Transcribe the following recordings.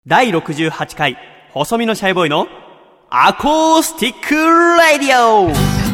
第68回細身のシャイボーイのアコースティックラディオ。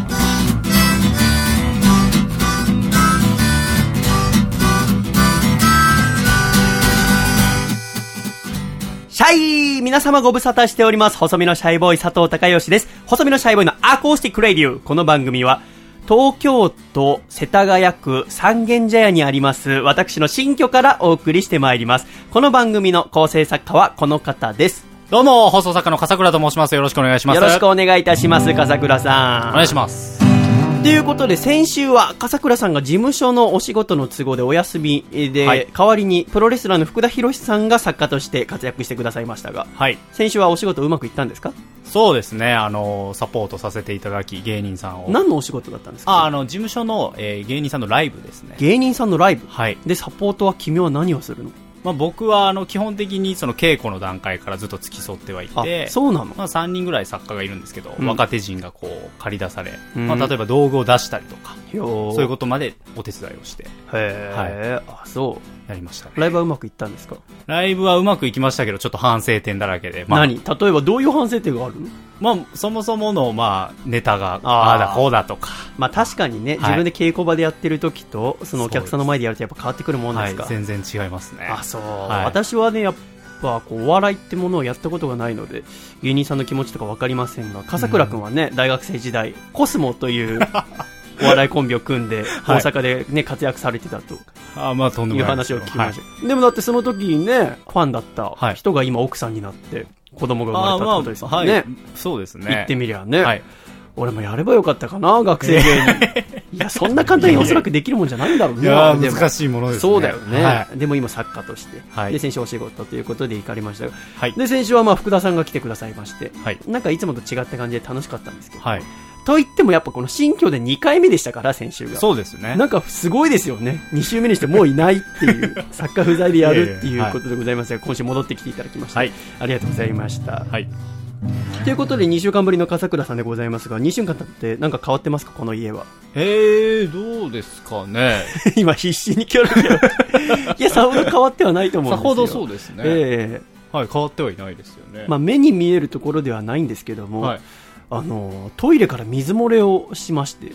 シャイ皆様ご無沙汰しております。細身のシャイボーイ佐藤孝義です。細身のシャイボーイのアコースティックラディオ。この番組は東京都世田谷区三軒茶屋にあります私の新居からお送りしてまいります。この番組の構成作家はこの方です。 どうも、放送作家の笠倉と申します。よろしくお願いします。 よろしくお願いいたします。笠倉さん、 お願いします。 ということで、先週は笠倉さんが事務所のお仕事の都合でお休みで、はい、代わりにプロレスラーの福田博さんが作家として活躍してくださいましたが、はい、先週はお仕事うまくいったんですか？ そうですね、サポートさせていただき、芸人さんを。 何のお仕事だったんですか？ 事務所の、芸人さんのライブですね。 芸人さんのライブ、 はい、 でサポートは君は何をするの？ 僕は基本的にその稽古の段階からずっと付き添ってはいて、 そうなの？ 3人ぐらい作家がいるんですけど、若手陣がこう借り出され、例えば道具を出したりとか、そういうことまでお手伝いをして、 へー、はい、そうやりましたね。 ライブはうまくいったんですか？ ライブはうまくいきましたけど、ちょっと反省点だらけで。 何？例えばどういう反省点があるの？ そもそもの、ネタが、ああだこうだとか。 確かにね、自分で稽古場でやってる時と、そのお客さんの前でやるとやっぱ変わってくるもんですか？ はい、全然違いますね。 そう、はい、私はね、やっぱこうお笑いってものをやったことがないので、芸人さんの気持ちとか分かりませんが、笠倉くんはね、大学生時代、コスモというお笑いコンビを組んで、大阪でね、活躍されてたと。 とんでもない。 いう話を聞きました。でもだってその時にね、ファンだった人が今奥さんになって、子供が生まれたってことですよね。 そうですね。 言ってみりゃね。はい、俺もやればよかったかな、学生芸人。いや、そんな簡単におそらくできるもんじゃないんだろうね。 いや、難しいものですね。 そうだよね。 はい、 でも今作家として、はい、で先週お仕事ということで行かれましたが、はい、で先週は福田さんが来てくださいまして、はい、なんかいつもと違った感じで楽しかったんですけど、はい、と言ってもやっぱこの新居で2回目でしたから、先週が。 そうですね。 なんかすごいですよね。2週目にしてもういないっていう作家不在でやるっていうことでございますが、今週戻ってきていただきました。はい、ありがとうございました。はい、ということで2週間ぶりの笠倉さんでございますが、2週間経って何か変わってますか、この家は？ どうですかね。 今必死にキャラいや、さほど変わってはないと思うんですよ。 さほどそうですね。はい、変わってはいないですよね。 目に見えるところではないんですけども、はい、トイレから水漏れをしまして、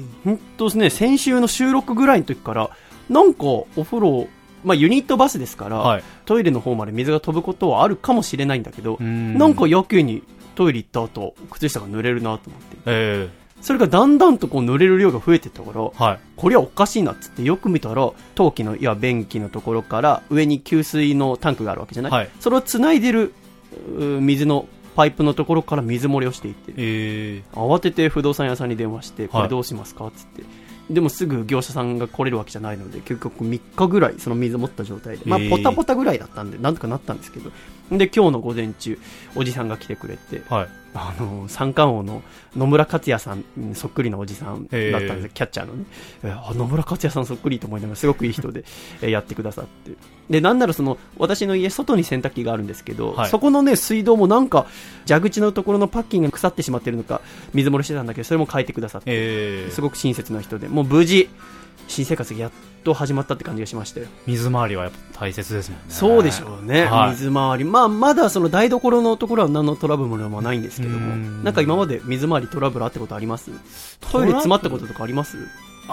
本当ですね、先週の収録ぐらいの時からなんかお風呂、ユニットバスですから、はい、トイレの方まで水が飛ぶことはあるかもしれないんだけど、なんかやけにトイレ行った後靴下が濡れるなと思って、それがだんだんとこう濡れる量が増えてったから、はい、これはおかしいなっつってよく見たら、陶器の便器のところから上に給水のタンクがあるわけじゃない、はい、それを繋いでる水のパイプのところから水漏れをしていて、慌てて不動産屋さんに電話して、これどうしますかっつって、でもすぐ業者さんが来れるわけじゃないので、結局3日ぐらいその水持った状態で、ポタポタぐらいだったんでなんとかなったんですけど、で今日の午前中おじさんが来てくれて、はい、三冠王の野村克也さんそっくりなおじさんだったんです、キャッチャーのね。野村克也さんそっくりと思いながらすごくいい人でやってくださって、でなんなら私の家外に洗濯機があるんですけど、はい、そこのね水道もなんか蛇口のところのパッキンが腐ってしまってるのか水漏れしてたんだけど、それも変えてくださって、すごく親切な人で、もう無事新生活がやっと始まったって感じがしましたよ。 水回りはやっぱ大切ですもんね。 そうでしょうね、はい、水回り、まだその台所のところは何のトラブルもないんですけども、なんか今まで水回りトラブルあったことあります？トイレ詰まったこととかあります？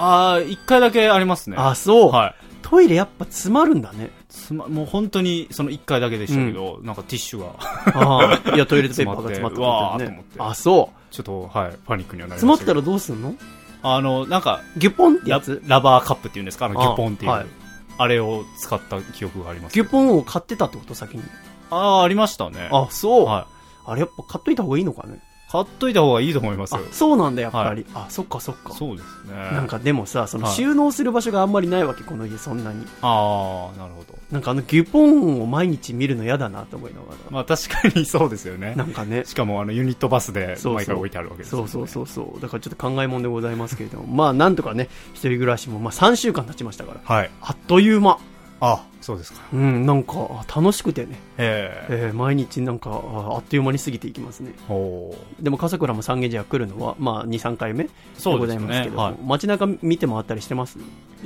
1回だけありますね。 そう、はい、トイレやっぱ詰まるんだね。 もう本当にその1回だけでしたけど、なんかティッシュがいやトイレットペーパーが詰まったわーと思って、 そうちょっと、はい、パニックにはなりました。 詰まったらどうすんの？ なんかギュポンってやつ、 ラバーカップっていうんですか、ギュポンっていう、はい、あれを使った記憶があります。 ギュポンを買ってたってこと？先にありましたね。 そう、 はい、 あれやっぱ買っといた方がいいのかね？ 買っといた方がいいと思いますよ。 そうなんだ、やっぱり、はい、そっかそっか。 そうですね。 なんかでもさ、その収納する場所があんまりないわけ、この家そんなに。 なるほど。 なんかギュポンを毎日見るの嫌だなと思いながら。 確かにそうですよね。 なんかね。 しかもユニットバスで毎回置いてあるわけですよね。 そう。だからちょっと考えもんでございますけれども、なんとかね、一人暮らしも3週間経ちましたから、はい、あっという間。 そうですか。 なんか楽しくてね、毎日なんかあっという間に過ぎていきますね。でも笠倉も三軒茶屋来るのは2、3回目でございますけど、はい、街中見て回ったりしてます？ いや、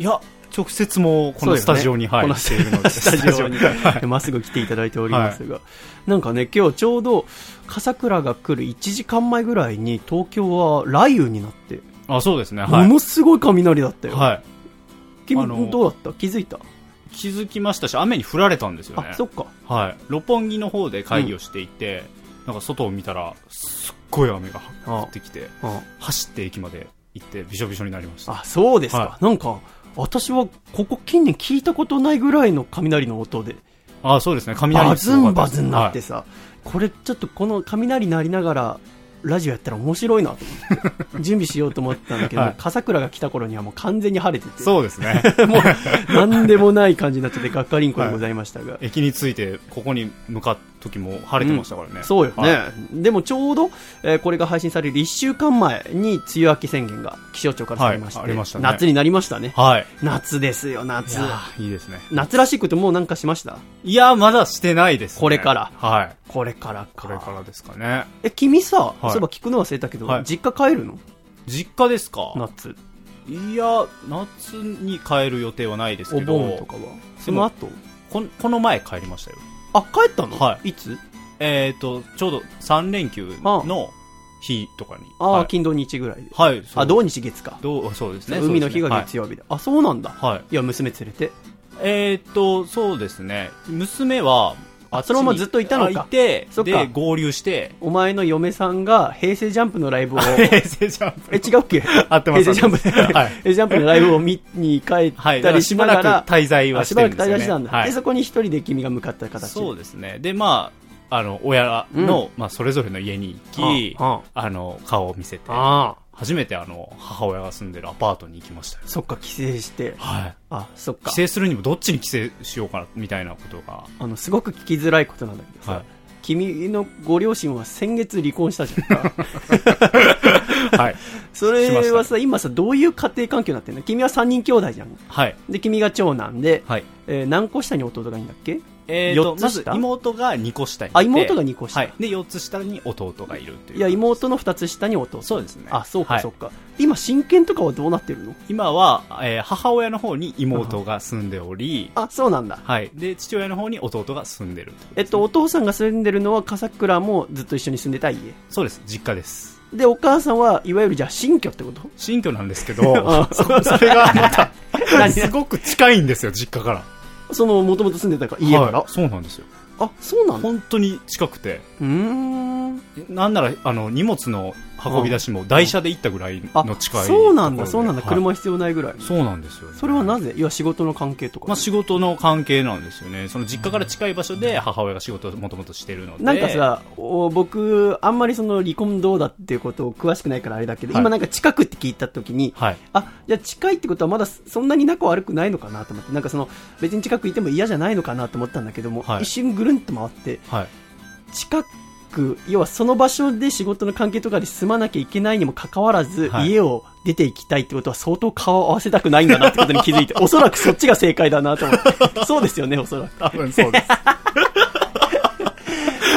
直接もこのスタジオに、はい、 来ているので、スタジオに、まっすぐ来ていただいておりますが、なんかね、今日ちょうど、笠倉が来る1時間前ぐらいに、東京は雷雨になって、 そうですね、 ものすごい雷だったよ。 はい。 君、どうだった？気づいた？ 気づきましたし、雨に降られたんですよね。 そっか。 はい。六本木の方で会議をしていて、なんか外を見たら、すっごい雨が降ってきて、走って駅まで行って、びしょびしょになりました。 そうですか。なんか、私はここ近年聞いたことないぐらいの雷の音で。 そうですね、雷バズンバズンなってさ、これちょっとこの雷鳴りながら、ラジオやったら面白いなと思って準備しようと思ったんだけど、笠倉が来た頃にはもう完全に晴れてて、 そうですねもう何でもない感じになっちゃってがっかりんこでございましたが、 駅に着いてここに向かった時も晴れてましたからね、 そうよね、でもちょうど、これが配信される1週間前に梅雨明け宣言が気象庁からされまして、 ありましたね、 夏になりましたね、 はい、 夏ですよ、夏。 いいですね。 夏らしいこともうなんかしました？ いや、まだしてないですね。 これから。 はい。 これからですかね。 君さ、そういえば聞くの忘れたけど、実家帰るの？ 実家ですか？ 夏。 いや、夏に帰る予定はないですけど。 お盆とかは？その後？ この前帰りましたよ。 帰ったの？ はい。 いつ？ ちょうど3連休の日とかに。 金土日ぐらいで。 はい。 土日月か。 そうですね。 海の日が月曜日で。そうなんだ。 はい。 いや、娘連れて。 そうですね。娘は、 そのままずっといたのか。 で、合流して。 お前の嫁さんが平成ジャンプのライブを。 平成ジャンプ。 違うっけ？ 合ってます。 平成ジャンプで。平成ジャンプのライブを見に帰ったりしながら。 滞在はしてるんですよね。 しばらく滞在してたんだ。で、そこに一人で君が向かった形。 そうですね。で、親の、それぞれの家に行き、顔を見せて、初めて母親が住んでるアパートに行きましたよ。 そっか、帰省して。 はい。 そっか。 帰省するにもどっちに帰省しようかな、みたいなことが。 すごく聞きづらいことなんだけどさ、君のご両親は先月離婚したじゃんか。はい。それはさ、今さ、どういう家庭環境になってるの？君は3人兄弟じゃん。 はい。 で、君が長男で、 はい。 何個下に弟がいいんだっけ ？4つ下？まず妹が2個下にいて。 妹が2個下。 はい。で、4つ下に弟がいるっていう。 いや、妹の2つ下に弟。 そうですね。 そうか、そうか。今、親権とかはどうなってるの？ 今は、母親の方に妹が住んでおり。 そうなんだ。 はい。で、父親の方に弟が住んでる。 お父さんが住んでるのは、笠倉もずっと一緒に住んでた家？ そうです。実家です。 で、お母さんはいわゆるじゃあ新居ってこと？ 新居なんですけど、それがまた、すごく近いんですよ、実家から。 もともと住んでた家から、 そうなんですよ。 そうなんだ。 本当に近くて。なんなら、荷物の運び出しも台車で行ったぐらいの近い。 そうなんだ、そうなんだ。車必要ないぐらい。 そうなんですよ。 それはなぜ？仕事の関係とか。 仕事の関係なんですよね。その実家から近い場所で母親が仕事をもともとしてるので。 なんかさ、僕、あんまり離婚どうだっていうことを詳しくないからあれだけど、今なんか近くって聞いたときに、じゃあ近いってことはまだそんなに仲悪くないのかなと思って、なんか別に近くいても嫌じゃないのかなと思ったんだけども、一瞬ぐるんと回って、近く、要はその場所で仕事の関係とかで住まなきゃいけないにもかかわらず、家を出ていきたいってことは相当顔を合わせたくないんだなってことに気づいて、おそらくそっちが正解だなと思って。そうですよね、おそらく。 多分そうです。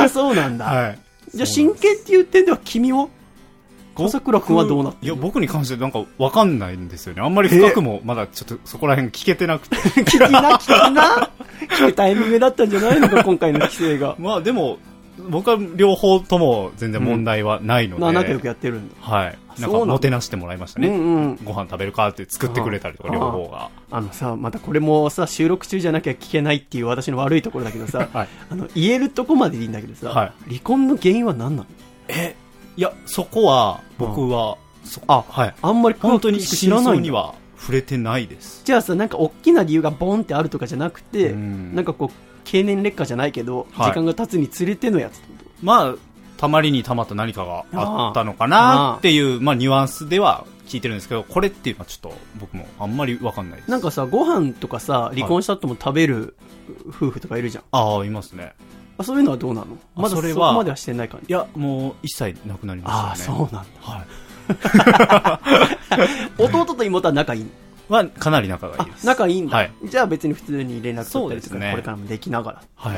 そうなんだ。じゃあ真剣っていう点では君は笠倉君はどうなってる？ いや、僕に関してなんかわかんないんですよね。あんまり深くもまだちょっとそこら辺聞けてなくて。 聞くタイミングだったんじゃないのか、今回の規制が。 でも、僕は両方とも全然問題はないので。 仲良くやってるんだ。 はい。なんかもてなしてもらいましたね。ご飯食べるかって作ってくれたりとか、両方が。 またこれもさ、収録中じゃなきゃ聞けないっていう私の悪いところだけどさ、言えるとこまででいいんだけどさ、離婚の原因は何なの？ いや、そこは、僕は、 あんまり本当に知らないには触れてないです。 じゃあさ、なんか大きな理由がボンってあるとかじゃなくて、なんかこう、経年劣化じゃないけど、時間が経つにつれてのやつってこと？ たまりにたまった何かがあったのかなっていう、ニュアンスでは聞いてるんですけど、これっていうのはちょっと僕もあんまりわかんないです。 なんかさ、ご飯とかさ、離婚した後も食べる夫婦とかいるじゃん。 いますね。 そういうのはどうなの？まだそこまではしてない感じ？ いや、もう一切なくなりましたね。 そうなんだ。弟と妹は仲いいの？ かなり仲がいいです。 仲いいんだ。じゃあ別に普通に連絡取ったりとか、これからもできながら。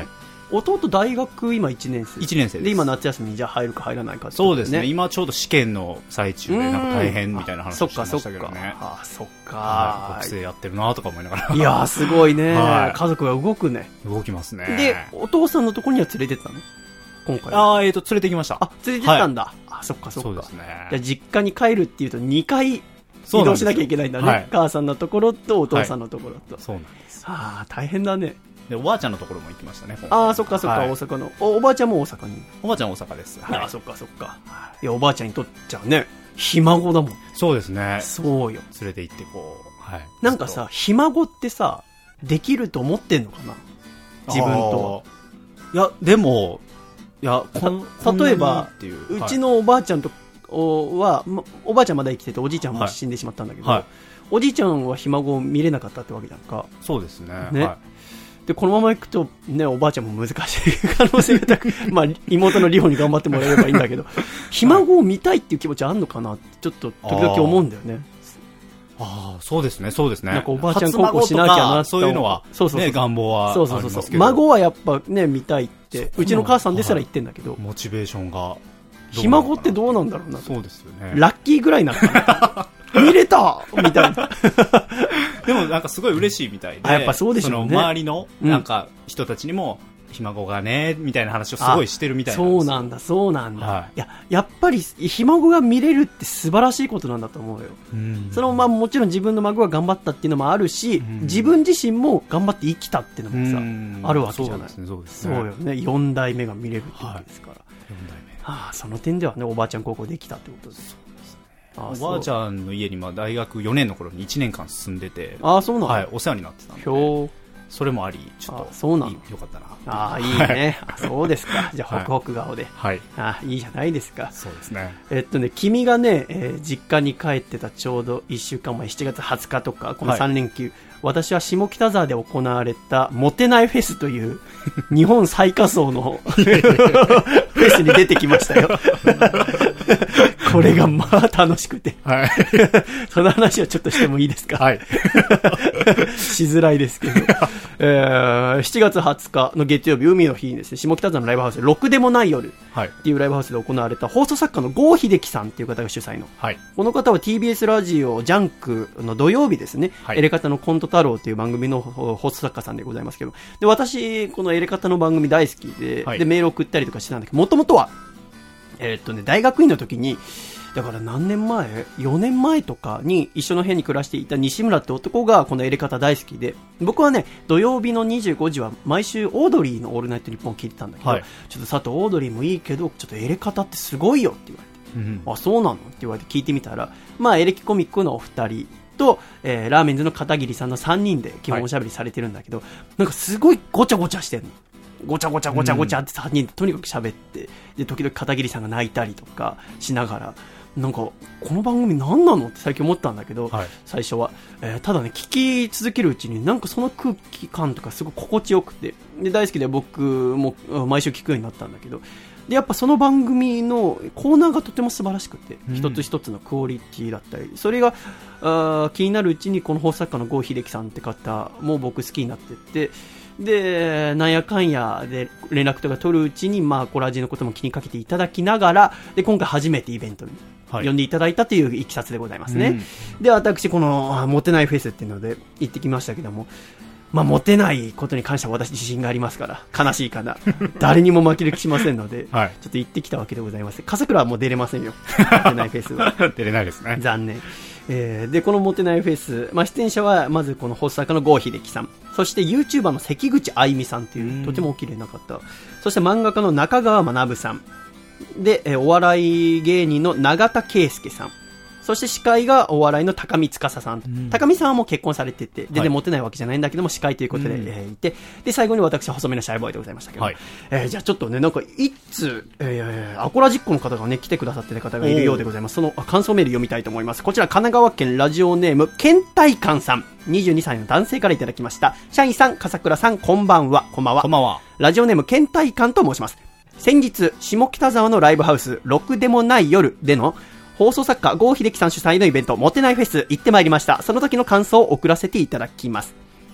弟大学今1年生。 1年生です。 で、今夏休みにじゃあ入るか入らないかって、 そうですね。今ちょうど試験の最中で、なんか大変みたいな話をしてましたけどね。 そっか。 学生やってるなとか思いながら。 いやー、すごいね。家族が動くね。 動きますね。 で、お父さんのところには連れてったの今回。 連れてきました。 連れてったんだ。そっか。 そうですね。 じゃあ実家に帰るっていうと2回移動しなきゃいけないんだね。母さんのところとお父さんのところと。 そうなんです。 大変だね。 で、おばあちゃんのところも行きましたね。 そっか、大阪の。おばあちゃんも大阪に。 おばあちゃん大阪です。 そっか。いや、おばあちゃんにとっちゃね、ひ孫だもん。 そうですね。 そうよ。 連れて行ってなんかさ、ひ孫ってさ、できると思ってんのかな自分と。 いや、でも、例えば、うちのおばあちゃんとは、おばあちゃんまだ生きてて、おじいちゃんも死んでしまったんだけど、おじいちゃんはひ孫を見れなかったってわけじゃんか。 そうですね。 で、このまま行くと、ね、おばあちゃんも難しい可能性が高く、妹のリホに頑張ってもらえればいいんだけど、ひ孫を見たいっていう気持ちあんのかなって、ちょっと時々思うんだよね。 そうですね。 なんかおばあちゃん孝行しなきゃなって。 そういうのは、ね、願望はありますけど。 孫はやっぱね、見たいって、うちの母さんですら言ってんだけど。 モチベーションが。 ひ孫ってどうなんだろうな。 そうですよね。 ラッキーぐらいなのかな。見れたみたいな。 でもなんかすごい嬉しいみたいで。 やっぱそうでしょうね。 周りの、なんか人たちにも、ひ孫がね、みたいな話をすごいしてるみたいなんですよ。 そうなんだ。やっぱり、ひ孫が見れるって素晴らしいことなんだと思うよ。そのもちろん自分の孫が頑張ったっていうのもあるし、自分自身も頑張って生きたっていうのもさ、あるわけじゃない。そうよね。4代目が見れるってことですから。 4代目。 その点ではね、おばあちゃん高校できたってことです。 おばあちゃんの家に大学4年の頃に1年間住んでて、 そうなの。 お世話になってたんで、それもあり、ちょっとよかったな。 いいね。そうですか。じゃあ、ホクホク顔で。いいじゃないですか。 そうですね。 君がね、実家に帰ってたちょうど1週間前、7月20日とか、この3連休、私は下北沢で行われたモテないフェスという日本最下層のフェスに出てきましたよ。これが楽しくて。その話はちょっとしてもいいですか？しづらいですけど。7月20日の月曜日、海の日にですね、下北沢のライブハウスで、ろくでもない夜っていうライブハウスで行われた放送作家の郷秀樹さんっていう方が主催の。この方は TBS ラジオジャンクの土曜日ですね、エレカタのコント太郎という番組の放送作家さんでございますけど、で、私、このエレカタの番組大好きで、で、メール送ったりとかしてたんだけど、もともとは、大学院の時に、だから何年前 ?4 年前とかに一緒の部屋に暮らしていた西村って男がこのエレカタ大好きで、僕はね、土曜日の25時は毎週オードリーのオールナイトニッポンを聞いてたんだけど、ちょっと佐藤オードリーもいいけど、ちょっとエレカタってすごいよって言われて、そうなのって言われて聞いてみたら、エレキコミックのお二人と、ラーメンズの片桐さんの3人で基本おしゃべりされてるんだけど、なんかすごいごちゃごちゃしてるの。ごちゃごちゃって3人でとにかく喋って、で、時々片桐さんが泣いたりとかしながら、なんか、この番組何なのって最近思ったんだけど、最初は。ただね、聞き続けるうちに、なんかその空気感とかすごい心地よくて、で、大好きで僕も毎週聞くようになったんだけど、で、やっぱその番組のコーナーがとても素晴らしくて、一つ一つのクオリティだったり、それが気になるうちに、この放送作家の郷秀樹さんって方も僕好きになってって、で、なんやかんやで連絡とか取るうちに、コラジのことも気にかけていただきながら、で、今回初めてイベントに呼んでいただいたといういきさつでございますね。で、私、この、モテないフェスっていうので行ってきましたけども、モテないことに関しては私自信がありますから、悲しいかな。誰にも負ける気しませんので、ちょっと行ってきたわけでございます。笠倉はもう出れませんよ。モテないフェスは。 出れないですね。 残念。で、このモテないフェス、出演者は、まずこの放送作家の郷秀樹さん、そして YouTuber の関口あゆみさんという、とてもお綺麗な方、そして漫画家の中川学さん、で、お笑い芸人の永田圭介さん、そして司会がお笑いの高見司さん。高見さんはもう結婚されてて、全然モテないわけじゃないんだけども、司会ということで、いて、で、最後に私は細めのシャイボーイでございましたけど、じゃあちょっとね、なんか、いつ、アコラジックの方がね、来てくださってる方がいるようでございます。その感想メール読みたいと思います。こちら、神奈川県ラジオネーム、倦怠感さん。22歳の男性からいただきました。社員さん、笠倉さん、こんばんは。こんばんは。 こんばんは。 ラジオネーム、倦怠感と申します。先日、下北沢のライブハウス、ろくでもない夜での、放送作家、郷秀樹さん主催のイベント、モテないフェス、行ってまいりました。その時の感想を送らせていただきます。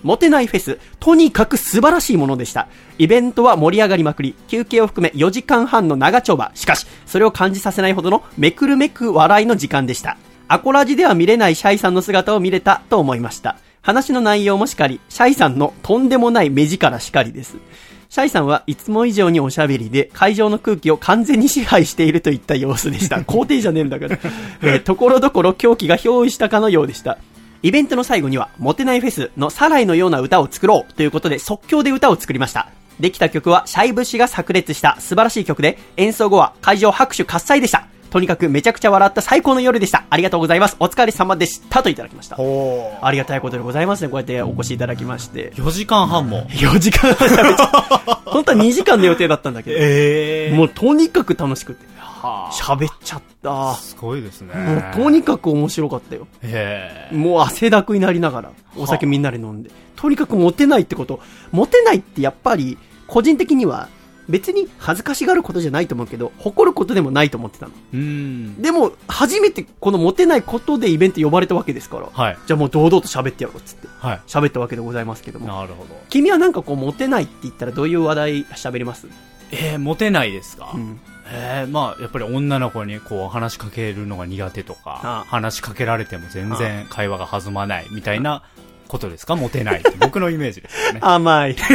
モテないフェス、とにかく素晴らしいものでした。イベントは盛り上がりまくり、休憩を含め4時間半の長丁場。しかし、それを感じさせないほどのめくるめく笑いの時間でした。アコラジでは見れないシャイさんの姿を見れたと思いました。話の内容もしかり、シャイさんのとんでもない目力しかりです。シャイさんはいつも以上におしゃべりで、会場の空気を完全に支配しているといった様子でした。肯定じゃねえんだから。ところどころ狂気が憑依したかのようでした。イベントの最後には、モテないフェスのサライのような歌を作ろうということで即興で歌を作りました。できた曲はシャイ節が炸裂した素晴らしい曲で、演奏後は会場拍手喝采でした。とにかくめちゃくちゃ笑った最高の夜でした。ありがとうございます。お疲れ様でしたといただきました。ありがたいことでございますね。こうやってお越しいただきまして。 4時間半も。 4時間半喋っちゃった。本当は2時間の予定だったんだけど。もうとにかく楽しくて。喋っちゃった。 すごいですね。 もうとにかく面白かったよ。もう汗だくになりながらお酒みんなで飲んで。とにかくモテないってこと。モテないってやっぱり個人的には別に恥ずかしがることじゃないと思うけど、誇ることでもないと思ってたの。でも初めてこのモテないことでイベント呼ばれたわけですから、はい、じゃあもう堂々と喋ってやろうっつって喋ったわけでございますけども。 なるほど。 君はなんかこうモテないって言ったらどういう話題喋ります？ モテないですか？まあやっぱり女の子にこう話しかけるのが苦手とか、話しかけられても全然会話が弾まないみたいなことですか？モテないって僕のイメージですよね。 甘い。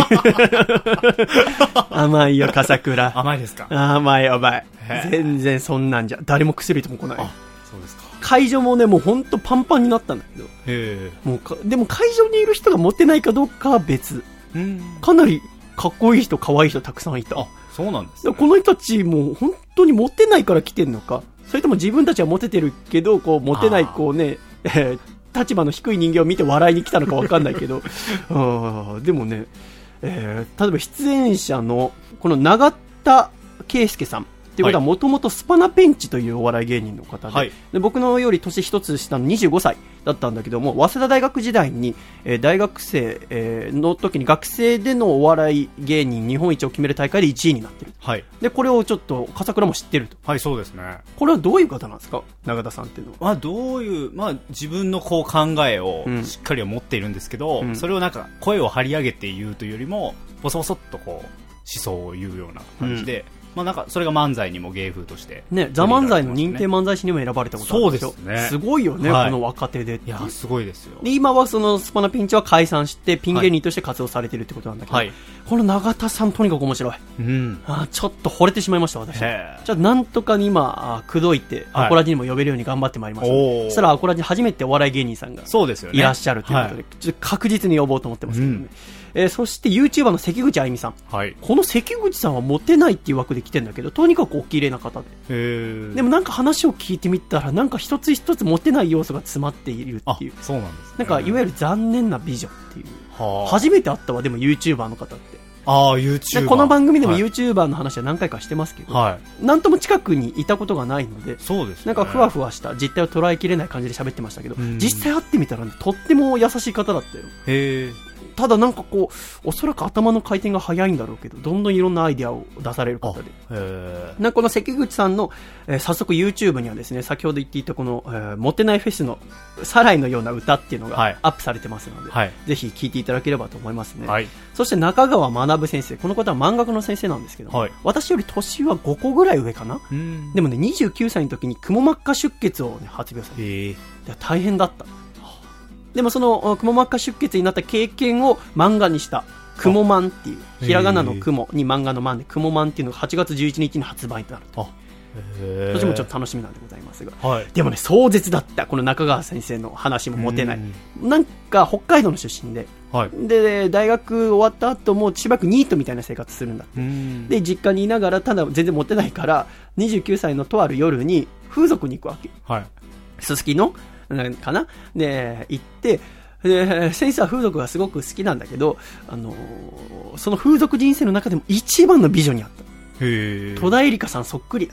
甘いよ、笠倉。 甘いですか？ 甘い。全然そんなんじゃ誰も薬とも来ない。 そうですか。 会場もね、もうほんとパンパンになったんだけど、でも会場にいる人がモテないかどうかは別。かなりかっこいい人、可愛い人たくさんいた。 そうなんですね。 この人たちも本当にモテないから来てんのか、それとも自分たちはモテてるけどこうモテないこうね、立場の低い人間を見て笑いに来たのか分かんないけどでもね、例えば出演者のこの永田圭介さんっていうことはもともとスパナペンチというお笑い芸人の方 で僕のより年一つ下の25歳だったんだけども、早稲田大学時代に、大学生、の時に学生でのお笑い芸人日本一を決める大会で1位になってる、でこれをちょっと笠倉も知ってると。 そうですね。 これはどういう方なんですか、永田さんっていうのは。 どういう、自分のこう考えをしっかり持っているんですけど、それをなんか声を張り上げて言うというよりもボソボソっとこう思想を言うような感じで、なんかそれが漫才にも芸風としてね、ザ・漫才の認定漫才師にも選ばれたことあるんですよ。 そうですね。 すごいよね、この若手でっていう。 いやすごいですよ。 で今はそのスパナピンチは解散してピン芸人として活動されてるってことなんだけど、この永田さんとにかく面白い。ちょっと惚れてしまいました私。じゃあなんとかに今口説いてアコラジにも呼べるように頑張ってまいりました。そしたらアコラジに初めてお笑い芸人さんがいらっしゃるということで、ちょっと確実に呼ぼうと思ってますけどね。そして YouTuber の関口あゆみさん、この関口さんはモテないっていう枠で来てるんだけど、とにかくお綺麗な方で、でもなんか話を聞いてみたらなんか一つ一つモテない要素が詰まっているっていう。 そうなんですね。 なんかいわゆる残念な美女っていう、初めて会ったわ。でも YouTuber の方って、 YouTuber、 この番組でも YouTuber の話は何回かしてますけど、なんとも近くにいたことがないので、なんかふわふわした実態を捉えきれない感じで喋ってましたけど、実際会ってみたら、ね、とっても優しい方だったよ。ただなんかこうおそらく頭の回転が早いんだろうけど、どんどんいろんなアイデアを出される方で、なんかこの関口さんの、早速 YouTube にはですね、先ほど言っていたこの、モテないフェスのサライのような歌っていうのがアップされてますので、ぜひ聴いていただければと思いますね。そして中川学先生、この方は漫画家の先生なんですけど、私より年は5個ぐらい上かな。でもね、29歳の時にくも膜下出血を、ね、発病されて、大変だった。でもそのくも膜下出血になった経験を漫画にしたくもマンっていう、ひらがなのくもに漫画のマンでくもマンっていうのが8月11日に発売となると。そっちもちょっと楽しみなんでございますが、でもね、壮絶だった。この中川先生の話もモテない。なんか北海道の出身で、で大学終わった後もしばらくニートみたいな生活するんだって。で実家にいながら、ただ全然モテないから29歳のとある夜に風俗に行くわけ。すすきのかなで行って、で先生は風俗がすごく好きなんだけど、その風俗人生の中でも一番の美女にあった。戸田恵梨香さんそっくりだった。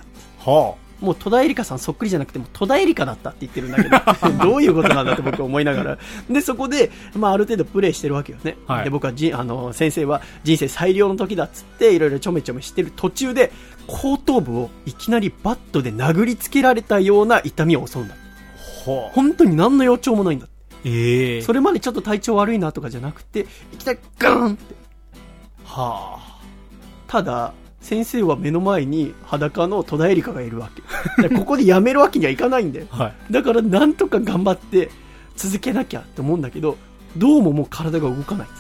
もう戸田恵梨香さんそっくりじゃなくても戸田恵梨香だったって言ってるんだけどどういうことなんだって僕は思いながら、でそこで、ある程度プレイしてるわけよね。で僕は先生は人生最良の時だっつっていろいろちょめちょめしてる途中で、後頭部をいきなりバットで殴りつけられたような痛みを襲うんだ。本当に何の予兆もないんだ。 それまでちょっと体調悪いなとかじゃなくて、いきなりガーンって。 はあ。 ただ、先生は目の前に裸の戸田恵梨香がいるわけ。ここでやめるわけにはいかないんだよ。 はい、 だからなんとか頑張って続けなきゃって思うんだけど、どうももう体が動かないっつって。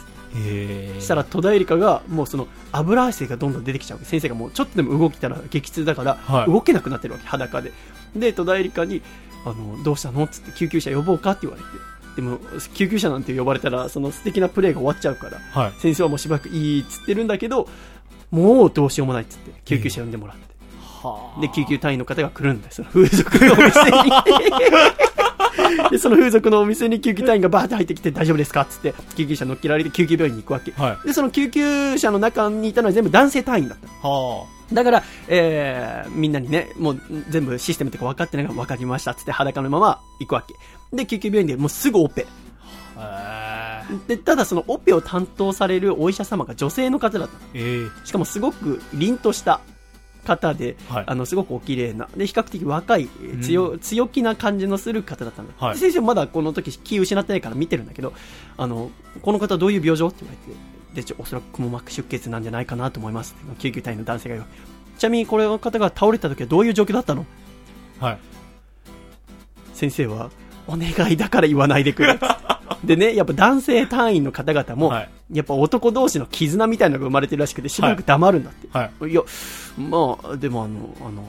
したら戸田恵梨香がもうその油汗がどんどん出てきちゃうわけ。先生がもうちょっとでも動きたら激痛だから動けなくなってるわけ、裸で。で、戸田恵梨香にどうしたのっつって救急車呼ぼうかって言われて。でも救急車なんて呼ばれたらその素敵なプレーが終わっちゃうから、はい、先生はもうしばらくいいっつってるんだけど、もうどうしようもないっつって救急車呼んでもらって、で救急隊員の方が来るんです。その風俗のお店にでその風俗のお店に救急隊員がバーって入ってきて、大丈夫ですかっつって救急車乗っけられて救急病院に行くわけ、はい、でその救急車の中にいたのは全部男性隊員だった。だから、みんなにね、もう全部システムとか分かってないから分かりましたっつって裸のまま行くわけで、救急病院でもうすぐオペで、ただそのオペを担当されるお医者様が女性の方だった、しかもすごく凛とした方で、はい、すごくお綺麗なで比較的若い強気な感じのする方だったんだ、はい、先生まだこの時気失ってないから見てるんだけど、この方どういう病状って言われて、でおそらくくも膜出血なんじゃないかなと思いますって救急隊員の男性が言う。ちなみにこれの方が倒れた時はどういう状況だったの？はい、先生はお願いだから言わないでくれでね、やっぱ男性隊員の方々も、はい、やっぱ男同士の絆みたいなのが生まれてるらしくて、しばらく黙るんだって、はいはい、いやまあでも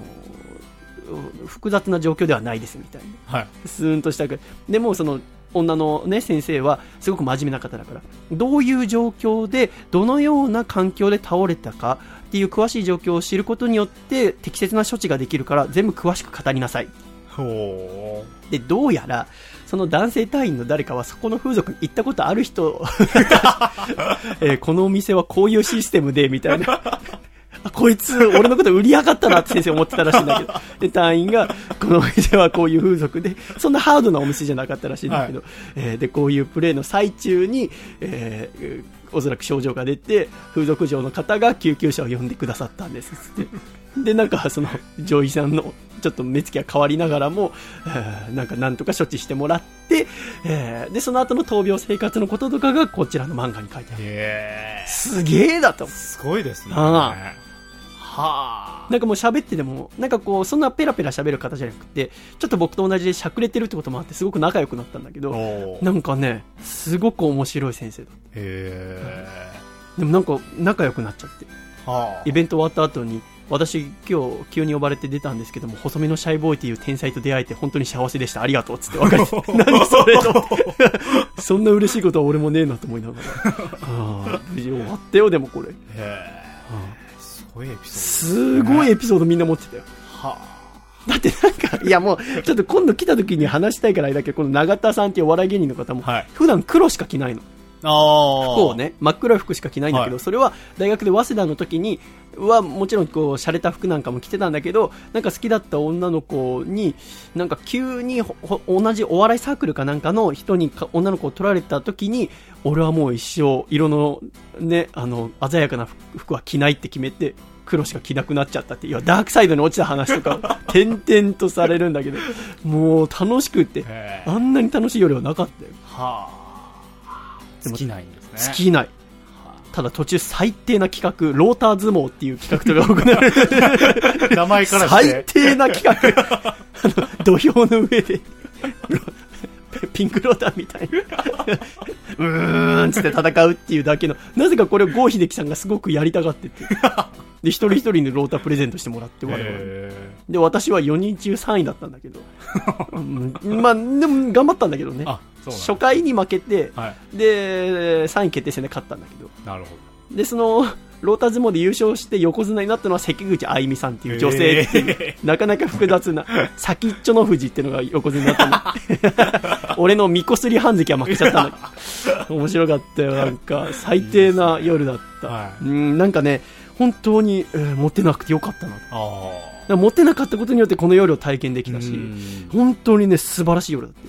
複雑な状況ではないですみたいな、はい、スーンとしたくでもその女の、ね、先生はすごく真面目な方だから、どういう状況でどのような環境で倒れたかっていう詳しい状況を知ることによって適切な処置ができるから全部詳しく語りなさい。でどうやらその男性隊員の誰かはそこの風俗に行ったことある人このお店はこういうシステムでみたいなこいつ俺のこと売りやがったなって先生思ってたらしいんだけどで隊員がこのお店はこういう風俗でそんなハードなお店じゃなかったらしいんだけど、はい、でこういうプレーの最中に、おそらく症状が出て風俗嬢の方が救急車を呼んでくださったんですってでなんかその女医さんのちょっと目つきが変わりながらも、なんとか処置してもらって、でその後の闘病生活のこととかがこちらの漫画に書いてある。すげえだと。 すごいですね。 はあ、なんかもう喋っててもなんかこうそんなペラペラ喋る方じゃなくて、ちょっと僕と同じでしゃくれてるってこともあってすごく仲良くなったんだけど、なんかねすごく面白い先生だ。でもなんか仲良くなっちゃって、イベント終わった後に私今日急に呼ばれて出たんですけども、細身のシャイボーイという天才と出会えて本当に幸せでした、ありがとうっつって別れて何それとそんな嬉しいことは俺もねえなと思いながら無事終わったよ。でもこれすごいエピソード、 すごいエピソードみんな持ってたよ。だってなんかいやもうちょっと今度来た時に話したいからあれだけど、この永田さんっていうお笑い芸人の方も普段黒しか着ないの、服をね、真っ黒い服しか着ないんだけど、はい、それは大学で早稲田の時にはもちろんこう洒落た服なんかも着てたんだけど、なんか好きだった女の子になんか急に同じお笑いサークルかなんかの人に女の子を取られた時に、俺はもう一生色のね鮮やかな服は着ないって決めて黒しか着なくなっちゃったって、いやダークサイドに落ちた話とか点々とされるんだけど、もう楽しくってあんなに楽しい夜はなかったよ。 尽きないんですね。 尽きない。ただ途中最低な企画、ローター相撲っていう企画とか行われる名前からして最低な企画土俵の上でピンクローターみたいなつって戦うっていうだけの、なぜかこれを郷秀樹さんがすごくやりたがっててで一人一人にロータープレゼントしてもらって我々で、私は4人中3位だったんだけどまあでも頑張ったんだけどね。初回に負けて、はい、で3位決定戦で勝ったんだけど、 なるほど。 でそのローター相撲で優勝して横綱になったのは関口あゆみさんっていう女性っていう、なかなか複雑な先っちょの富士っていうのが横綱になったの俺のみこすり半関は負けちゃったんだけど面白かったよ。なんか最低な夜だった、はい、なんかね本当に、モテなくてよかったなと。モテなかったことによってこの夜を体験できたし、本当にね素晴らしい夜だった。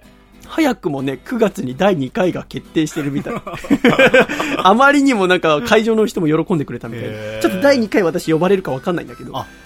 早くもね9月に第2回が決定してるみたいあまりにもなんか会場の人も喜んでくれたみたいで、ちょっと第2回私呼ばれるか分かんないんだけど、 なるほど。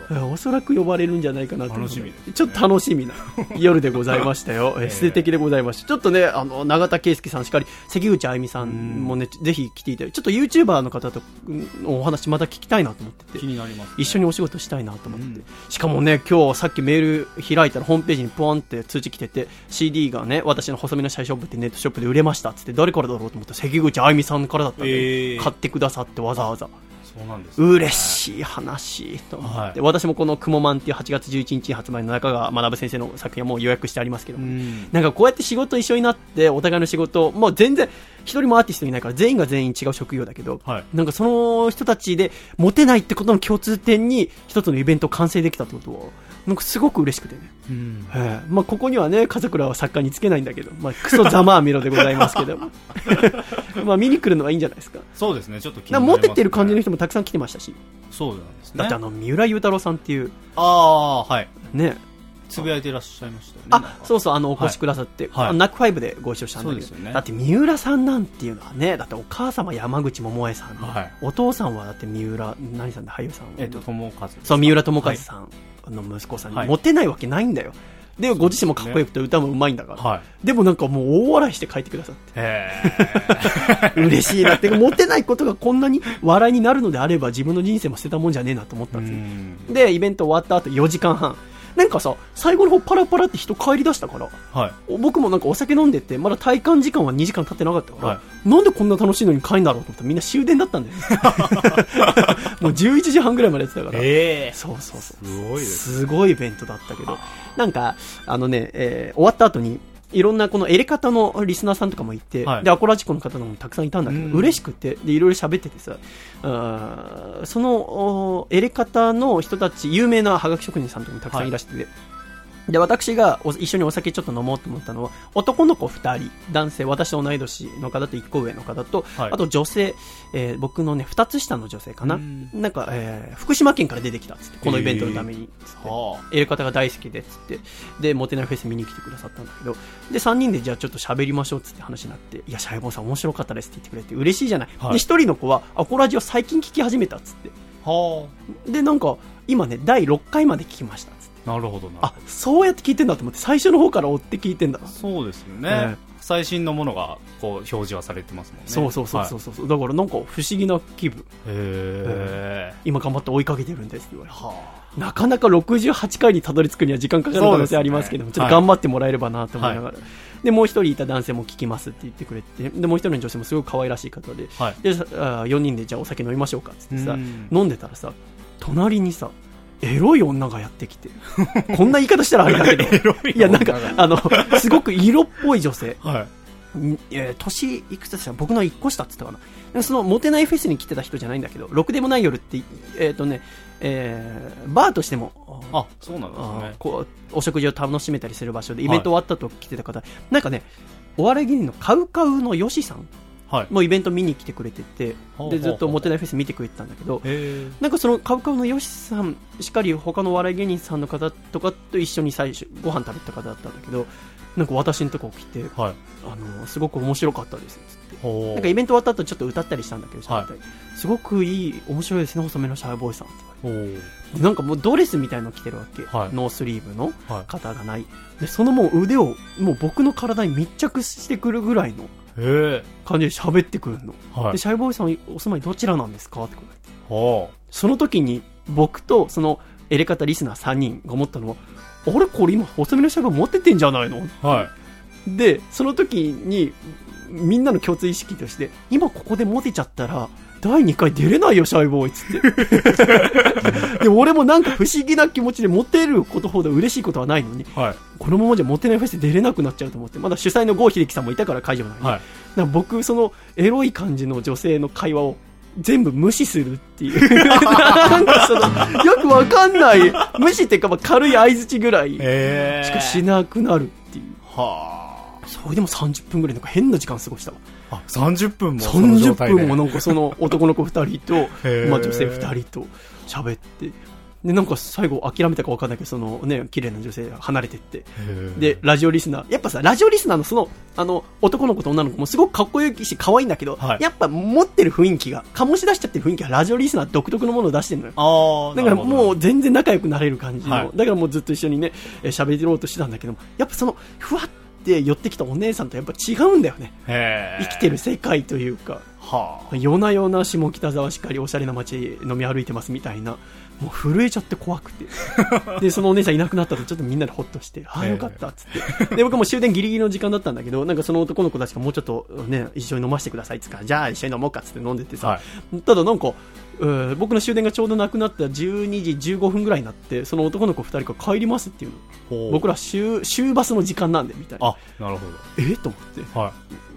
おそらく呼ばれるんじゃないかなと思う。楽しみですね。ちょっと楽しみな夜でございましたよ。素敵でございました。ちょっとね、永田圭介さんしかり、関口あゆみさんもね、ぜひ来ていただいて、ちょっと YouTuber の方とお話また聞きたいなと思ってて、 気になりますね。 一緒にお仕事したいなと思って、しかもね、今日さっきメール開いたらホームページにポワンって通知来てて、CD がね、私の細身のシャイショップってネットショップで売れましたっつって、誰からだろうと思ったら関口あゆみさんからだったんで、買ってくださってわざわざ。 そうなんですね、 嬉しい話と思って、私もこのくもまんっていう8月11日発売の中川学先生の作品はもう予約してありますけど、なんかこうやって仕事一緒になってお互いの仕事、もう全然一人もアーティストいないから全員が全員違う職業だけど、なんかその人たちでモテないってことの共通点に一つのイベントを完成できたってことはなんかすごく嬉しくてね、まあ、ここにはね風倉は作家につけないんだけど、まあ、クソざまあみろでございますけどまあ見に来るのはいいんじゃないですか。 そうですね、ちょっと気になりますね。 モテてる感じの人もたくさん来てましたし。 そうなんですね。 だって三浦雄太郎さんっていうはいね、 つぶやいていらっしゃいましたよね。 そうそう、お越しくださって、ナックファイブでご一緒したんだけど、だって三浦さんなんていうのはね、だってお母様山口百恵さん、お父さんはだって三浦何さんだ、俳優さん、 友和、 そう三浦友和さんの息子さんにモテないわけないんだよ。でご自身もかっこよくて歌もうまいんだから、でもなんかもう大笑いして帰ってくださって嬉しいなって、モテないことがこんなに笑いになるのであれば自分の人生も捨てたもんじゃねえなと思ったんですよ。でイベント終わった後4時間半なんかさ最後の方パラパラって人帰り出したから、僕もなんかお酒飲んでてまだ体感時間は2時間経ってなかったから、なんでこんな楽しいのに帰んだろうと思ったらみんな終電だったんだよもう11時半ぐらいまでやってたから、そうそうそう、 すごいです、 すごいイベントだったけど、なんか終わった後にいろんなこのエレカタのリスナーさんとかもいて、でアコラジコの方もたくさんいたんだけど、嬉しくてでいろいろ喋っててさ、そのエレカタの人たち有名なハガキ職人さんとかもたくさんいらしてて、で私が一緒にお酒ちょっと飲もうと思ったのは男の子2人男性、私と同い年の方と1個上の方と、あと女性、僕のね2つ下の女性かな、なんか、福島県から出てきたっつってこのイベントのためにつって、エレカタが大好きでっつってでモテないフェス見に来てくださったんだけど、で3人でじゃあちょっと喋りましょうっつって話になって、いやシャイボーさん面白かったですって言ってくれて嬉しいじゃない、で1人の子はアコラジを最近聞き始めたっつって、でなんか今ね第6回まで聞きましたっつって、 なるほどな、 そうやって聞いてんだと思って最初の方から追って聞いてんだ。 そうですよね、最新のものがこう表示はされてますもんね。 そうそうそうそうそう、だからなんか不思議な気分。今頑張って追いかけてるんですって言われて、なかなか68回にたどり着くには時間かかる可能性ありますけども、ちょっと頑張ってもらえればなと思いながら、でもう一人いた男性も聞きますって言ってくれて、でもう一人の女性もすごい可愛らしい方で、で4人でじゃあお酒飲みましょうかっつってさ、飲んでたらさ隣にさエロい女がやってきてこんな言い方したらあれだけどいやなんかすごく色っぽい女性、年いくつですか、僕の1個下って言ったかな、そのモテないフェスに来てた人じゃないんだけど、ろくでもない夜ってバーとしてもそうなんですね、 こうお食事を楽しめたりする場所でイベント終わったと来てた方、なんかねお笑い芸人のカウカウのヨシさんもうイベント見に来てくれてて、でずっとモテないフェス見てくれてたんだけど、なんかそのカウカウのヨシさんしっかり他の笑い芸人さんの方とかと一緒に最初ご飯食べた方だったんだけど、なんか私のとこ来て、すごく面白かったですっつって、なんかイベント終わった後ちょっと歌ったりしたんだけど、すごくいい面白いですね細めのシャイボーイさんって言われて、なんかもうドレスみたいの着てるわけ、ノースリーブの肩がない、でそのもう腕をもう僕の体に密着してくるぐらいの感じで喋ってくるの、でシャイボーイさんお住まいどちらなんですかって言われて、その時に僕とそのエレカタリスナー3人が思ったのは、あれこれ今細身のシャイボーイ持っててんじゃないの、でその時にみんなの共通意識として、今ここでモテちゃったら第2回出れないよシャイボーイっつってで俺もなんか不思議な気持ちでモテることほど嬉しいことはないのに、このままじゃモテないフェス出れなくなっちゃうと思って、まだ主催の郷秀樹さんもいたから会場内に、だから僕そのエロい感じの女性の会話を全部無視するっていうなんかそのよくわかんない無視っていうか、軽い相槌ぐらいしかしなくなるっていう、それでも30分ぐらいなんか変な時間過ごしたわ。 30分もその状態で 30分もなんかその男の子2人と、女性2人と喋って、 で、なんか最後諦めたか分かんないけど、そのね、綺麗な女性離れてって、で、ラジオリスナー、やっぱさ、ラジオリスナーのその、男の子と女の子もすごくかっこよいし、可愛いんだけど、はい、やっぱ持ってる雰囲気が、醸し出しちゃってる雰囲気がラジオリスナー独特のものを出してるのよ。だからもう全然仲良くなれる感じの、はい、だからもうずっと一緒にね、喋ろうとしてたんだけども、やっぱその、ふわって寄ってきたお姉さんとやっぱ違うんだよね。生きてる世界というか、夜な夜な下北沢しっかりおしゃれな街飲み歩いてますみたいな、もう震えちゃって怖くてでそのお姉さんいなくなったとちょっとみんなでホッとして、ああよかったっつってで僕も終電ギリギリの時間だったんだけど、なんかその男の子たちがもうちょっとね一緒に飲ませてくださいっつから、じゃあ一緒に飲もうかっつって飲んでてさ、はい、ただなんか、僕の終電がちょうどなくなった12時15分ぐらいになって、その男の子2人が帰りますっていうの、僕ら終バスの時間なんでみたいな。 あ、なるほど。 と思って、はい、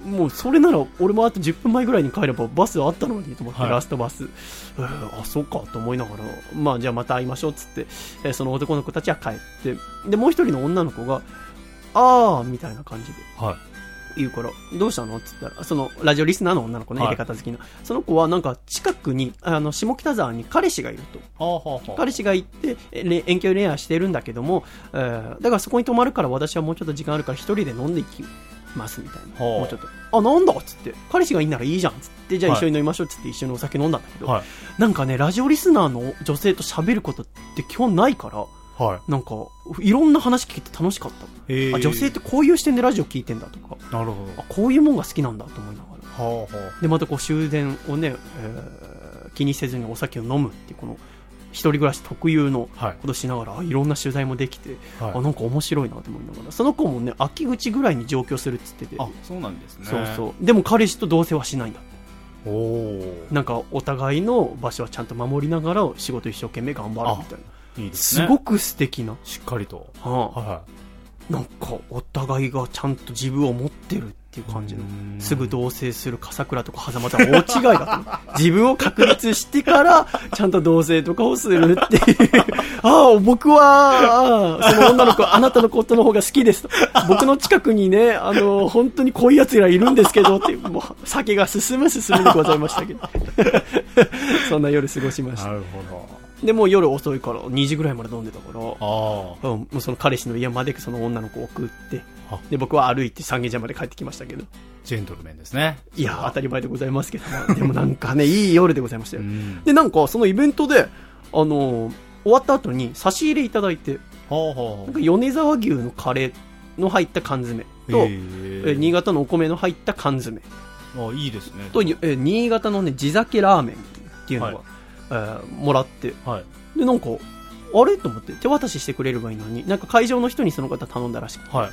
もうそれなら俺もあと10分前ぐらいに帰ればバスあったのにと思って、はい、ラストバス、あ、そうかと思いながら、まあじゃあまた会いましょうっつって、その男の子たちは帰って、でもう一人の女の子があーみたいな感じで、はい、言うから、どうしたのって言ったら、そのラジオリスナーの女の子ね、入れ方好きな、その子はなんか近くに下北沢に彼氏がいると、彼氏がいて遠距離恋愛してるんだけども、だからそこに泊まるから私はもうちょっと時間あるから一人で飲んでいきますみたいな、もうちょっと、あ、なんだっつって、彼氏がいいならいいじゃんっつって、じゃあ一緒に飲みましょうっつって一緒にお酒飲んだんだけど、はい、なんかね、ラジオリスナーの女性と喋ることって基本ないから、はい、なんかいろんな話聞いて楽しかった。あ、女性ってこういう視点でラジオ聞いてんだとか、なるほど、あ、こういうもんが好きなんだと思いながら、でまたこう終電をね、気にせずにお酒を飲むっていうこの一人暮らし特有のことしながら、はい、いろんな取材もできて、はい、あ、なんか面白いなと思いながら、その子もね、秋口ぐらいに上京するって言ってて、 あ、そうなんですね。 そうそう、でも彼氏と同棲はしないんだって。なんかお互いの場所はちゃんと守りながら仕事一生懸命頑張るみたいな。いいですね、すごく素敵な、 しっかりと、 はい、なんかお互いがちゃんと自分を持ってるっていう感じの、すぐ同棲する笠倉とか狭間とは大違いだと自分を確立してからちゃんと同棲とかをするっていうああ、僕はその女の子あなたのことの方が好きですと、僕の近くにね、本当にこういうやつらいるんですけどって、もう酒が進むでございましたけどそんな夜過ごしました。なるほど。でもう夜遅いから2時ぐらいまで飲んでたから、もうその彼氏の家までその女の子を送って、で僕は歩いて三軒茶屋まで帰ってきましたけど、 ジェントルメンですね。 いや当たり前でございますけど、でもなんかねいい夜でございましたよで、なんかそのイベントで終わった後に差し入れいただいて、なんか米沢牛のカレーの入った缶詰と、新潟のお米の入った缶詰、 いいですね。 と、新潟のね地酒ラーメンっていうのが、はい、もらって、はい、でなんかあれと思って手渡ししてくれればいいのに、なんか会場の人にその方頼んだらしくて、はい、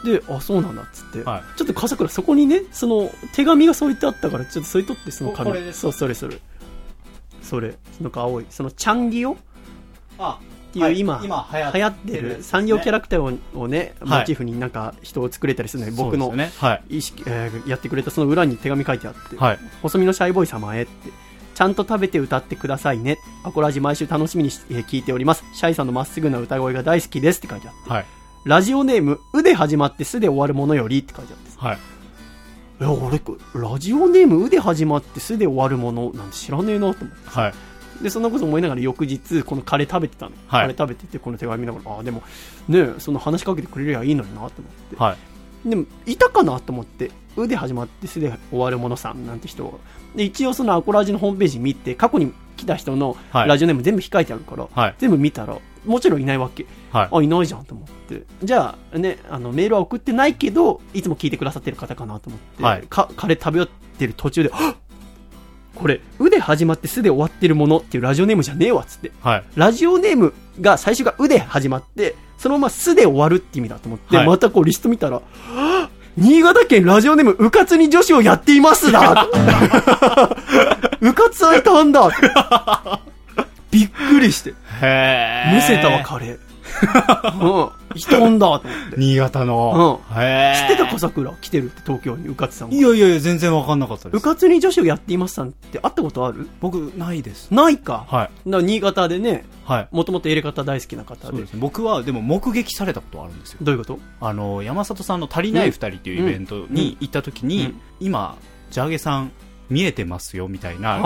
で、あ、そうなんだっつって、はい、ちょっと笠倉そこにね、その手紙が添えてあったから、ちょっと添い取って、その紙、そう、それなんか青いそのチャンギオっていう、はい、今流行ってる産業キャラクターをね、モチーフになんか人を作れたりするので、僕の意識、やってくれたその裏に手紙書いてあって、はい、細身のシャイボーイ様へって、ちゃんと食べて歌ってくださいね。アコラジ毎週楽しみに聞いております。シャイさんのまっすぐな歌声が大好きですって書いてあって、はい、ラジオネームうで始まってすで終わるものよりって書いてあって、はい、いや俺ラジオネームうで始まってすで終わるものなんて知らねえなと思って、はい、でそんなこと思いながら翌日このカレー食べてたの、はい、カレー食べててこの手紙見ながら、あでもねその話しかけてくれりゃいいのになと思って、はい、でもいたかなと思って、うで始まってすで終わるものさんなんて人がで、一応そのアコラジのホームページ見て過去に来た人のラジオネーム全部控えてあるから、はい、全部見たらもちろんいないわけ、はい、あいないじゃんと思って、じゃあねメールは送ってないけどいつも聞いてくださってる方かなと思って、はい、カレー食べ終わってる途中でこれうで始まってすで終わってるものっていうラジオネームじゃねえわっつって、はい、ラジオネームが最初がうで始まってそのまますで終わるって意味だと思って、はい、またこうリスト見たら新潟県ラジオネームうかつに女子をやっていますだうかつはいたんだびっくりしてむせたわカレーいたんだと思って新潟の、 知ってた笠倉来てるって東京にうかつさんいや全然分かんなかったです。 うかつに女子をやっていますさんって会ったことある？ 僕ないです。 ないか、 はい、 だから新潟でね、もともとエレカタ大好きな方で、 そうですね、僕はでも目撃されたことあるんですよ。 どういうこと？ 山里さんの足りない2人というイベントに行った時に、今ジャーゲさん見えてますよみたいな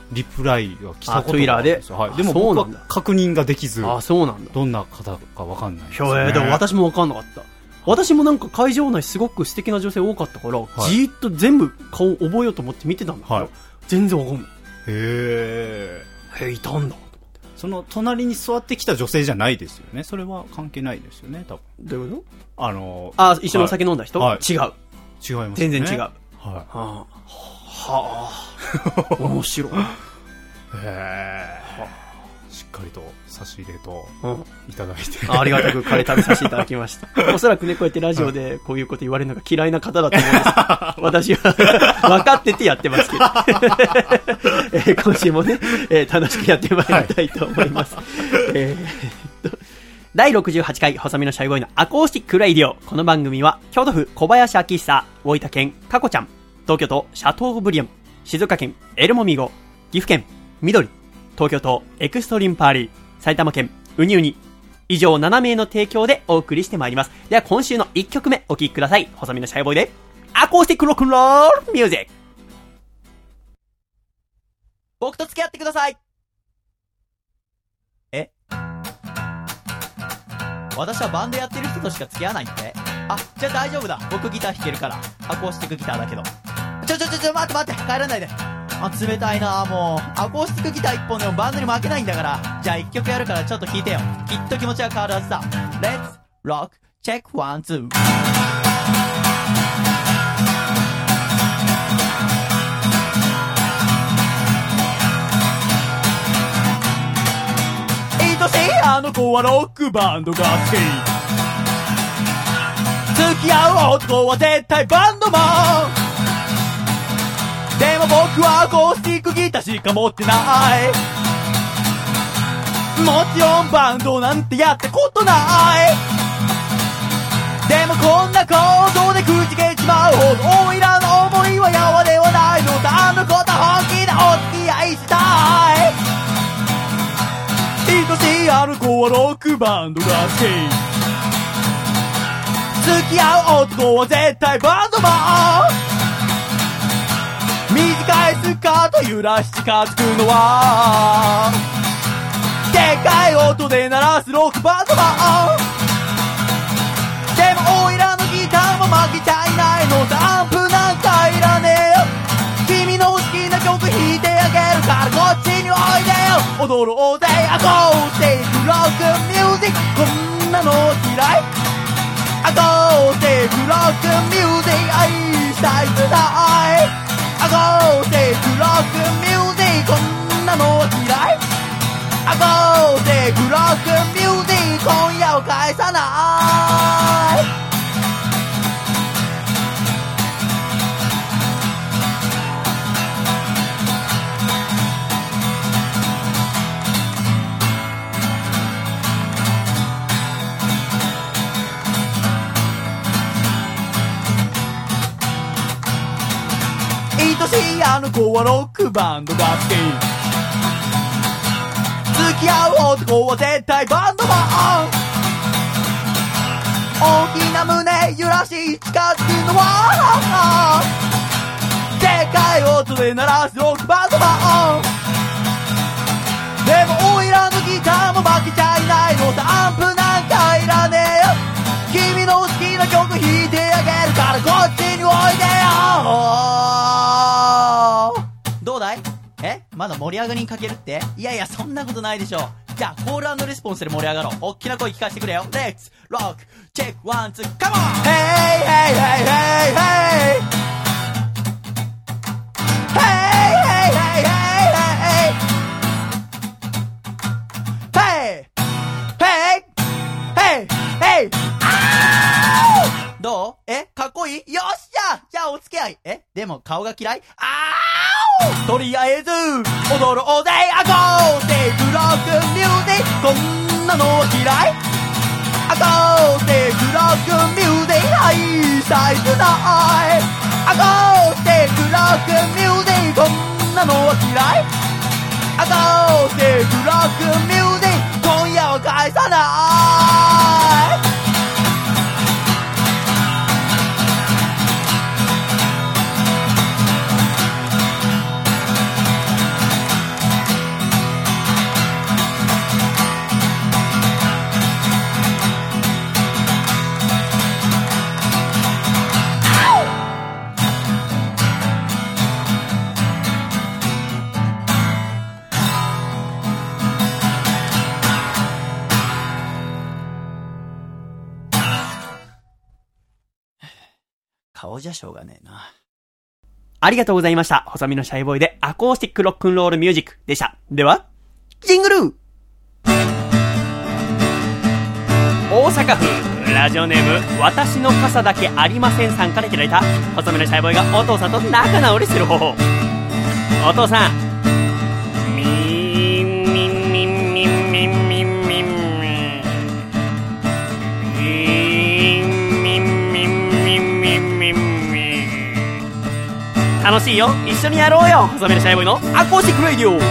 リプライが来たことがあるんですよ。 はい、 でも僕は確認ができず、 そうなんだ。 どんな方かわかんないですね。 でも私もわかんなかった。私もなんか会場内すごく素敵な女性多かったから、じーっと全部顔覚えようと思って見てたんだけど、全然わかんない。いたんだと思って。 その隣に座ってきた女性じゃないですよね。それは関係ないですよね、多分。 どういうこと？一緒にお酒飲んだ人？違う。 違いますね。 全然違う。面白い。 しっかりと差し入れといただいて、 ありがたくカレー食べさせていただきました。おそらくね、こうやってラジオでこういうこと言われるのが嫌いな方だと思います。私は分かっててやってますけど。今週もね、楽しくやってまいりたいと思います。第68回細身のシャイボーイのアコースティックラディオ。この番組は京都府小林明久、大分県かこちゃん、東京都シャトーブリアン、静岡県エルモミゴ、岐阜県緑、東京都エクストリームパーリー、埼玉県ウニウニ、以上7名の提供でお送りしてまいります。では今週の1曲目お聴きください。細身のシャイボーイでアコースティックロックンロールミュージック。僕と付き合ってください。私はバンドやってる人としか付き合わないって？じゃあ大丈夫だ。僕ギター弾けるから。アコースティックギターだけど。待って、帰らないで。冷たいなもう。アコースティックギター1本でもバンドに負けないんだから。じゃあ1曲やるからちょっと聴いてよ。きっと気持ちは変わるはずだ。Let's rock, check 1, 2。愛しいあの子はロックバンドが好き。付き合う男は絶対バンドマン。でも僕はアコースティックギターしか持ってない。もちろんバンドなんてやったことない。でもこんな行動でくじけちまうほどおいらの思いはやわではないのだ。あの子と本気でお付き合いしたい。愛しいあの子はロックバンドが好き。付き合う男は絶対バンドマン。短いスカート揺らし近づくのはでかい音で鳴らすロックバンドマン。でもおいらのギターも負けちゃいないのだ。アンプなんかいらねえよ。君の好きな曲弾いてあげるからこっちにおいでよ。踊ろうぜアコースティックロックミュージック。こんなの嫌い。アコースティックロックミュージック愛したいくらい。アコースティックロックミュージックこんなの嫌い。アコースティックロックミュージック今夜を返さない。愛しいあの子はロックバンドが好き。付き合う男は絶対バンドマン。大きな胸揺らし近づくのはでかい音で鳴らすロックバンドマン。でもおいらのギターも負けちゃいないのさ。アンプなんかいらねえよ。君の好きな曲弾いてあげるからこっちにおいでよ。どうだい？まだ盛り上がりにかけるって？いやいやそんなことないでしょ。じゃあコール&レスポンスで盛り上がろう。おっきな声聞かせてくれよ。Let's rock, check 1, 2, come on! Hey, hey, hey, hey, hey! Hey, hey, hey, hey, hey! Hey! Hey! Hey! Hey! どう？かっこいい？よっしゃ！じゃあお付き合い。でも顔が嫌い？とりあえず踊ろうぜアコースティックロックミュージックこんなの嫌い。アコースティックロックミュージック愛したいくらい。アコースティックロックミュージックこんなの嫌い。アコースティックロックミュージック今夜は返さない。 じゃしょうがねえな。ありがとうございました。細身のシャイボーイでアコースティックロックンロールミュージックでした。では、ジングル大阪府ラジオネーム私の傘だけありませんさんからいただいた細身のシャイボーイがお父さんと仲直りする方法。お父さん、楽しいよ、一緒にやろうよ、細身のシャイボーイのアコースティックラディオ。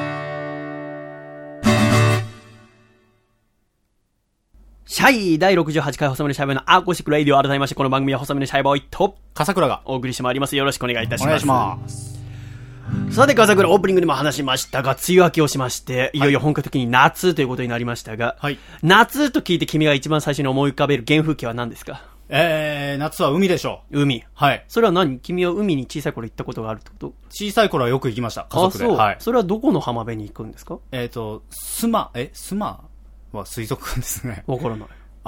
シャイ第68回細身のシャイボーイのアコースティックラディオ。改めましてこの番組は細身のシャイボーイと笠倉がお送りしてまいります。よろしくお願いいたします。 お願いします。 さて笠倉、オープニングでも話しましたが、梅雨明けをしまして、いよいよ本格的に夏ということになりましたが、はい、夏と聞いて君が一番最初に思い浮かべる原風景は何ですか？ 夏は海でしょう。 海。はい。それは何？君は海に小さい頃行ったことがあるってこと？ 小さい頃はよく行きました。家族で。 あ、そう。 はい。 それはどこの浜辺に行くんですか？ スマは水族館ですね。 わからない。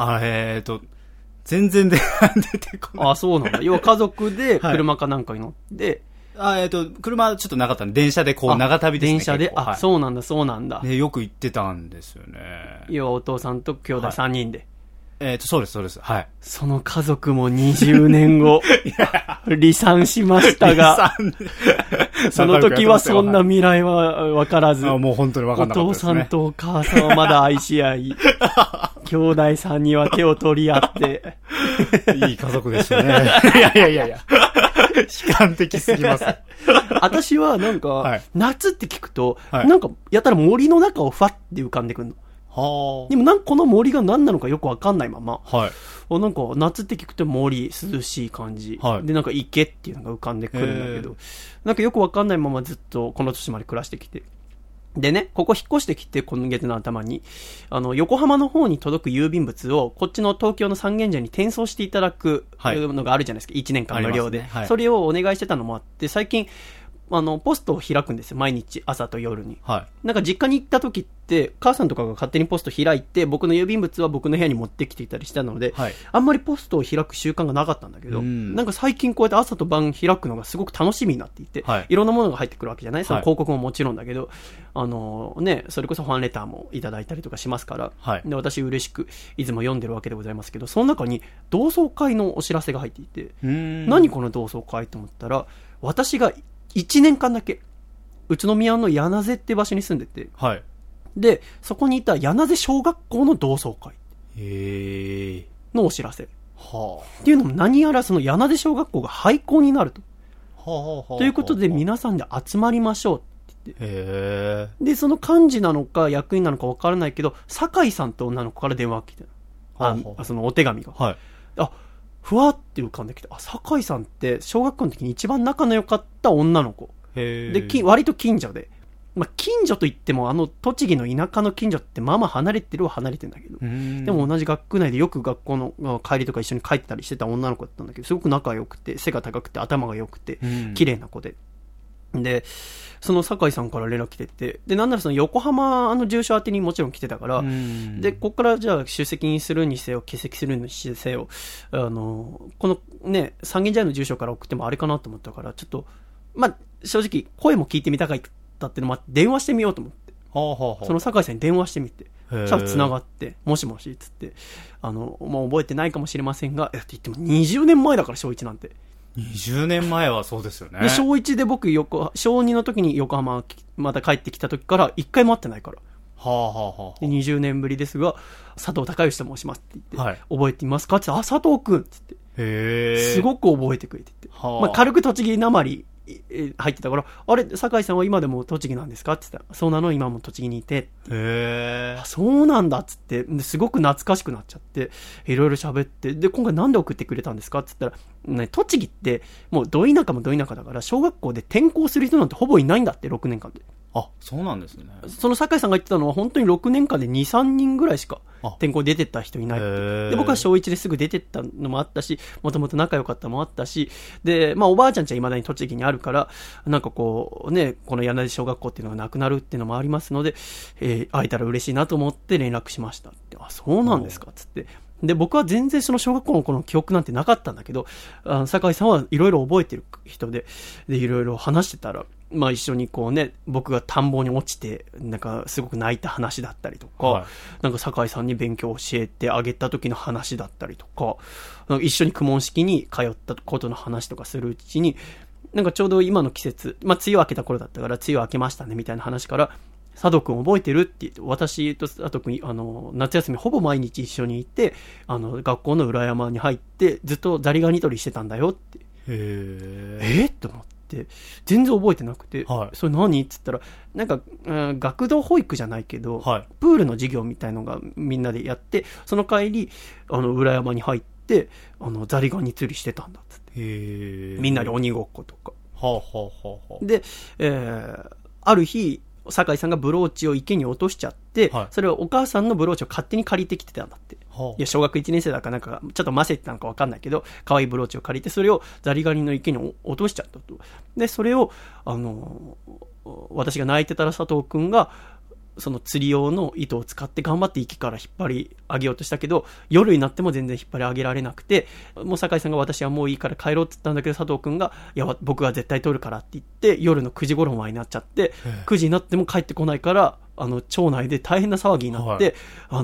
全然出てこない。 あ、そうなんだ。要は家族で車かなんかに乗って、 はい、車ちょっとなかったんで、電車でこう長旅ですね。 電車で、あ、はい、そうなんだ、そうなんだ。 ね、よく行ってたんですよね。 要はお父さんと兄弟3人で。 そうです、そうです。はい。 その家族も20年後、離散しましたが、その時はそんな未来は分からず、 もう本当に分かんなかったですね。 お父さんとお母さんはまだ愛し合い、兄弟さんには手を取り合って、 いい家族でしたね。いや。悲観的すぎます。 私はなんか、はい、夏って聞くと、はい、なんかやたら森の中をファって浮かんでくるの。はあ、でもなんかこの森が何なのかよくわかんないまま、はい、なんか夏って聞くと森、涼しい感じ、はい、でなんか池っていうのが浮かんでくるんだけど、なんかよくわかんないままずっとこの年まで暮らしてきて、でね、ここ引っ越してきて今月の頭に横浜の方に届く郵便物をこっちの東京の三軒茶屋に転送していただくのがあるじゃないですか、1年間無料で、ね、はい、それをお願いしてたのもあって、最近ポストを開くんですよ、毎日朝と夜に、はい、なんか実家に行った時って母さんとかが勝手にポスト開いて僕の郵便物は僕の部屋に持ってきていたりしたので、はい、あんまりポストを開く習慣がなかったんだけど、なんか最近こうやって朝と晩開くのがすごく楽しみになっていて、はい、いろんなものが入ってくるわけじゃない、その広告ももちろんだけど、ね、それこそファンレターもいただいたりとかしますから、はい、で私嬉しくいつも読んでるわけでございますけど、その中に同窓会のお知らせが入っていて、何この同窓会と思ったら、私が1年間だけ宇都宮の柳瀬って場所に住んでて、はい、でそこにいた柳瀬小学校の同窓会のお知らせ、はあ、っていうのも何やらその柳瀬小学校が廃校になると、ということで皆さんで集まりましょうって言って、でその幹事なのか役員なのか分からないけど酒井さんと女の子から電話が来て、そのお手紙が、はい、ふわって浮かんできて、酒井さんって小学校の時に一番仲の良かった女の子で、割と近所で、近所といっても栃木の田舎の近所ってまあまあ離れてるは離れてるんだけど、でも同じ学区内でよく学校の帰りとか一緒に帰ってたりしてた女の子だったんだけど、すごく仲良くて背が高くて頭が良くて綺麗な子で、でその酒井さんから連絡来てて、でなんならその横浜住所宛てにもちろん来てたから、でここからじゃあ出席するにせよ欠席するにせよこのね三軒茶屋の住所から送ってもあれかなと思ったから、ちょっと正直声も聞いてみたかったっていうのもあって電話してみようと思って、その酒井さんに電話してみて、そしたら繋がって、もしもしっつって、もう覚えてないかもしれませんが、って言っても20年前だから小1なんて。 20年前はそうですよね。 で小1で僕小2の時に横浜また帰ってきた時から1回も会ってないから、で20年ぶりですが佐藤孝義と申しますって言って、はい、覚えていますかって言って、佐藤くんって言って、すごく覚えてくれてて、軽く栃木なまり入ってたから、あれ酒井さんは今でも栃木なんですかって言ったら、そうなの、今も栃木にいて、そうなんだっつって、ですごく懐かしくなっちゃって、いろいろ喋って、で今回なんで送ってくれたんですかって言ったら、ね、栃木ってもうど田舎もど田舎だから小学校で転校する人なんてほぼいないんだって、6年間で。 あ、そうなんですね。 その酒井さんが言ってたのは本当に6年間で 2,3 人ぐらいしか転校出てった人いないって。で僕は小1ですぐ出てったのもあったし、もともと仲良かったのもあったし、でおばあちゃんちは未だに栃木にあるから、なんかこうね、この柳瀬小学校っていうのがなくなるっていうのもありますので、会えたら嬉しいなと思って連絡しましたって。そうなんですかっつって、 で、僕は全然その小学校の頃の記憶なんてなかったんだけど、酒井さんはいろいろ覚えてる人で、いろいろ話してたら、まあ一緒にこうね、僕が田んぼに落ちて、なんかすごく泣いた話だったりとか、はい、なんか酒井さんに勉強を教えてあげた時の話だったりとか、なんか一緒に公文式に通ったことの話とかするうちに、なんかちょうど今の季節、まあ梅雨明けた頃だったから、梅雨明けましたねみたいな話から、佐藤くん覚えてるって言って、私と佐藤くん、夏休みほぼ毎日一緒に行って、学校の裏山に入って、ずっとザリガニ取りしてたんだよって。って思って、全然覚えてなくて、はい、それ何って言ったら、なんか、学童保育じゃないけど、はい、プールの授業みたいのがみんなでやって、その帰り、裏山に入って、ザリガニ釣りしてたんだっつって。みんなで鬼ごっことか。で、ある日、酒井さんがブローチを池に落としちゃって、はい、それをお母さんのブローチを勝手に借りてきてたんだって。いや、小学1年生だかなんか、ちょっとませてたのかわかんないけど、可愛いブローチを借りて、それをザリガニの池に落としちゃったと。で、それを、私が泣いてたら佐藤くんが、その釣り用の糸を使って頑張って池から引っ張り上げようとしたけど、夜になっても全然引っ張り上げられなくて、もう酒井さんが私はもういいから帰ろうって言ったんだけど、佐藤くんが、いや、僕が絶対取るからって言って、夜の9時頃前になっちゃって、9時になっても帰ってこないから、町内で大変な騒ぎになって、はい、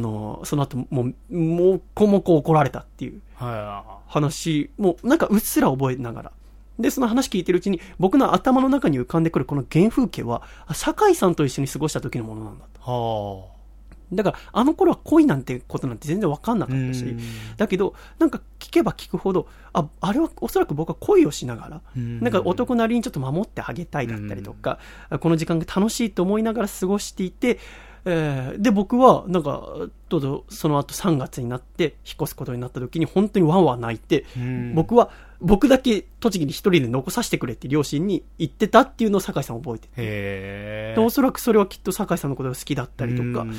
その後、もこもこ怒られたっていう話も、なんかうっすら覚えながら、で、その話聞いてるうちに、僕の頭の中に浮かんでくるこの原風景は、酒井さんと一緒に過ごした時のものなんだと。だから、あの頃は恋なんてことなんて全然わかんなかったし、だけど、なんか聞けば聞くほど、あれはおそらく僕は恋をしながら、なんか男なりにちょっと守ってあげたいだったりとか、この時間が楽しいと思いながら過ごしていて、で、僕は、なんか、その後3月になって、引っ越すことになった時に、本当にワンワン泣いて、僕だけ栃木に一人で残させてくれって両親に言ってたっていうのを酒井さん覚えてて。で、おそらくそれはきっと酒井さんのことが好きだったりとか、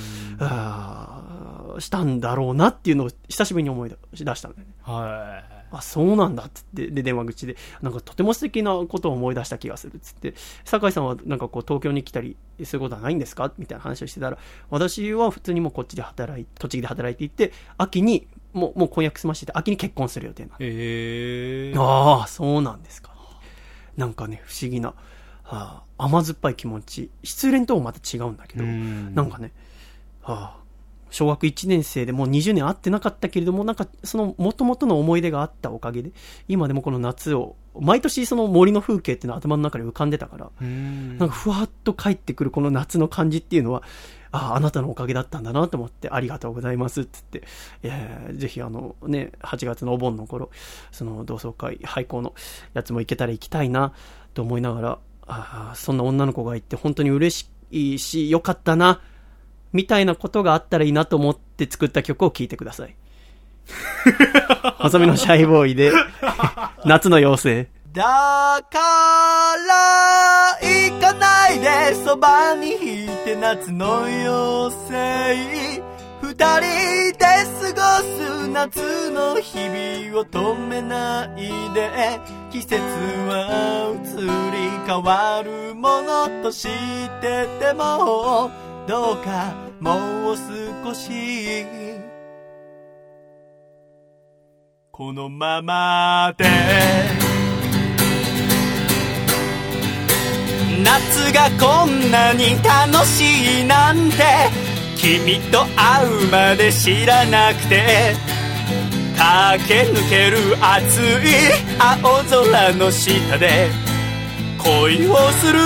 したんだろうなっていうのを久しぶりに思い出したんだよね。そうなんだっつって、で、電話口で、なんかとても素敵なことを思い出した気がするっつって、酒井さんはなんかこう東京に来たりすることはないんですかみたいな話をしてたら、私は普通にもうこっちで栃木で働いていて、秋に、もう婚約済ましてて、秋に結婚する予定なんそうなんですか。なんかね、不思議な、甘酸っぱい気持ち。失恋ともまた違うんだけど、なんかね、小学1年生でもう20年会ってなかったけれども、なんかその元々の思い出があったおかげで、今でもこの夏を、毎年その森の風景っていうのは頭の中で浮かんでたから、なんかふわっと帰ってくるこの夏の感じっていうのは、あなたのおかげだったんだなと思って、ありがとうございますって言って、ぜひ8月のお盆の頃、その同窓会、廃校のやつも行けたら行きたいなと思いながら、そんな女の子がいて本当に嬉しいし、よかったな、みたいなことがあったらいいなと思って作った曲を聴いてください。細身のシャイボーイで、夏の妖精。 だから行かないでそばにいて夏の妖精二人で過ごす夏の日々を止めないで季節は移り変わるものとしててもどうかもう少しこのままで夏がこんなに楽しいなんて君と会うまで知らなくて駆け抜ける熱い青空の下で恋をする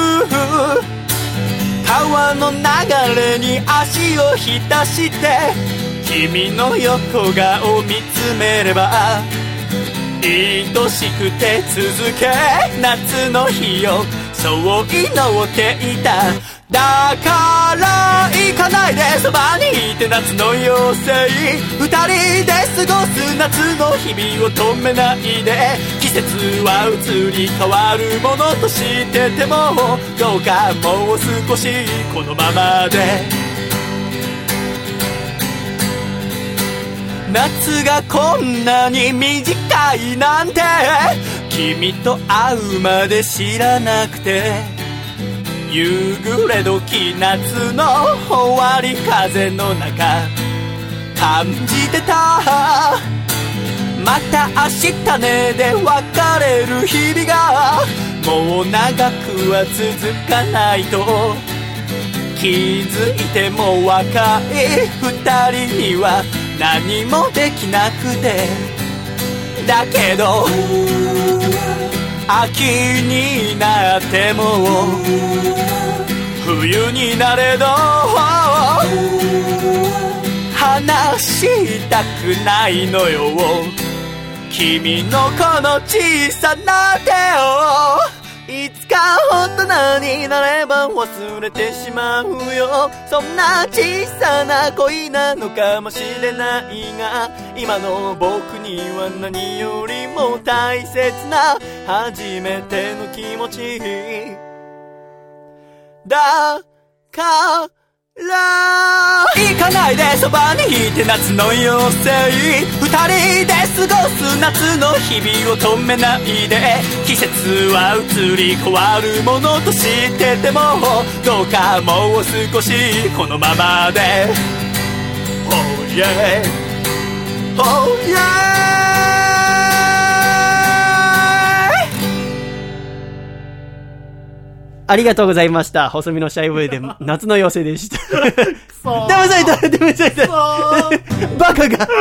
川の流れに足を浸して君の横顔を見つめれば愛しくて続け夏の日をそう祈っていただから行かないでそばにいて夏の妖精二人で過ごす夏の日々を止めないで季節は移り変わるものとしててもどうかもう少しこのままで夏がこんなに短いなんて君と会うまで知らなくて夕暮れ時夏の終わり風の中感じてた。また明日ねで別れる日々がもう長くは続かないと気づいても若い二人には何もできなくて、だけど秋になっても冬になれど話したくないのよ、君のこの小さな手を。いつか大人になれば忘れてしまうよ、そんな小さな恋なのかもしれないが、今の僕には何よりも大切な初めての気持ちだから行かないでそばにいて夏の妖精、二人で過ごす夏の日々を止めないで、季節は移り変わるものと知っててもどうかもう少しこのままで Oh yeah Oh yeah。 ありがとうございました。細身のシャイボーイで夏の妖精でした。騙された騙されたバカが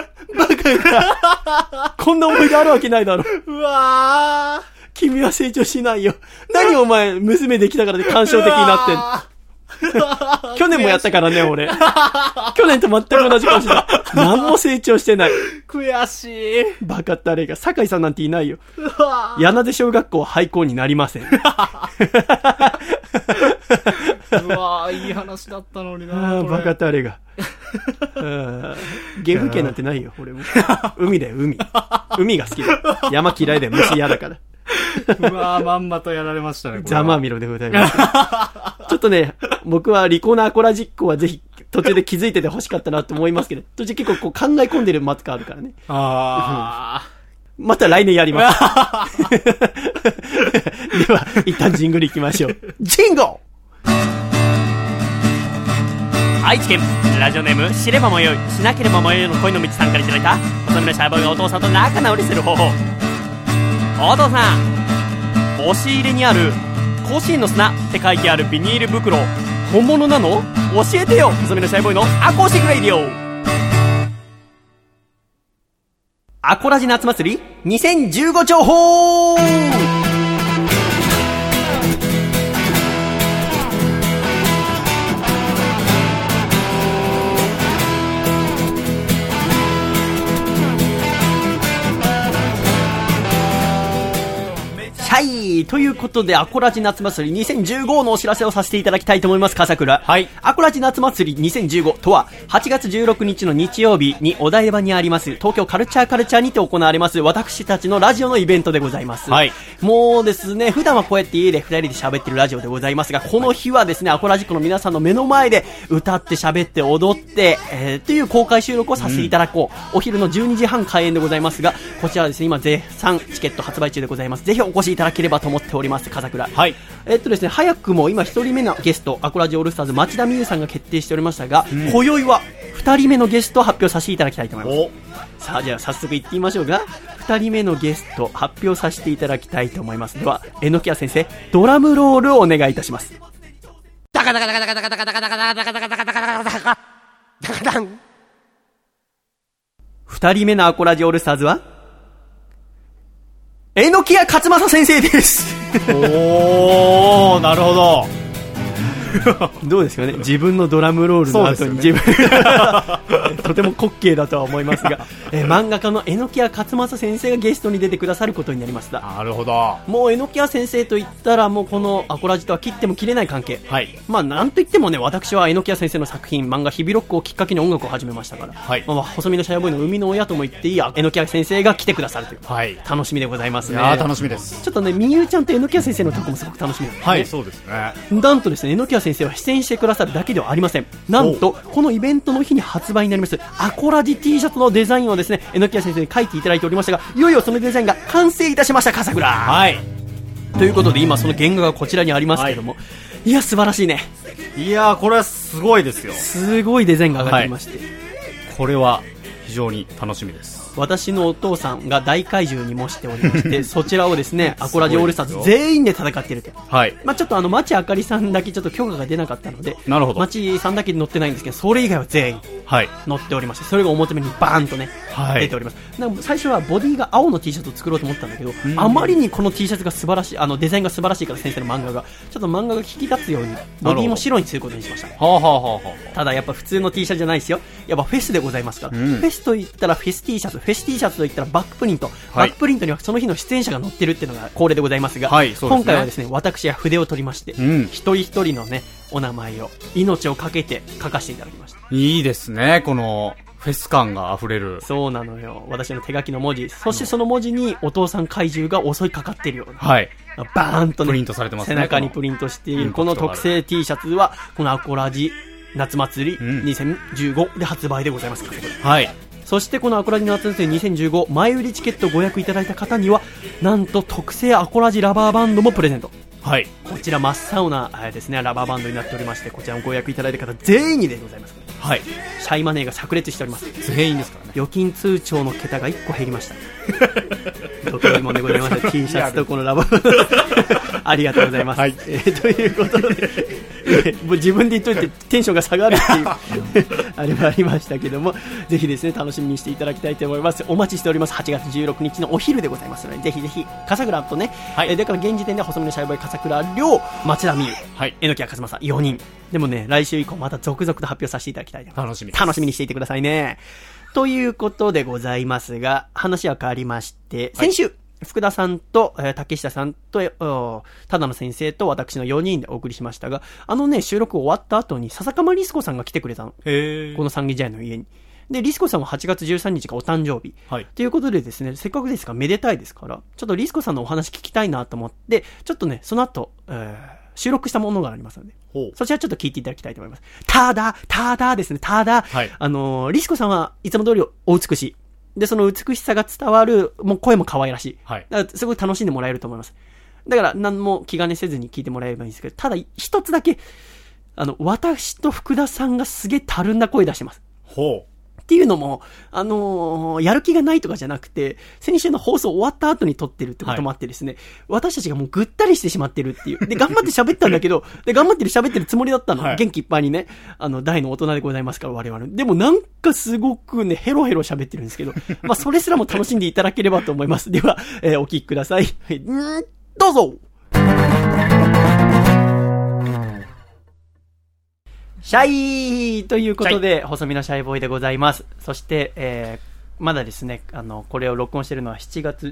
こんな思い出あるわけないだろ。 うわー、 君は成長しないよ。何お前娘できたからで感傷的になってん。去年もやったからね俺。去年と全く同じ感じだ。何も成長してない。 悔しい。 バカったれが。酒井さんなんていないよ。柳出小学校は廃校になりません。 うわー、いい話だったのにな。 バカったれが。原風景なんてないよ俺も。海だよ海が好きだ。山嫌いだよ、虫嫌だから。 うわー、まんまとやられましたね。 ざまあみろでございます。ちょっとね、僕はリコーナーコラ実行はぜひ途中で気づいてて欲しかったなと思いますけど、途中結構こう考え込んでるマツがあるからね。また来年やります。では、一旦ジングル行きましょう。ジンゴ愛知県ラジオネーム知ればもよいしなければもよいの恋の道さんからいただいた細身のシャイボーイがお父さんと仲直りする方法。お父さん、押し入れにある甲子園の砂って書いてあるビニール袋本物なの？教えてよ。細身のシャイボーイのアコースティックレディオ。アコラジ夏祭り2015情報。はい。ということで、アコラジ夏祭り2015のお知らせをさせていただきたいと思います。笠倉。 はい。 アコラジ夏祭り2015とは、8月16日の日曜日にお台場にあります、東京カルチャーにて行われます、私たちのラジオのイベントでございます。 はい。 もうですね、普段はこうやって家で2人で喋ってるラジオでございますが、この日はですね、アコラジックの皆さんの目の前で歌って喋って踊って、という公開収録をさせていただこう。お昼の12時半開演でございますが、こちらですね、今絶賛チケット発売中でございます。ぜひお越しいただければと思っております。笠倉。 はい。 ですね、早くも今1人目のゲスト、アコラジオールスターズ町田美優さんが決定しておりましたが、今宵は2人目のゲストを発表させていただきたいと思います。さあ、じゃあ早速行ってみましょうが、2人目のゲスト発表させていただきたいと思います。では、榎谷先生、ドラムロールをお願いいたします。ダカダカダカダカダカダカダカダカダカダカダカダカダカダカダカダン。2人目のアコラジオールスターズは榎谷勝正先生です。 おー、なるほど。 どうですかね、自分のドラムロールの後に自分、とても滑稽だとは思いますが、漫画家の榎谷勝正先生がゲストに出てくださることになりました。 なるほど。 もう榎谷先生といったらもうこのアコラジとは切っても切れない関係。 はい。 まあなんといってもね、私は榎谷先生の作品漫画ヒビロックをきっかけに音楽を始めましたから、 はい。 まあ、細身のシャイボーイの生みの親とも言っていい榎谷先生が来てくださるという、 はい、 楽しみでございますね。 いやー、楽しみです。 ちょっとね、みゆちゃんと榎谷先生のとこもすごく楽しみなんですね。 はい、そうですね。 なんとですね、榎谷先生は出演してくださるだけではありません。なんとこのイベントの日に発売になりますアコラジ T シャツのデザインをですね、榎谷先生に書いていただいておりましたが、いよいよそのデザインが完成いたしました。笠倉。 はい。 ということで今その原画がこちらにありますけれども、はい、いや素晴らしいね。 いやー、これはすごいですよ。 すごいデザインが上がっていまして、 ここれは非常に楽しみです。 私のお父さんが大怪獣に模しておりましてそちらをですねアコラジオールスターズ全員で戦っていると。 はい。 ちょっと町あかりさんだけちょっと許可が出なかったので、 なるほど。 町さんだけ乗ってないんですけど、それ以外は全員乗っておりまして、それが表面にバーンとね、出ております。なんか最初はボディが青の T シャツを作ろうと思ったんだけど、あまりにこの T シャツが素晴らしい、デザインが素晴らしいから先生の漫画がちょっと漫画が引き立つようにボディも白にすることにしました。ただやっぱ普通の T シャツじゃないですよ。やっぱフェスでございますから、フェスと言ったらフェス T シャツ、フェス T シャツと言ったらバックプリント、バックプリントにはその日の出演者が載ってるっていうのが恒例でございますが、今回はですね私が筆を取りまして、一人一人のねお名前を命をかけて書かせていただきました。 いいですね、このフェス感が溢れる。 そうなのよ、私の手書きの文字、そしてその文字にお父さん怪獣が襲いかかっているような、バーンと、ね、 プリントされてますね。 背中にプリントしているこの特製 T シャツはこのアコラジ夏祭り2015で発売でございますから、はい。そしてこのアコラジ夏祭り2015前売りチケットご予約いただいた方にはなんと特製アコラジラバーバンドもプレゼント。はい。こちら真っ青なですねラバーバンドになっておりまして、こちらもご予約いただいた方全員にでございます。はい。シャイマネーが炸裂しております。 全員ですからね。 預金通帳の桁が1個減りました。どこにもでございません。T シャツとこのラバーありがとうございます。はい。ということでもう自分で言っといてテンションが下がるっていうあれもありましたけども、ぜひですね楽しみにしていただきたいと思います。お待ちしております。8月16日のお昼でございますので、ぜひぜひ笠倉とね、はい、だから現時点では細身のシャイボーイ笠倉亮、町田美優、はい、榎谷和正4人でもね、来週以降また続々と発表させていただきたいと思います。楽しみにしていてくださいね。ということでございますが、話は変わりまして、先週、福田さんと、竹下さんと、ただの先生と私の4人でお送りしましたが、収録終わった後に笹鎌リスコさんが来てくれたの。この三軒茶屋の家に。で、リスコさんは8月13日がお誕生日。はい。ということでですね、せっかくですからめでたいですから、ちょっとリスコさんのお話聞きたいなと思って、ちょっとね、その後、収録したものがありますので、そちらちょっと聞いていただきたいと思います。ただですね、はい、リスコさんはいつも通りお美しい。で、その美しさが伝わる、もう声も可愛らしい。はい。だからすごい楽しんでもらえると思います。だから何も気兼ねせずに聞いてもらえればいいんですけど、ただ一つだけ、私と福田さんがすげえたるんだ声出してます。っていうのも、やる気がないとかじゃなくて、先週の放送終わった後に撮ってるってこともあってですね、はい、私たちがもうぐったりしてしまってるっていう。で、頑張って喋ったんだけど、で、頑張って喋ってるつもりだったの。はい、元気いっぱいにね、大の大人でございますから、我々。でもなんかすごくね、ヘロヘロ喋ってるんですけど、まあ、それすらも楽しんでいただければと思います。では、お聞きください。どうぞ。シャイということで、細身のシャイボーイでございます。そして、まだですね、これを録音しているのは7月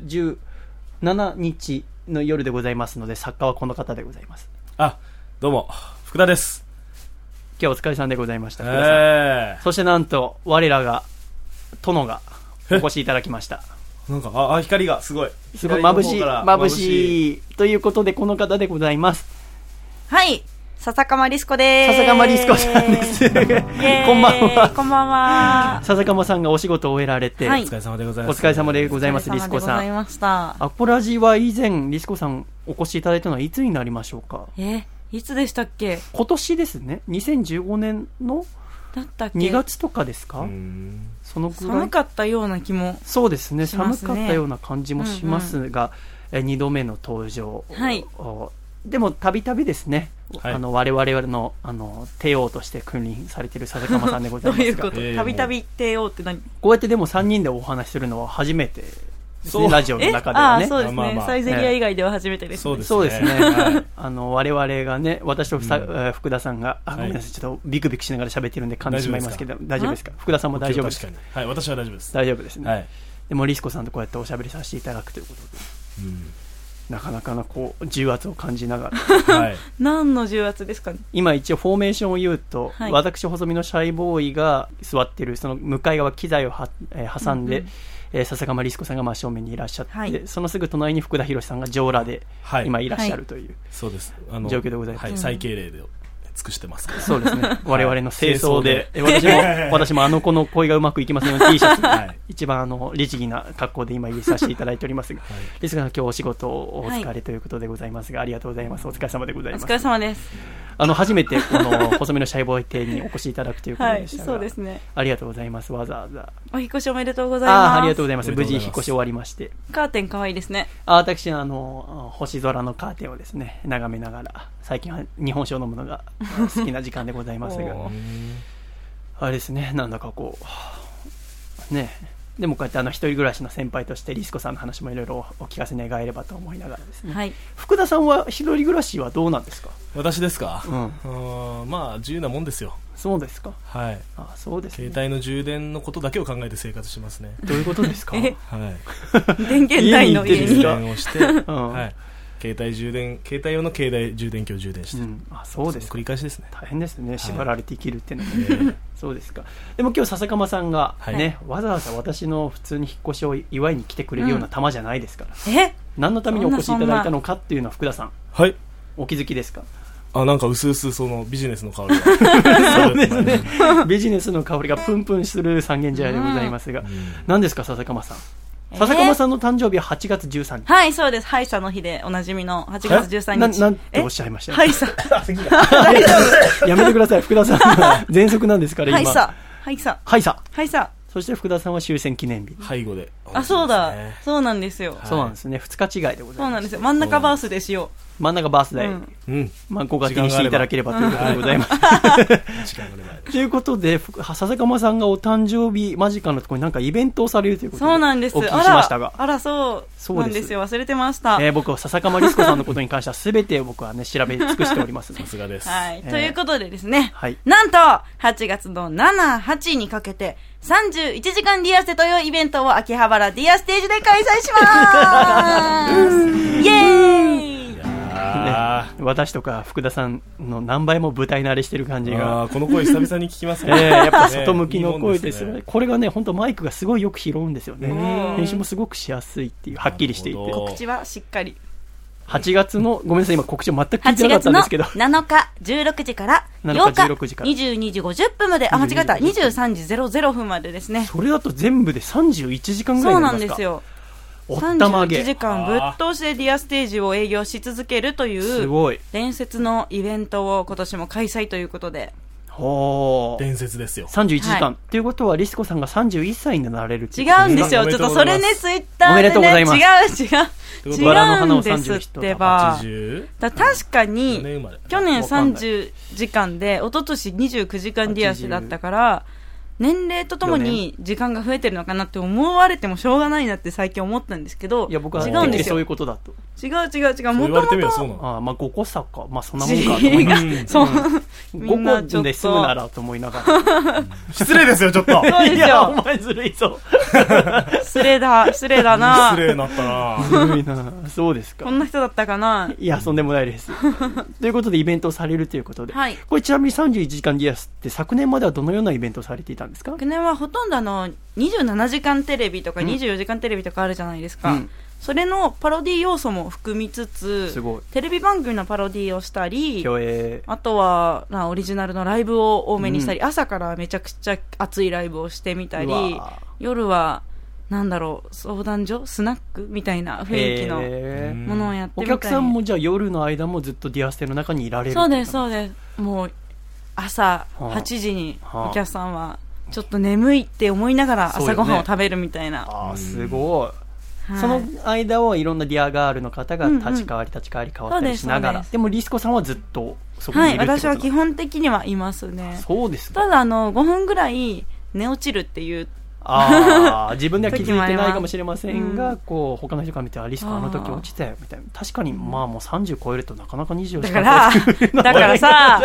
17日の夜でございますので、作家はこの方でございます。 あ、どうも、福田です。 今日お疲れさんでございました。福田さん。そしてなんと、我らが、殿がお越しいただきました。 なんか、光がすごい。 すごい眩しい。眩しい。ということで、この方でございます。 はい。笹鎌リスコです。 笹鎌リスコさんです。こんばんは。 こんばんは。 笹鎌さんがお仕事を終えられて、 はい、お疲れ様でございます。 お疲れ様でございます、リスコさん。 お疲れ様でございました。 アコラジは以前、リスコさんお越しいただいたのはいつになりましょうか？ いつでしたっけ？ 今年ですね。2015年の2月とかですか？そのぐらい。 寒かったような気も。 そうですね。寒かったような感じもしますが、2度目の登場。はい。でもたびたびですね、はい、我々の帝王として君臨されている笹鎌さんでございますが、どういうこと？たびたび帝王って何？ こうやってでも3人でお話しするのは初めてですね、ラジオの中ではね。 そうですね、サイゼリア以外では初めてですね。 そうですね。はい、我々がね、私と福田さんが、ごめんなさい、ちょっとビクビクしながら喋ってるんで噛んでしまいますけど、大丈夫ですか？福田さんも大丈夫ですか？ はい、私は大丈夫です。 大丈夫ですね。はい、でもリスコさんとこうやっておしゃべりさせていただくということで。なかなかこう重圧を感じながら、 はい、何の重圧ですかね。 今一応フォーメーションを言うと、はい、私細身のシャイボーイが座ってるその向かい側機材を挟んで、笹鎌リスコさんが真正面にいらっしゃって、はい、そのすぐ隣に福田博さんが上裸で今いらっしゃるという、 そうです、 状況でございます。 はい、最敬礼で尽くしてますから。 そうですね。我々の清掃で、私も子の恋がうまくいきませんように T シャツ、はい、一番律儀な格好で今入れさせていただいておりますが、はい、ですが今日お仕事お疲れということでございますが、ありがとうございます。お疲れ様でございます。 お疲れ様です。 初めてこの細身のシャイボーイ邸にお越しいただくということでしたが、 そうですね。 ありがとうございます。わざわざお引越しおめでとうございます。 ありがとうございます。無事引っ越し終わりまして。 カーテン可愛いですね。 私星空のカーテンをですね眺めながら、最近は日本酒を飲むのが好きな時間でございますがあれですね、なんだかこうね、でもこうやって一人暮らしの先輩としてリスコさんの話もいろいろお聞かせ願えればと思いながらですね、はい、福田さんは一人暮らしはどうなんですか？ 私ですか、まあ自由なもんですよ。 そうですか。 はい。 そうですね。 携帯の充電のことだけを考えて生活してますね。 どういうことですか？はい。 電源ないの家に充電をして、はい。携帯用の携帯充電器を充電して、 そうです。 繰り返しですね。 大変ですね。縛られて生きるっていうのも、そうですか。でも今日笹かまさんがね、わざわざ私の普通に引っ越しを祝いに来てくれるような玉じゃないですから。何のためにお越しいただいたのかっていうのは福田さん、はい、お気づきですか？ なんか薄々そのビジネスの香りがそうですね。ビジネスの香りがプンプンする三軒茶屋でございますが、何ですか笹かまさん。笹かまさんの誕生日は8月13日。 はい、そうです。ハイサの日でおなじみの8月13日。 なんておっしゃいました？ ハイサ。 やめてください。福田さん。喘息なんですから、今。 ハイサ。 そして福田さんは終戦記念日。 背後で。 そうだ。そうなんですよ。 そうなんですね。2日違いでございます。 そうなんですよ。真ん中バースでしよう。 真ん中バースデー。ご勝手にしていただければということでございます。ということで、笹かまさんがお誕生日間近のところになんかイベントをされるということで。 そうなんです。 お聞きしましたが。 そうなんですよ。忘れてました。 僕は笹かまリスコさんのことに関しては全て僕はね、調べ尽くしております。 さすがです。 はい。ということでですね。なんと、8月の7、8にかけて、31時間ディアステというイベントを秋葉原ディアステージで開催します。イエーイ。 私とか福田さんの何倍も舞台慣れしてる感じが、 この声久々に聞きますね。 やっぱ外向きの声ですよね。これがね、本当マイクがすごいよく拾うんですよね。編集もすごくしやすいっていう、はっきりしていて、 告知はしっかり。 8月のごめんなさい、今告知を全く聞いてなかったんですけど、 8月の7日16時から8日22時50分まで、間違えた、23時00分までですね。 それだと全部で31時間ぐらいになりますか？そうなんですよ。 31時間ぶっ通しでディアステージを営業し続けるという伝説のイベントを今年も開催ということで。 伝説ですよ。 31時間、ということはリスコさんが31歳になられるっていう。 違うんですよ。ちょっとそれね、ツイッターでね。 おめでとうございます。 違うんですってば。確かに去年30時間で一昨年29時間ディアスだったから、年齢とともに時間が増えてるのかなって思われてもしょうがないなって最近思ったんですけど、 いや僕は違うんですよ。そういうことだと。 違う。もともと 5個差か、そんなもんかと思いながら。5個で済むならと思いながら。 失礼ですよちょっと。 そうですよ。 いやお前ずるいぞ。 失礼だな。 失礼になったな。 ずるいな。そうですか。 こんな人だったかな。 いやそんでもないです。ということでイベントをされるということで、これちなみに31時間ディアスって昨年まではどのようなイベントをされていたんですか？ 昨年はほとんど27時間テレビとか24時間テレビとかあるじゃないですか。それのパロディ要素も含みつつ、テレビ番組のパロディをしたり、あとはオリジナルのライブを多めにしたり、朝からめちゃくちゃ熱いライブをしてみたり、夜は相談所スナックみたいな雰囲気のものをやってみたり。 お客さんもじゃあ夜の間もずっとディアステの中にいられる？ そうです。もう朝8時にお客さんはちょっと眠いって思いながら朝ごはんを食べるみたいな。 すごい。その間をいろんなディアガールの方が立ち替わり変わったりしながら、でもリスコさんはずっとそこにいるってこと？ 私は基本的にはいますね。 そうですか。 ただ5分ぐらい寝落ちるっていう自分では気づいてないかもしれませんが、他の人から見てリスコあの時落ちたよみたいな。確かにもう30超えるとなかなか24時間だからさ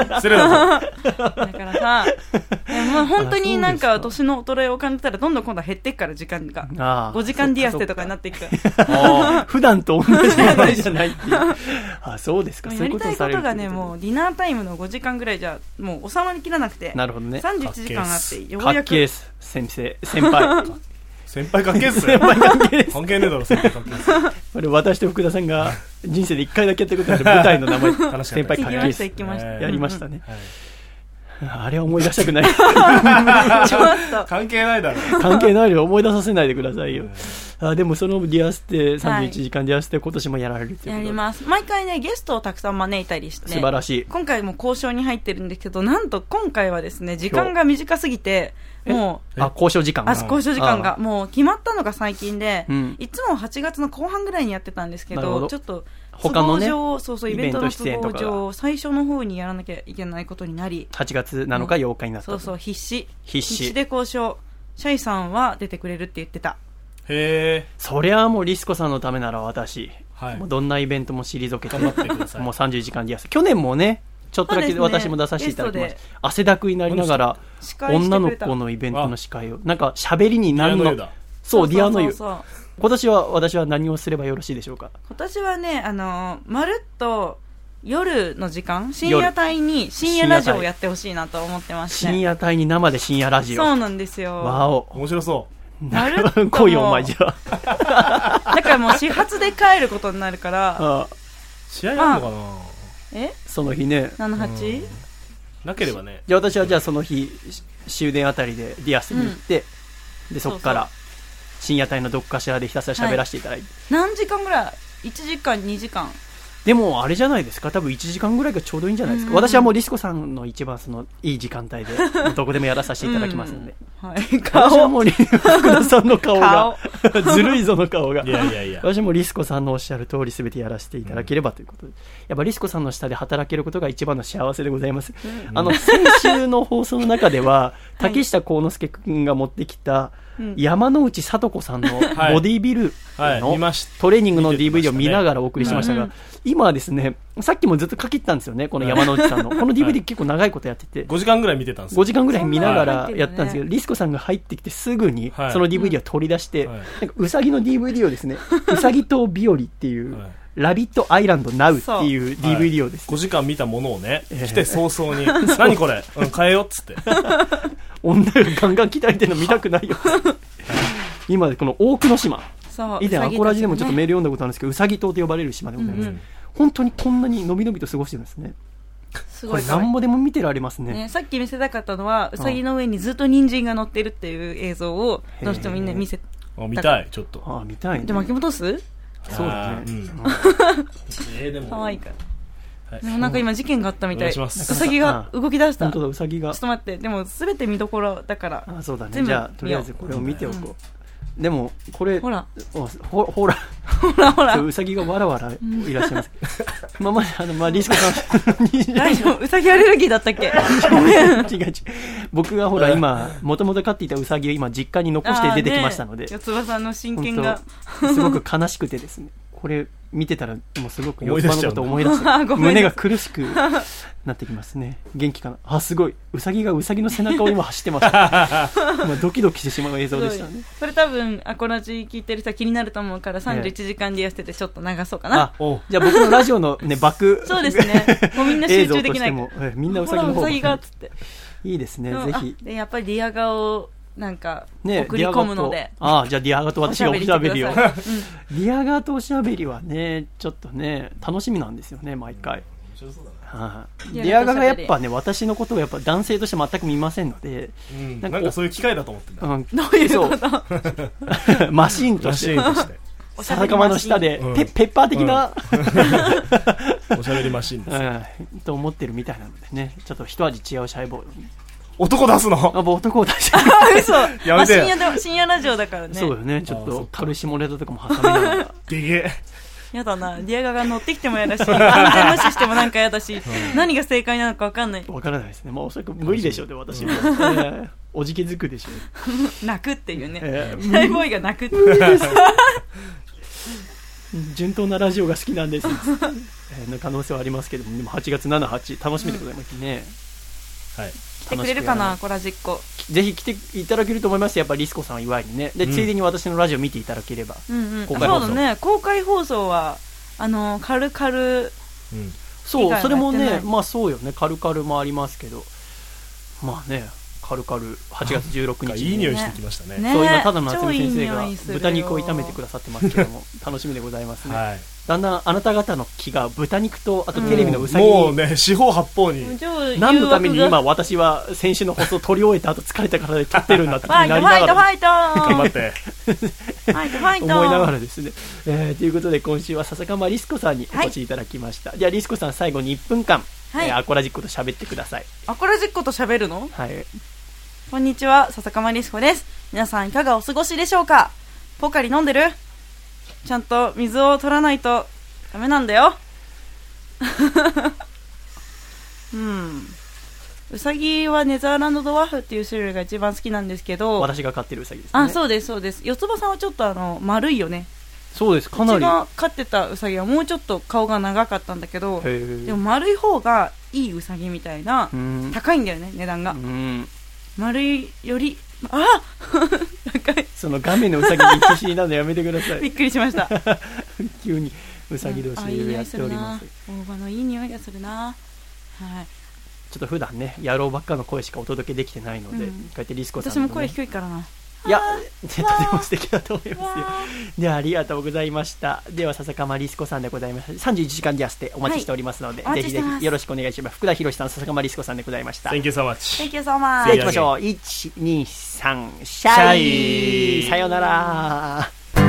もう本当に年の衰えを感じたらどんどん今度は減っていくから、時間が5時間ディアステとかになっていくから普段と同じぐらいじゃないっていう。そうですか。 やりたいことがね、もうディナータイムの5時間ぐらいじゃもう収まりきらなくて。 なるほどね。 31時間あってようやく。 かっけーす先輩かっけーすね。関係ねえだろ先輩かっけーす。 これ私と福田さんが人生で1回だけやったことある舞台の名前先輩かっけーす行きましたやりましたね。 あれは思い出したくない。 ちょっと。 関係ないだろ。 関係ないよ。思い出させないでくださいよ。でもそのディアステ、31時間ディアステ、今年もやられるっていうことで。 やります。毎回ね、ゲストをたくさん招いたりして。 素晴らしい。 今回も交渉に入ってるんですけど、なんと今回はですね、時間が短すぎて、もう。 交渉時間が。交渉時間が。もう決まったのが最近で、いつも8月の後半ぐらいにやってたんですけど、ちょっと、 他のね、 そうイベントの都合上、最初の方にやらなきゃいけないことになり、 8月7日8日になった。 そう、必死で交渉。シャイさんは出てくれるって言ってた。 へえ。そりゃもうリスコさんのためなら私、もうどんなイベントも退けてもう30時間でやす。去年もね、ちょっとだけ私も出させていただきました。汗だくになりながら女の子のイベントの司会を、なんか喋りに何の、そうディアノユ。今年は私は何をすればよろしいでしょうか。 今年はね、まるっと夜の時間、深夜帯に深夜ラジオをやってほしいなと思ってまして、 深夜帯に生で深夜ラジオ。 そうなんですよ。 わお、 面白そう。 まるっと来いよお前じゃあ。だからもう始発で帰ることになるから。 試合あるのかな。 その日ね。 78？ なければね。 じゃあ私はじゃあその日終電あたりでディアスに行って、でそこから深夜帯のどっかしらでひたすら喋らせていただいて、 何時間ぐらい？1時間2時間でもあれじゃないですか、多分1時間ぐらいがちょうどいいんじゃないですか。私はもうリスコさんの一番そのいい時間帯でどこでもやらさせていただきますので、 はい、 私はもう福田さんの顔がずるいぞの顔が。 いや私もリスコさんのおっしゃる通り全てやらせていただければということで、やっぱリスコさんの下で働けることが一番の幸せでございます。先週の放送の中では竹下幸之助君が持ってきた山之内聡子さんのボディビルのトレーニングの DVD を見ながらお送りしましたが、今はですね、さっきもずっと書きったんですよね、この山之内さんのこの DVD 結構長いことやってて 5時間ぐらい見てたんです。 5時間ぐらい見ながらやったんですけど、リスコさんが入ってきてすぐにその DVD を取り出して、なんかうさぎの DVD をですね、うさぎとビオリっていうラビットアイランドナウっていう DVD をですね、 5時間見たものをね、来て早々に何これ、変えよっつって女がガンガン鍛えてるの見たくないよ今この大久野島、以前アコラジでもちょっとメール読んだことあるんですけど、うさぎ島と呼ばれる島でございます。本当にこんなにのびのびと過ごしてるんですね。すごい。これ何ぼでも見てられますね。 さっき見せたかったのは、うさぎの上にずっと人参が乗ってるっていう映像をどうしてもみんな見せ見たい、ちょっと。 見たいね。 で巻き戻す？ そうだね。 でも可愛いから。でもなんか今事件があったみたい。うさぎが動き出した。 本当だ、うさぎが。 ちょっと待って、でもすべて見どころだから。 そうだね。じゃあとりあえずこれを見ておこう。でもこれほらうさぎがわらわらいらっしゃいます。リスコさん大丈夫、うさぎアレルギーだったっけ？ 違う僕がほら今もともと飼っていたうさぎを今実家に残して出てきましたので、 四つ葉さんの親権がすごく悲しくてですね、これ見てたらもうすごく四つ葉のことを思い出す胸が苦しくなってきますね。元気かな。すごいうさぎがうさぎの背中を今走ってますドキドキしてしまう映像でしたね。 これ多分アコラジ聞いてる人は気になると思うから31時間でやっててちょっと流そうかな。 じゃあ僕のラジオのねバックそうですね、もうみんな集中できないからみんなうさぎの方うさぎがつっていいですね。ぜひでやっぱりディアガをなんか送り込むので、 じゃあディアガと私がおしゃべりをディアガとおしゃべりはねちょっとね楽しみなんですよね、毎回。ディアガがやっぱね私のことをやっぱ男性として全く見ませんので、 なんかそういう機会だと思ってんだ。 どういうことマシンとして酒場の下でペッパー的なおしゃべりマシンですと思ってるみたいなのでね、ちょっと一味違うシャイボール男出すの？ 男を出して嘘やめて深夜ラジオだからね。 そうよね、ちょっと軽下ネタとかも挟みながらでげやだな、ディアガが乗ってきてもやだし安全無視してもなんかやだし、何が正解なのか分かんない。 分からないですね。もうおそらく無理でしょうで私もおじけづくでしょう泣くっていうね、シャイボーイが泣くって順当なラジオが好きなんですの可能性はありますけども、でも8月7、8楽しみでございますね。 はい、 来てくれるかな、コラジッコ。 ぜひ来ていただけると思います。やっぱりリスコさんはいわゆるね。で、ついでに私のラジオ見ていただければ、 公開放送。そうだね、公開放送はカルカル、 そう、それもね、まあそうよね、カルカルもありますけど、まあね、カカルカル8月16日いい匂いしてきましたね。 そう今ただの夏目先生が豚肉を炒めてくださってますけども楽しみでございますね、はい、だんだんあなた方の気が豚肉とあとテレビのうさぎに、 もうね四方八方に何のために今私は先週の放送を撮り終えた後疲れたからで撮ってるんだってなりながらファイト頑張って思いながらですね、ということで今週は笹鎌リスコさんにお越しいただきました、はい、ではリスコさん最後に1分間、はい、アコラジッコと喋ってください。 アコラジッコと喋るの？ はい。 こんにちは、笹鎌リスコです。皆さんいかがお過ごしでしょうか？ポカリ飲んでる？ちゃんと水を取らないとダメなんだよ。うさぎはネザーランドドワーフっていう種類が一番好きなんですけど、 私が飼ってるうさぎですね。 そうですそうです。四つ葉さんはちょっと丸いよね。 そうです、かなり。 うちが飼ってたうさぎはもうちょっと顔が長かったんだけど、でも丸い方がいいうさぎみたいな、高いんだよね値段が。丸いより高い。 その画面のうさぎに一致になるのやめてください。 びっくりしました。 急にうさぎ同士でやっております。 大葉のいい匂いがするな。はい。 ちょっと普段ね野郎ばっかの声しかお届けできてないので、こうやってリスコさんの、 私も声低いからな。 いや、とても素敵だと思いますよ。ではありがとうございました。では笹鎌リスコさんでございます。31時間ジャステお待ちしておりますので、ぜひぜひよろしくお願いします。福田博さん、笹鎌リスコさんでございました。 Thank you so much。 Thank you so much。 では行きましょう。123シャイ。さよなら。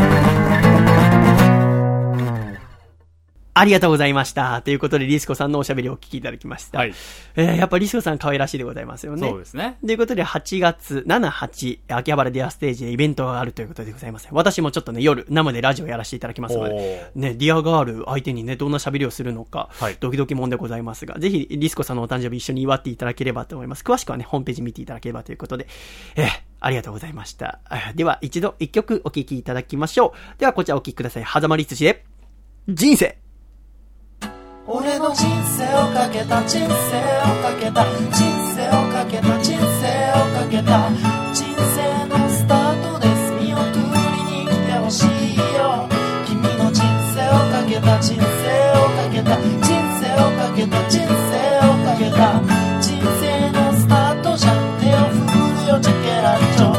ありがとうございました。ということで、リスコさんのおしゃべりをお聞きいただきました。はい。やっぱリスコさん可愛らしいでございますよね。 そうですね。 ということで、8月7、8、秋葉原ディアステージでイベントがあるということでございます。私もちょっとね、夜、生でラジオやらせていただきますので、ね、ディアガール相手にね、どんなしゃべりをするのか、はい、ドキドキもんでございますが、ぜひ、リスコさんのお誕生日一緒に祝っていただければと思います。詳しくはね、ホームページ見ていただければということで、ありがとうございました。では、一度一曲お聴きいただきましょう。では、こちらお聴きください。狭間律師で、人生。 俺の人生をかけた人生をかけた人生をかけた人生をかけた人生のスタートです見送りに来てほしいよ君の人生をかけた人生をかけた人生をかけた人生をかけた人生のスタートじゃん手を振るよチェケラッチョ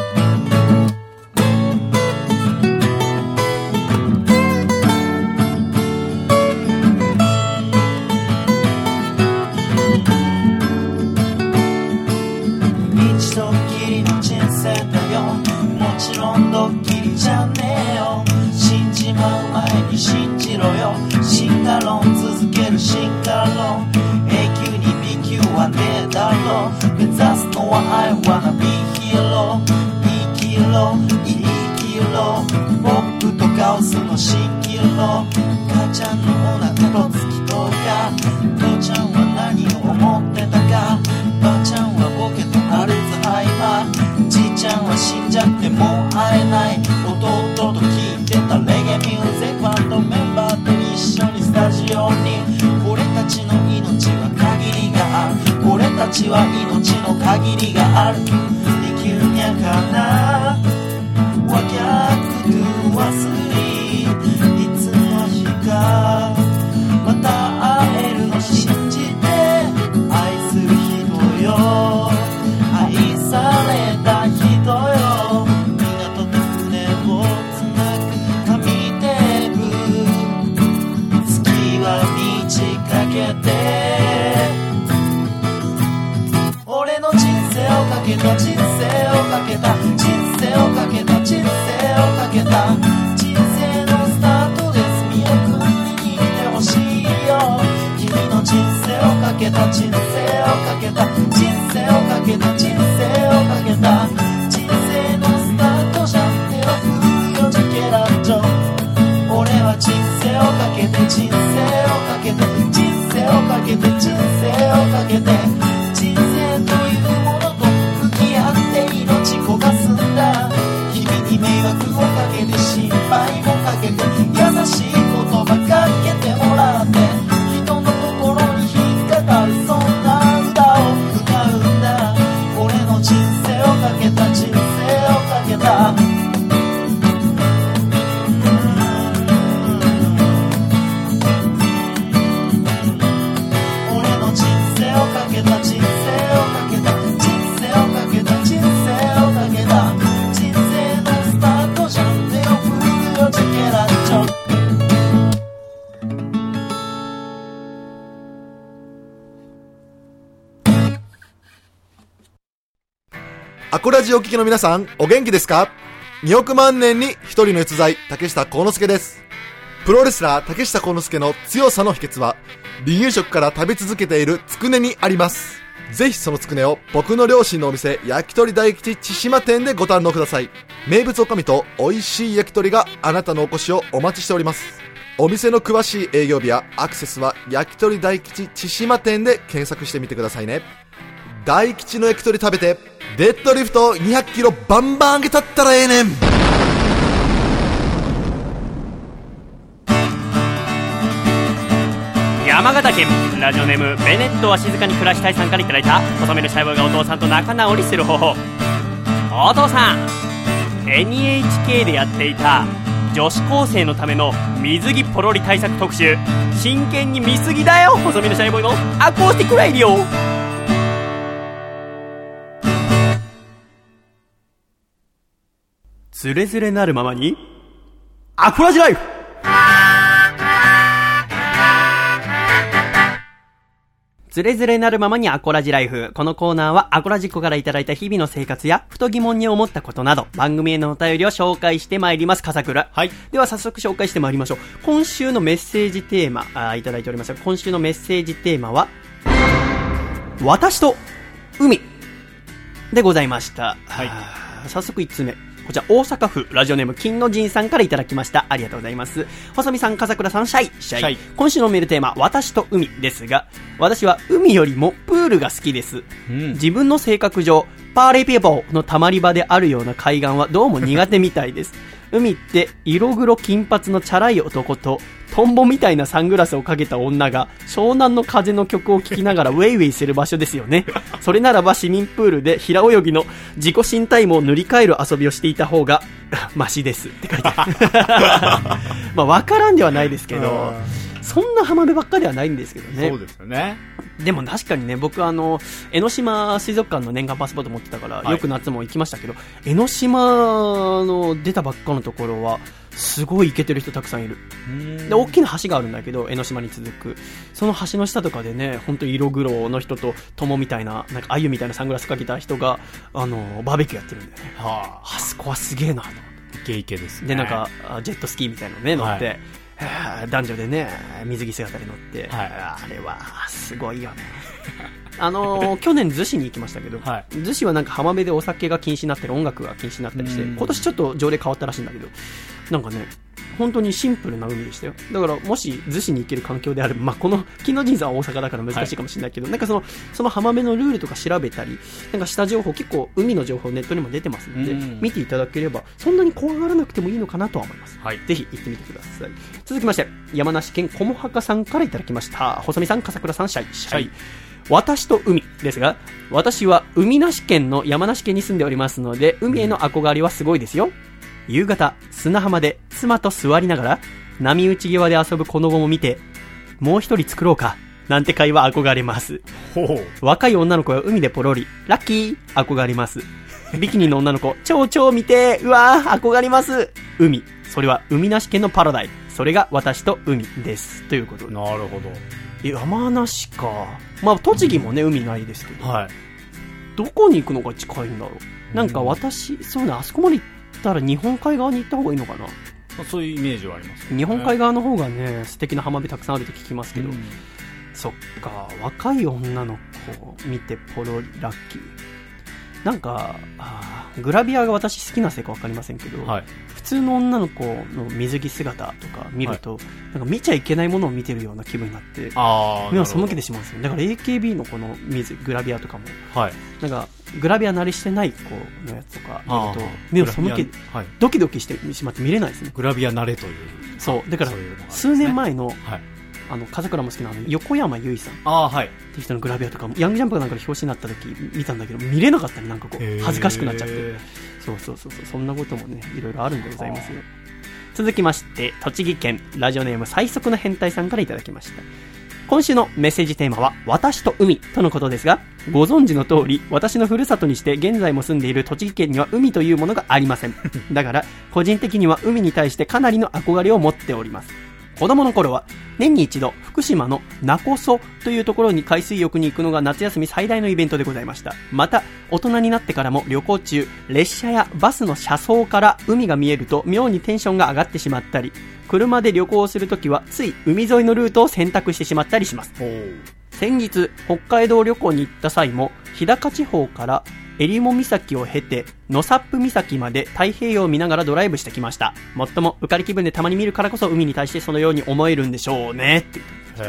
もちろんドッキリじゃねえよ信じまう前に信じろよシンガロン続けるシンガロン A 級に B 級はねえだろ目指すのは I wanna be hero いいキロいいキロポップとカオスの蜃気楼母ちゃんのお腹と月とか父ちゃんは何を思ってたかばあちゃんはボケとアルツハイマーじいちゃんは死んじゃってもう会えない弟と聴いてたレゲミュージックバンドメンバーと一緒にスタジオに俺たちの命は限りがある俺たちは命の限りがあるできるにゃかなわきゃくと忘れいつの日かまた会えるの信じて愛する人よ愛された人よ港と船をつなぐ紙テープ月は満ち欠けて俺の人生をかけた人生をかけた人生をかけた人生をかけた人生のスタートです見送りに来てほしいよ君の人生をかけた人生をかけた人生をかけた人生をかけた人生のスタートじゃ手を振るよチェケラッチョ俺は人生をかけて人生をかけて人生をかけて人生をかけて人生というものと向き合って命焦がすんだ日々に迷惑をかけて心配もかけて優しい言葉かけてもらって人の心に引っかかるそんな歌を歌うんだ俺の人生をかけたアコラジお聞きの皆さん、お元気ですか？2億万年に一人の逸材、竹下幸之助です。プロレスラー竹下幸之助の強さの秘訣は、離乳食から食べ続けているつくねにあります。ぜひそのつくねを僕の両親のお店、焼き鳥大吉千島店でご堪能ください。名物おかみと美味しい焼き鳥があなたのお越しをお待ちしております。お店の詳しい営業日やアクセスは焼き鳥大吉千島店で検索してみてくださいね。大吉の焼き鳥食べてデッドリフト200キロバンバン上げたったらええねん。 山形県ラジオネームベネットは静かに暮らしたいさんからいただいた細めのシャイボーイがお父さんと仲直りする方法。お父さん、 NHK でやっていた女子高生のための水着ポロリ対策特集、真剣に見すぎだよ。細めのシャイボーイのアコースティックラディオ。ズレズレなるままにアコラジライフ。ズレズレなるままにアコラジライフ。このコーナーはアコラジっ子からいただいた日々の生活やふと疑問に思ったことなど番組へのお便りを紹介してまいります。笠倉、はい、では早速紹介してまいりましょう。今週のメッセージテーマいただいておりますが、今週のメッセージテーマは私と海でございました、はい、早速1つ目、こちら大阪府ラジオネーム金の神さんからいただきました。ありがとうございます。細見さん、笠倉さん、シャイ。今週のメールテーマ、私と海ですが、私は海よりもプールが好きです、自分の性格上パーレーピーポーのたまり場であるような海岸はどうも苦手みたいです海って色黒金髪のチャラい男とトンボみたいなサングラスをかけた女が湘南の風の曲を聴きながらウェイウェイする場所ですよね。それならば市民プールで平泳ぎの自己新タイムを塗り替える遊びをしていた方がマシですって書いてあるまあ分からんではないですけど、そんな浜辺ばっかではないんですけどね。 そうですよね。 でも確かにね、僕江ノ島水族館の年間パスポート持ってたから、よく夏も行きましたけど、江ノ島の出たばっかのところはすごいイケてる人たくさんいる。で、大きな橋があるんだけど、江ノ島に続くその橋の下とかでね、本当に色黒の人と友みたいな、なんか鮎みたいなサングラスかけた人がバーベキューやってるんだよね。あそこはすげえなと。 イケイケですね。 で、なんかジェットスキーみたいなのね乗って、男女でね水着姿で乗って、あれはすごいよね去年逗子に行きましたけど、逗子はなんか浜辺でお酒が禁止になったり音楽が禁止になったりして、今年ちょっと条例変わったらしいんだけど、なんかね本当にシンプルな海でしたよ。だからもし逗子に行ける環境であれば、まあ、この金の神さんは大阪だから難しいかもしれないけど、なんかその浜辺のルールとか調べたり、なんか下情報、結構海の情報ネットにも出てますので、見ていただければそんなに怖がらなくてもいいのかなとは思います、ぜひ行ってみてください。続きまして山梨県こもはかさんからいただきました。細見さん、笠倉さん、シャイ。私と海ですが、私は海なし県の山梨県に住んでおりますので、海への憧れはすごいですよ。夕方砂浜で妻と座りながら波打ち際で遊ぶ子供を見て、もう一人作ろうかなんて会話憧れます。若い女の子は海でポロリ、ラッキー憧れます。ビキニの女の子超見て、うわー憧れます。海、それは海なし県のパラダイス、それが私と海ですということで。 なるほど。 山梨か、まあ栃木もね海ないですけど、どこに行くのが近いんだろう。なんか私、そうね、あそこまで行ったら日本海側に行った方がいいのかな。 そういうイメージはあります、ね、 日本海側の方がね素敵な浜辺たくさんあるって聞きますけど、そっか、若い女の子を見てポロリラッキー。なんかグラビアが私好きなせいか分かりませんけど、普通の女の子の水着姿とか見ると、なんか見ちゃいけないものを見てるような気分になって目を背けてしまうんですよ。だから AKB のこのグラビアとかも、なんかグラビア慣れしてない子のやつとか見ると目を背けて、ドキドキしてしまって見れないですね。 グラビア慣れという。 そうだから数年前の笠倉も好きな横山由依さんって人のグラビアとかもヤングジャンプなんかで表紙になった時見たんだけど、見れなかったね。なんかこう恥ずかしくなっちゃって、そうそんなこともねいろいろあるんでございますよ。続きまして栃木県ラジオネーム最速の変態さんからいただきました。今週のメッセージテーマは私と海とのことですが、ご存知の通り私のふるさとにして現在も住んでいる栃木県には海というものがありません。だから個人的には海に対してかなりの憧れを持っております。 子供の頃は年に一度福島の勿来というところに海水浴に行くのが夏休み最大のイベントでございました。また大人になってからも旅行中、列車やバスの車窓から海が見えると妙にテンションが上がってしまったり、車で旅行するときはつい海沿いのルートを選択してしまったりします。先日北海道旅行に行った際も日高地方から襟裳岬を経て野サップ岬まで太平洋を見ながらドライブしてきました。もっとも浮かれ気分でたまに見るからこそ海に対してそのように思えるんでしょうねって言って。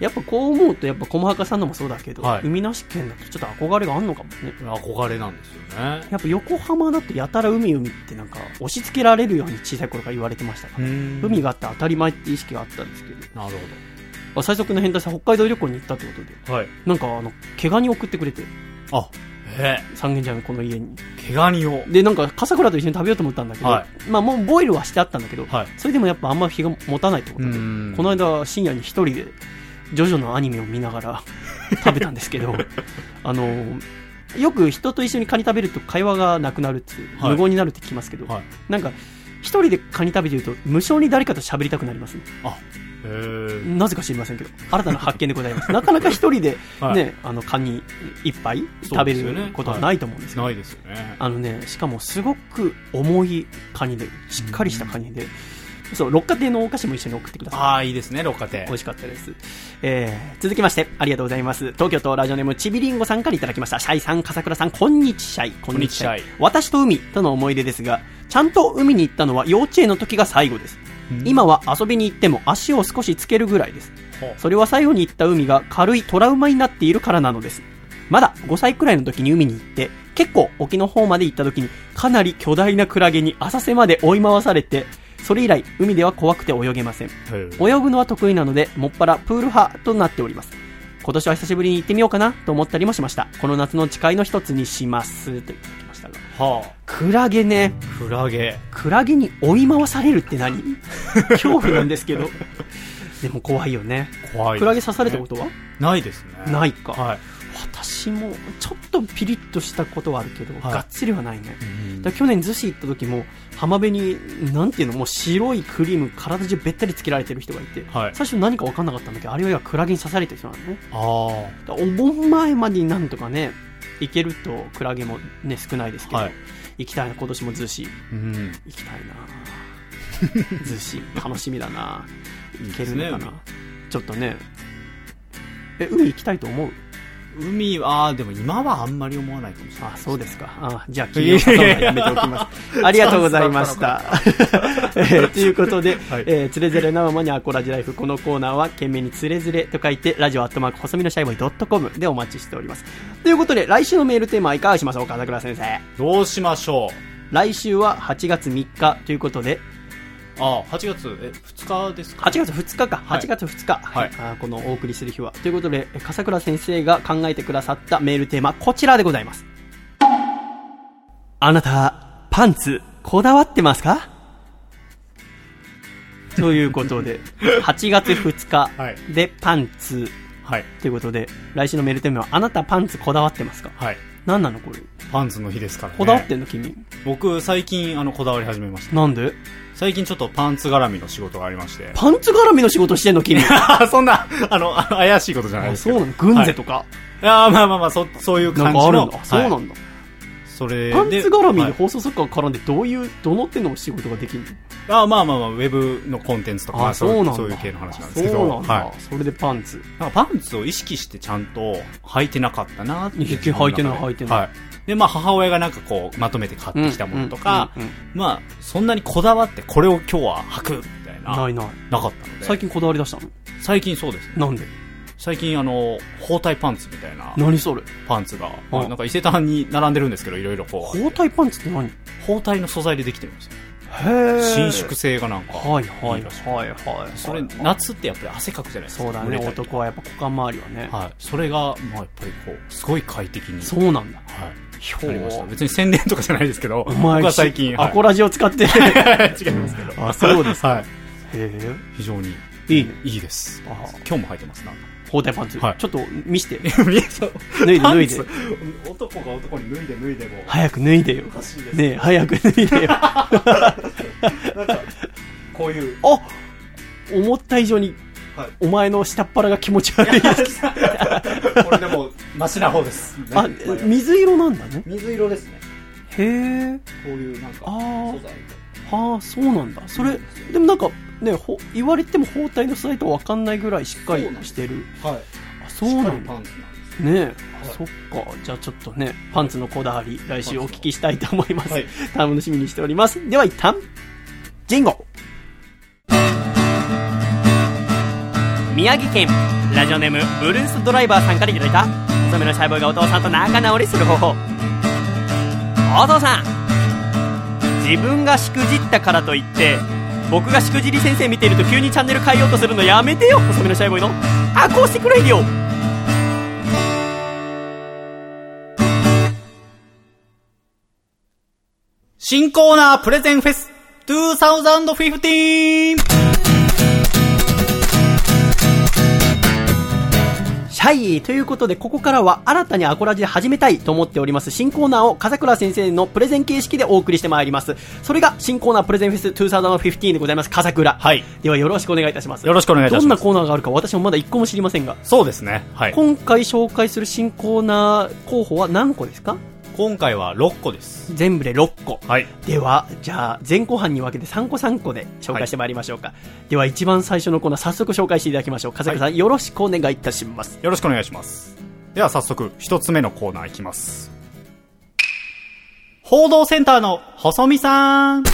やっぱこう思うとやっぱ駒墓さんのもそうだけど、はい、海なし県だとちょっと憧れがあんのかもね。 憧れなんですよね。 やっぱ横浜だとやたら海ってなんか押し付けられるように小さい頃から言われてましたから、海があって当たり前って意識があったんですけど。 なるほど。最速の変態さん北海道旅行に行ったってことで、はい、なんか毛ガニ送ってくれて、三軒茶屋のこの家に毛ガニをでなんか笠倉と一緒に食べようと思ったんだけど、はい、まあもうボイルはしてあったんだけど、はい、それでもやっぱあんま日が持たないってことで、この間深夜に一人でジョジョのアニメを見ながら食べたんですけどよく人と一緒にカニ食べると会話がなくなるって、無言になるって聞きますけど、はい、なんか一人でカニ食べてると無性に誰かと喋りたくなりますね。なぜか知りませんけど新たな発見でございますなかなか一人で、ねカニ一杯食べることはないと思うんですけど、 ないですよね。 しかもすごく重いカニでしっかりしたカニで、そう六花亭のお菓子も一緒に送ってください。 いいですね、六花亭美味しかったです。続きましてありがとうございます。東京都ラジオネームちびりんごさんからいただきました。シャイさん、笠倉さん、こんにちシャイ。 こんにちシャイ。 私と海との思い出ですが、ちゃんと海に行ったのは幼稚園の時が最後です。今は遊びに行っても足を少しつけるぐらいです。それは最後に行った海が軽いトラウマになっているからなのです。まだ5歳くらいの時に海に行って結構沖の方まで行った時にかなり巨大なクラゲに浅瀬まで追い回されて、それ以来海では怖くて泳げません。泳ぐのは得意なのでもっぱらプール派となっております。今年は久しぶりに行ってみようかなと思ったりもしました。この夏の誓いの一つにしますといただきましたが、クラゲね。クラゲに追い回されるって何恐怖なんですけどでも怖いよね。 怖いですね。 クラゲ刺されたことはないですね。 ないか、はい、私もちょっとピリッとしたことはあるけど、がっつりはないね。だ去年逗子行った時も浜辺になんていうの、もう白いクリーム体中べったりつけられてる人がいて、最初何か分かんなかったんだけど、あれはクラゲに刺されてる人なのね。お盆前までになんとかね行けるとクラゲもね少ないですけど、行きたいな。今年も逗子、行きたいな逗子楽しみだな。行けるのかな、ちょっとね。海行きたいと思う？ 海はでも今はあんまり思わないかもしれない、ね。 そうですか。じゃあ君を誘うのはやめておきますありがとうございましたということで、つれづれなままにアコラジライフ、このコーナーは懸命につれづれと書いてラジオ細身のシャイボーイ .com でお待ちしております。ということで来週のメールテーマはいかがしましょうか、笠倉先生。 どうしましょう。来週は8月3日ということで、 8月2日ですか。 8月2日か、8月2日、はい、このお送りする日はということで、笠倉先生が考えてくださったメールテーマ、こちらでございます。あなたパンツこだわってますかということで8月2日でパンツ、ということで来週のメールテーマはあなたパンツこだわってますか。何なのこれ。 パンツの日ですからね。 こだわってんの君。 僕最近こだわり始めました。 なんで？ 最近ちょっとパンツ絡みの仕事がありまして。 パンツ絡みの仕事してんの君そんな怪しいことじゃないですけど。 そうなの。軍勢とか、 まあそういう感じの。 なんかあるんだ。そうなんだ。 それでパンツ絡みで放送作家が絡んでどの手の仕事ができるの？ まあウェブのコンテンツとか、そういう系の話なんですけど。 そうなんだ。それでパンツ。 なんかパンツを意識してちゃんと履いてなかったなって。 履いてない。 で母親がなんかこうまとめて買ってきたものとか、そんなにこだわってこれを今日は履くみたいななかったので。 最近こだわり出したの？ 最近そうですね。 なんで？ 最近包帯パンツみたいな。 何それ？ パンツが、なんか伊勢丹に並んでるんですけど、いろいろこう。 包帯パンツって何？ 包帯の素材でできてるんですよ。伸縮性がなんかいいらしい。それ夏ってやっぱり汗かくじゃないですか。 そうだね。男はやっぱ股間周りはね。 それがやっぱりこうすごい快適に。 そうなんだ。 なりました。別に宣伝とかじゃないですけど、僕は最近アコラジを使って違いますけど。 そうです。 非常にいいです。今日も履いてます。 包帯パンツ、ちょっと見して脱いで男が男に脱いでも早く脱いでよ。ねえ早く脱いでよなんかこういう思った以上に、はい、お前の下っ腹が気持ち悪いです。 これでもマシな方です、ね、 あ、水色なんだね。 水色ですね。 へえ。 こういうなんか素材。 はあ、そうなんだ。それ、でもなんかね、言われても包帯の素材と分かんないぐらいしっかりしてる。 はい。 あ、そうなんだ。ねえ、はい、そっか。じゃあちょっとね、パンツのこだわり来週お聞きしたいと思います、はい、楽しみにしております。では一旦ジンゴ。宮城県ラジオネームブルースドライバーさんからいただいた細めのシャイボーイがお父さんと仲直りする方法。お父さん、自分がしくじったからといって僕がしくじり先生見ていると急にチャンネル変えようとするのやめてよ。細めのシャイボーイのアコースティックレディオ。 新コーナープレゼンフェス2015。 はい、ということでここからは新たにアコラジで始めたいと思っております新コーナーを笠倉先生のプレゼン形式でお送りしてまいります。それが新コーナープレゼンフェス2015でございます。笠倉、 はい、 ではよろしくお願いいたします。 よろしくお願いいたします。 どんなコーナーがあるか私もまだ1個も知りませんが。 そうですね、はい、 今回紹介する新コーナー候補は何個ですか？ 今回は6個です。 全部で6個、 はい、 ではじゃあ前後半に分けて3個3個で紹介してまいりましょうか、はい、では一番最初のコーナー早速紹介していただきましょう。笠倉さん、はい、よろしくお願いいたします。 よろしくお願いします。では早速1つ目のコーナーいきます。報道センターの細見さん。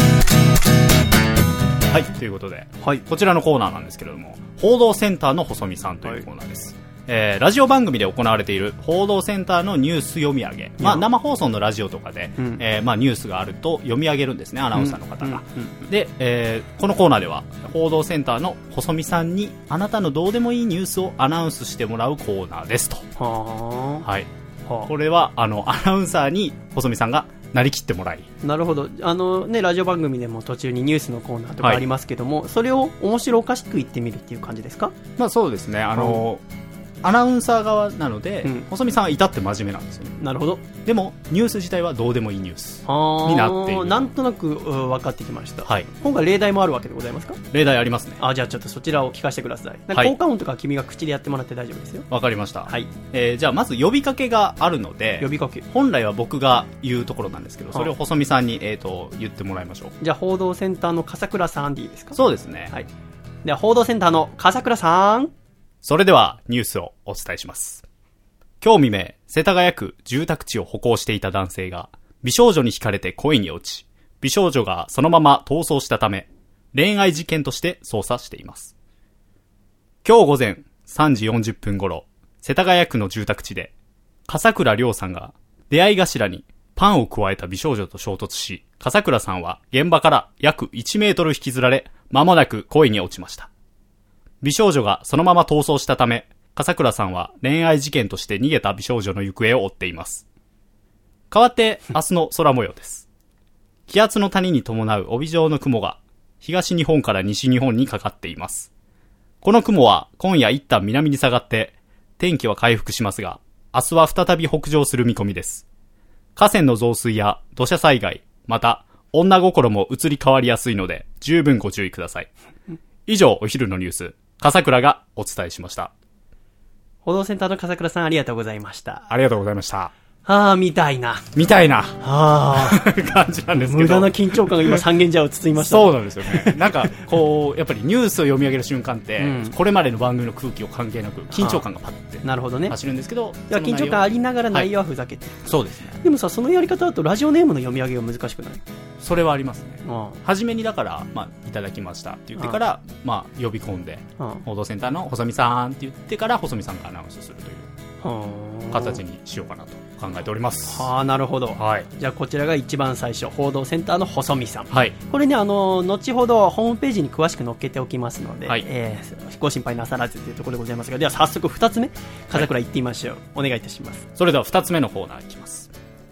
はい、ということで、はい、こちらのコーナーなんですけれども、報道センターの細見さんというコーナーです、はい、ラジオ番組で行われている報道センターのニュース読み上げ、生放送のラジオとかで、ニュースがあると読み上げるんですね、アナウンサーの方が、で、このコーナーでは報道センターの細見さんにあなたのどうでもいいニュースをアナウンスしてもらうコーナーですと。はい、これはアナウンサーに細見さんがなりきってもらい。 なるほど。ね、ラジオ番組でも途中にニュースのコーナーとかありますけども、はい、それを面白おかしく言ってみるっていう感じですか？ まあそうですね。アナウンサー側なので、細見さんは至って真面目なんですよね。 なるほど。 でもニュース自体はどうでもいいニュースになっている。 なんとなく分かってきました、 はい、 今回例題もあるわけでございますか？ 例題ありますね。 じゃあちょっとそちらを聞かせてください。なんか効果音とか君が口でやってもらって大丈夫ですよ。 わかりました、 はい。 じゃあまず呼びかけがあるので、 呼びかけ、 本来は僕が言うところなんですけど、それを細見さんに、言ってもらいましょう。 じゃあ報道センターの笠倉さんでいいですか？ そうですね、 はい。では報道センターの笠倉さん。 それではニュースをお伝えします。今日未明、世田谷区住宅地を歩行していた男性が美少女に惹かれて恋に落ち、美少女がそのまま逃走したため、恋愛事件として捜査しています。今日午前3時40分頃、世田谷区の住宅地で笠倉涼さんが出会い頭にパンを加えた美少女と衝突し、笠倉さんは現場から約1メートル引きずられ、間もなく恋に落ちました。美少女がそのまま逃走したため、笠倉さんは恋愛事件として逃げた美少女の行方を追っています。代わって明日の空模様です。気圧の谷に伴う帯状の雲が東日本から西日本にかかっています。この雲は今夜一旦南に下がって天気は回復しますが、明日は再び北上する見込みです。河川の増水や土砂災害、また女心も移り変わりやすいので十分ご注意ください。以上、お昼のニュース、笠倉がお伝えしました。 報道センターの笠倉さん、ありがとうございました。 ありがとうございました。 みたいな感じなんですけど、 無駄な緊張感が今三軒茶屋を包みました、 そうなんですよね。なんかこうやっぱりニュースを読み上げる瞬間って、これまでの番組の空気を関係なく緊張感がパッてなるほどね走るんですけど、 緊張感ありながら内容はふざけて、 そうですね。 でもさ、そのやり方だとラジオネームの読み上げが難しくない？ それはありますね。初めにだから、いただきましたって言ってから、呼び込んで、報道センターの細見さんって言ってから細見さんがアナウンスするという形にしようかなと考えております。 なるほど、 はい、 じゃあこちらが一番最初、報道センターの細見さん、 はい、 これね、後ほどホームページに詳しく載っけておきますので、はい、ご心配なさらずというところでございますが、では早速2つ目、笠倉行ってみましょう、お願いいたします。 それでは2つ目のコーナーいきます。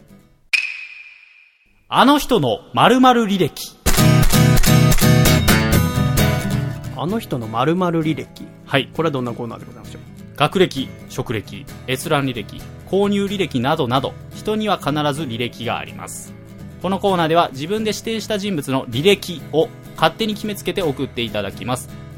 あの人の〇〇履歴。 あの人の〇〇履歴、 はい、 これはどんなコーナーでございましょう？ 学歴、職歴、閲覧履歴、購入履歴などなど、人には必ず履歴があります。このコーナーでは自分で指定した人物の履歴を勝手に決めつけて送っていただきます。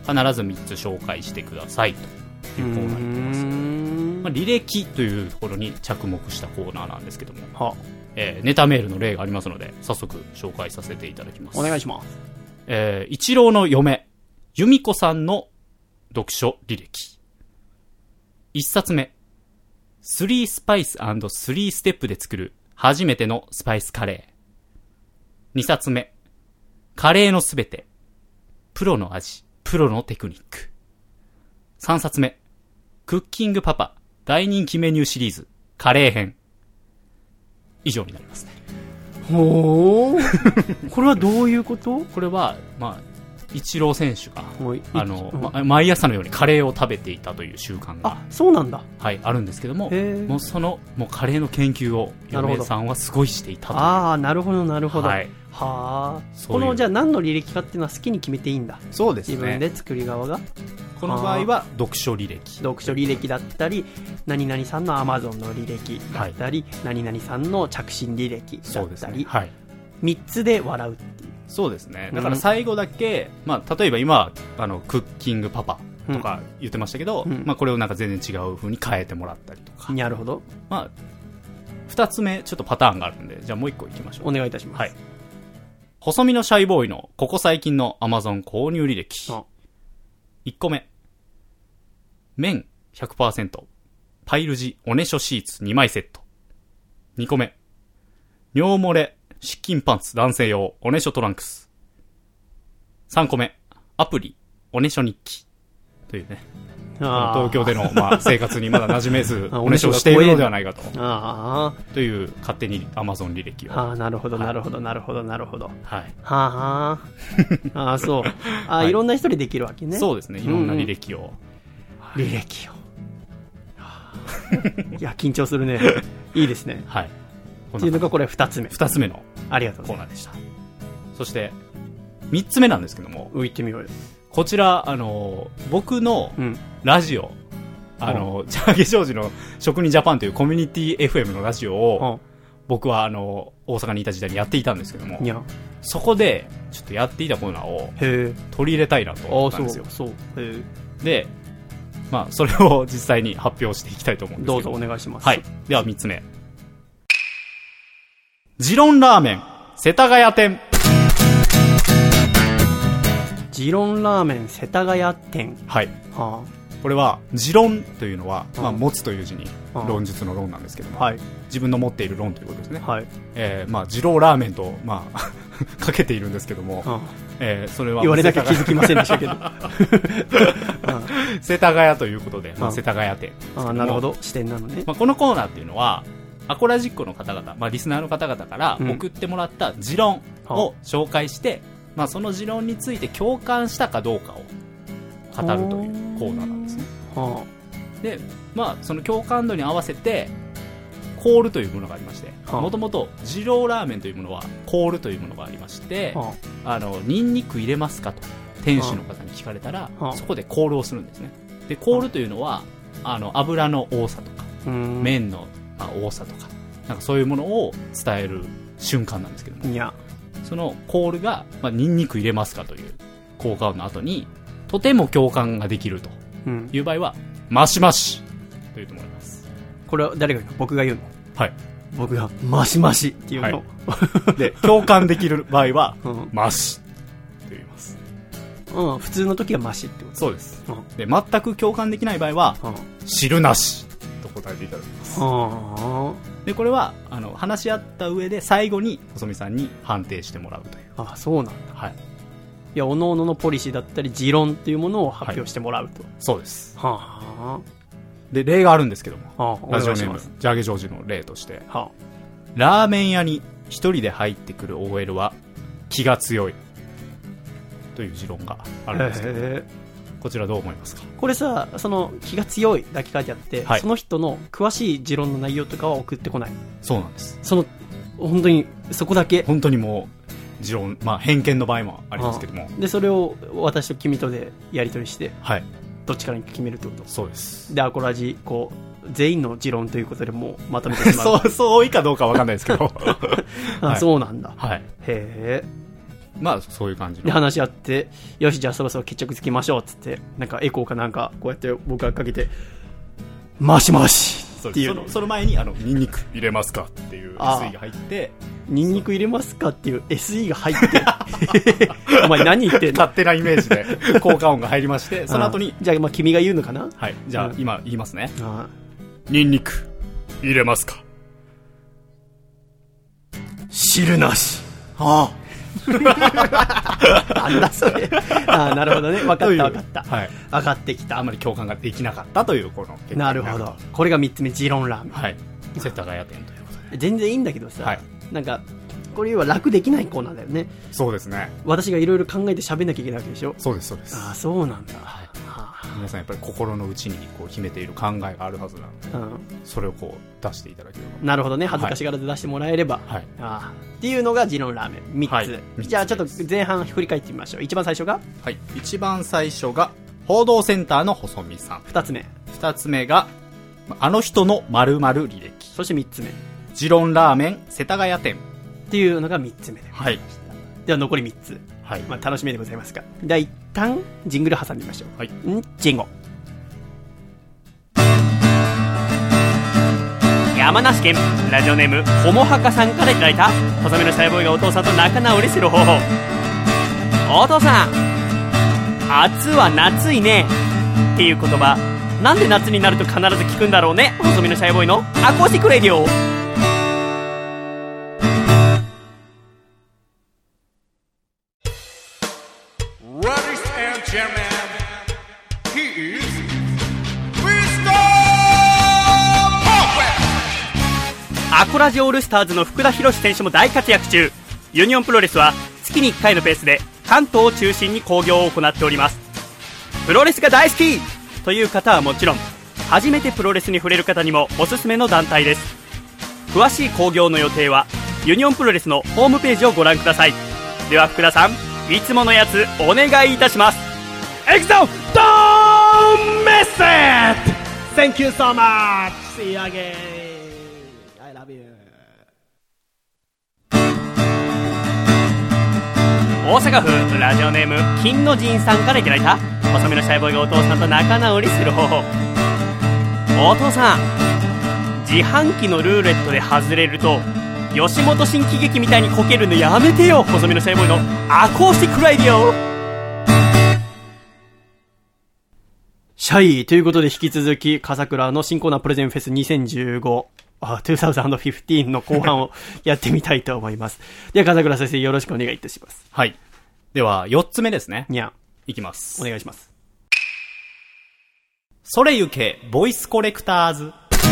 必ず3つ紹介してくださいというコーナーになります。履歴というところに着目したコーナーなんですけども、ネタメールの例がありますので早速紹介させていただきます。 お願いします。 一郎の嫁由美子さんの読書履歴。1冊目、3スパイス&3ステップで作る初めてのスパイスカレー。2冊目、カレーのすべて、プロの味、プロのテクニック。3冊目、クッキングパパ大人気メニューシリーズカレー編。以上になりますね。 ほーこれはどういうこと？ これはイチロー選手が毎朝のようにカレーを食べていたという習慣がそうなんだ、 はい、あるんですけども、もうそのカレーの研究を嫁さんはすごいしていたという。 なるほどなるほど、はい、このじゃあ何の履歴かっていうのは好きに決めていいんだ。 そうですね、 自分で作り側が。 この場合は読書履歴だったり、何々さんの Amazon の履歴だったり、何々さんの着信履歴だったり、はい、3つで笑うっていう。 そうですね。だから最後だけ、例えば今クッキングパパとか言ってましたけど、これをなんか全然違う風に変えてもらったりとか。 なるほど。 2つ目ちょっとパターンがあるんで、じゃあもう1個いきましょう。 お願いいたします。はい。 細身のシャイボーイのここ最近の Amazon 購入履歴。1個目、綿 100% パイル地おねしょシーツ2枚セット。2個目、尿漏れ湿巾パンツ男性用おねしょトランクス。3個目、アプリおねしょ日記というね、東京での生活にまだ馴染めずおねしょをしているのではないかという勝手に Amazon 履歴を。 なるほどなるほどなるほどなるほど。 はい。 そう。いろんな人でできるわけね。 そうですね。いろんな履歴を。 履歴を。いや緊張するね。いいですね。 はい。 っていうのがこれ2つ目。 2つ目のありがとうコーナーでした。そして3つ目なんですけども、 行ってみようよ。 こちら僕のラジオ、ジャーゲジョージの職人ジャパンというコミュニティ FM のラジオを僕は大阪にいた時代にやっていたんですけども、そこでちょっとやっていたコーナーを取り入れたいなと思ったんですよ。で、それを実際に発表していきたいと思うんですけど。 どうぞお願いします。 はい。では3つ目、ジロンラーメン世田谷店。 ジロンラーメン世田谷店。 はい。これはジロンというのは、持つという字に論述の論なんですけども、自分の持っている論ということですね。はい。ジローラーメンとかけているんですけども、それは言われなきゃ気づきませんでしたけど、 世田谷ということで、世田谷店。 なるほど、視点なのね。 このコーナーっていうのはアコラジックの方々、リスナーの方々から送ってもらった持論を紹介して、その持論について共感したかどうかを語るというコーナーなんですね。で、その共感度に合わせてコールというものがありまして、もともと二郎ラーメンというものはコールというものがありまして、ニンニク入れますかと店主の方に聞かれたら、そこでコールをするんですね。で、コールというのは油の多さとか麺の多さとか、なんかそういうものを伝える瞬間なんですけども、そのコールが、ニンニク入れますかという効果音の後にとても共感ができるという場合は、マシマシと言うと思います。 これは誰が言うの？僕が言うの？ はい。 僕がマシマシっていうの、 で共感できる場合は、マシと言います。 普通の時はマシってこと。 そうです。で全く共感できない場合は、汁なしと答えていただきます。でこれは話し合った上で最後に細見さんに判定してもらうという。 そうなんだ。はい。いや、おのおののポリシーだったり持論っていうものを発表してもらうと。 そうです。で例があるんですけども、ラジオネームジャーゲジョージの例として、ラーメン屋に一人で入ってくる OL は気が強いという持論があるんですけど、こちらどう思いますか？ これさ、その気が強いだけ書いてあって、その人の詳しい持論の内容とかは送ってこない。 そうなんです。 その本当にそこだけ、 本当にもう持論、偏見の場合もありますけども、 でそれを私と君とでやり取りして、 はい、 どっちから決めるってこと。 そうです。 でアコラジ全員の持論ということでもうまとめてしまう。 そう多いかどうかわかんないですけどそうなんだ。 はい。 へえ。 まあそういう感じで話し合って、よしじゃあそろそろ決着つけましょうっつって、なんかエコーかなんかこうやって僕がかけて、マシマシっていう。 その前にニンニク入れますかっていう SE が入って、 ニンニク入れますかっていう SE が入ってお前何言ってんの。 勝手なイメージで効果音が入りまして、その後にじゃあまあ君が言うのかな。 はい、じゃあ今言いますね。ニンニク入れますか。 汁なし。なんだそれ。なるほどね。分かった分かった、はい、分かってきた。 あんまり共感ができなかったというこの。 なるほど。これが3つ目、ジロンラーメン。 はい、世田谷店ということで。 全然いいんだけどさ、 はい、 なんかこれは楽できないコーナーだよね。 そうですね。 私がいろいろ考えて喋んなきゃいけないわけでしょ。 そうですそうです。 そうなんだ、 はい、皆さんやっぱり心の内にこう秘めている考えがあるはずなので、それをこう出していただければ。 なるほどね。恥ずかしがらず出してもらえれば、はい、っていうのがジロンラーメン3つ、はい、じゃあちょっと前半振り返ってみましょう。一番最初が、 はい、一番最初が報道センターの細見さん。 2つ目があの人の〇〇履歴。 そして3つ目ジロンラーメン世田谷店っていうのが3つ目で、 はい、 では残り3つ、 はい、 まあ、楽しみでございますが、では一旦ジングル挟んでみましょう。 はい、 ジンゴ。山梨県ラジオネームホモハカさんからいただいた、細めのシャイボーイがお父さんと仲直りする方法。お父さん、暑は夏いねっていう言葉、なんで夏になると必ず聞くんだろうね。細めのシャイボーイのアコースティックレディオ。アコラジオールスターズの福田博選手も大活躍中。ユニオンプロレスは月に1回のペースで関東を中心に興行を行っております。プロレスが大好きという方はもちろん、初めてプロレスに触れる方にもおすすめの団体です。詳しい興行の予定はユニオンプロレスのホームページをご覧ください。では福田さん、いつものやつお願いいたします。 エクゾDon't miss it! Thank you so much! See you again! I love you! 大阪府ラジオネーム金の神さんからいただいた、細身のシャイボーイがお父さんと仲直りする方法。お父さん、自販機のルーレットで外れると吉本新喜劇みたいにこけるのやめてよ。細身のシャイボーイのアコースティックラディオ。シャイということで、引き続き笠倉の新コーナープレゼンフェス2015、2015の後半をやってみたいと思います。では笠倉先生、よろしくお願いいたします。 はい。では4つ目ですね。 にゃん、 いきます。 お願いします。 それゆけボイスコレクターズ。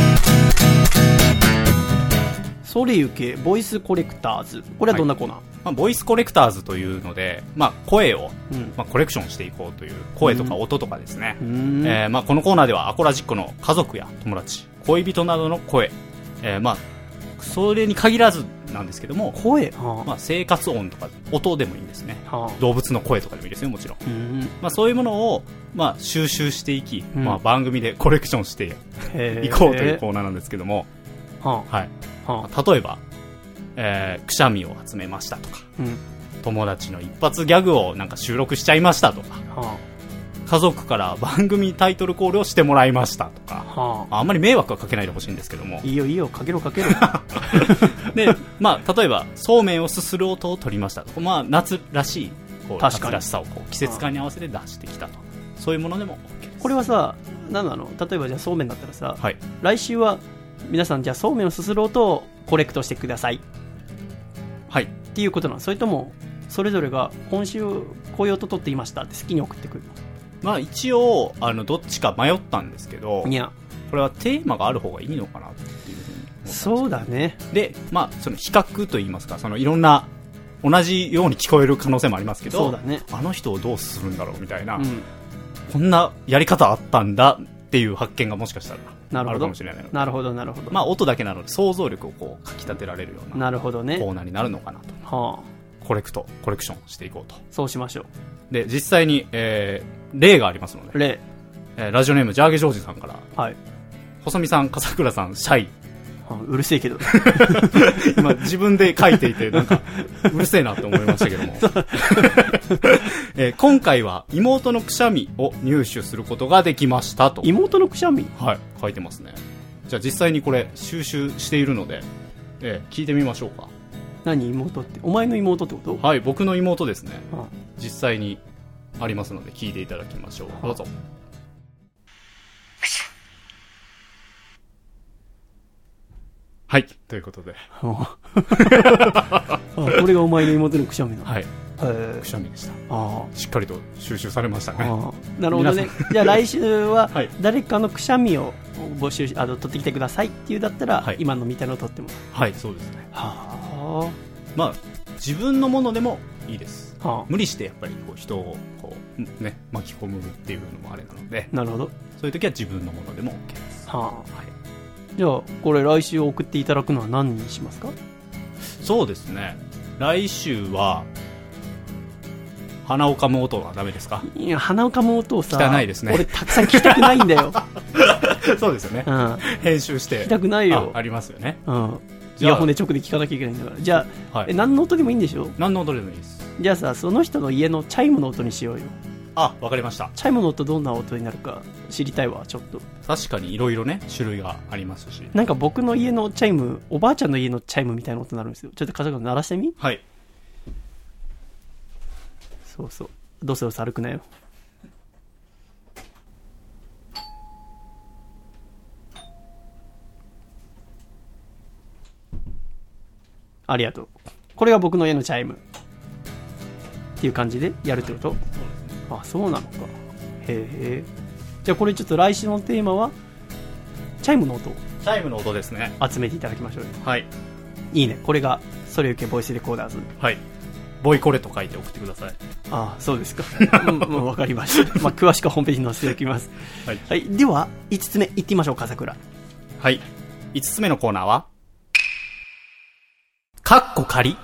それゆけボイスコレクターズ、これはどんなコーナー？ まあ、ボイスコレクターズというので、まあ、声を、まあ、コレクションしていこうという、声とか音とかですね。まあ、このコーナーではアコラジックの家族や友達、恋人などの声、まあ、それに限らずなんですけども、 声、 まあ、生活音とか音でもいいんですね。動物の声とかでもいいですよ、もちろん。まあ、そういうものを、まあ、収集していき、まあ、番組でコレクションしていこうというコーナーなんですけども、はい。例えば、くしゃみを集めましたとか、友達の一発ギャグをなんか収録しちゃいましたとか、家族から番組タイトルコールをしてもらいましたとか、あんまり迷惑はかけないでほしいんですけども。 いいよいいよ、かけろかけろ。 で、まあ、例えばそうめんをすする音を取りましたとか、まあ、夏らしいこう夏らしさをこう季節感に合わせて出してきたと、そういうものでも OK です。 これはさ、何なの？例えばじゃあそうめんだったらさ、 はい、 来週は皆さんじゃあそうめんをすする音をコレクトしてください、 はい、 っていうことなの？それともそれぞれが今週こういう音取っていましたって好きに送ってくるの？ まあ一応どっちか迷ったんですけど、 いや、 これはテーマがある方がいいのかなっていうふうに思ったんですけど。 そうだね。 で、まあその比較といいますか、そのいろんな同じように聞こえる可能性もありますけど、 そうだね、 あの人をどうするんだろうみたいな、こんなやり方あったんだっていう発見がもしかしたらあるかもしれないので。 なるほどなるほど。 まあ音だけなので想像力をこうかき立てられるような、 なるほどね、 コーナーになるのかなと。 はあ、 コレクションしていこうと。 そうしましょう。 で、実際に、例がありますので、ラジオネームジャーゲジョージさんから、 はい、 細見さん、笠倉さん、シャイ、 うるせえけど今自分で書いていてなんかうるせえなって思いましたけども今回は妹のくしゃみを入手することができましたと。 妹のくしゃみ、 はい、書いてますね。じゃあ実際にこれ収集しているので、聞いてみましょうか。 何妹って、お前の妹ってこと？ はい、僕の妹ですね。実際にありますので聞いていただきましょう。どうぞ。はい、ということでこれがお前の妹のくしゃみなの？ はい、くしゃみでした。しっかりと収集されましたね。 なるほどね。じゃあ来週は誰かのくしゃみを募集取ってきてくださいっていうだったら、今のみたいなのを取っても。 はい、そうですね。まあ自分のものでもいいです。無理してやっぱりこう人をこう、ね、巻き込むっていうのもあれなので。 なるほど。 そういう時は自分のものでも OK です。 じゃあこれ来週送っていただくのは何にしますか？ そうですね、来週は鼻を噛む音はダメですか？ いや、鼻を噛む音をさ、 汚いですね。 俺たくさん聞きたくないんだよそうですよね、編集して聞きたくないよ。 ありますよね。 イヤホンで直で聞かなきゃいけないんだから。じゃあ、何の音でもいいんでしょ？ 何の音でもいいです。 じゃあさ、その人の家のチャイムの音にしようよ。 わかりました。 チャイムの音どんな音になるか知りたいわ。ちょっと確かにいろいろね種類がありますし、 なんか僕の家のチャイム、おばあちゃんの家のチャイムみたいな音になるんですよ。ちょっと風間君鳴らしてみ。 はい。 そうそう、どうせ歩くなよ。ありがとう。これが僕の家のチャイムっていう感じでやるってこと？そうなのか。へえ。じゃあこれちょっと来週のテーマはチャイムの音。 チャイムの音ですね。 集めていただきましょうよ。 はい。 いいね。これがそれゆけボイスレコーダーズ。 はい。ボイコレと書いて送ってください。 そうですか。もう分かりました。詳しくはホームページに載せておきます。はい。では5つ目いってみましょう。笠倉。 はい。5つ目のコーナーはカッコ仮。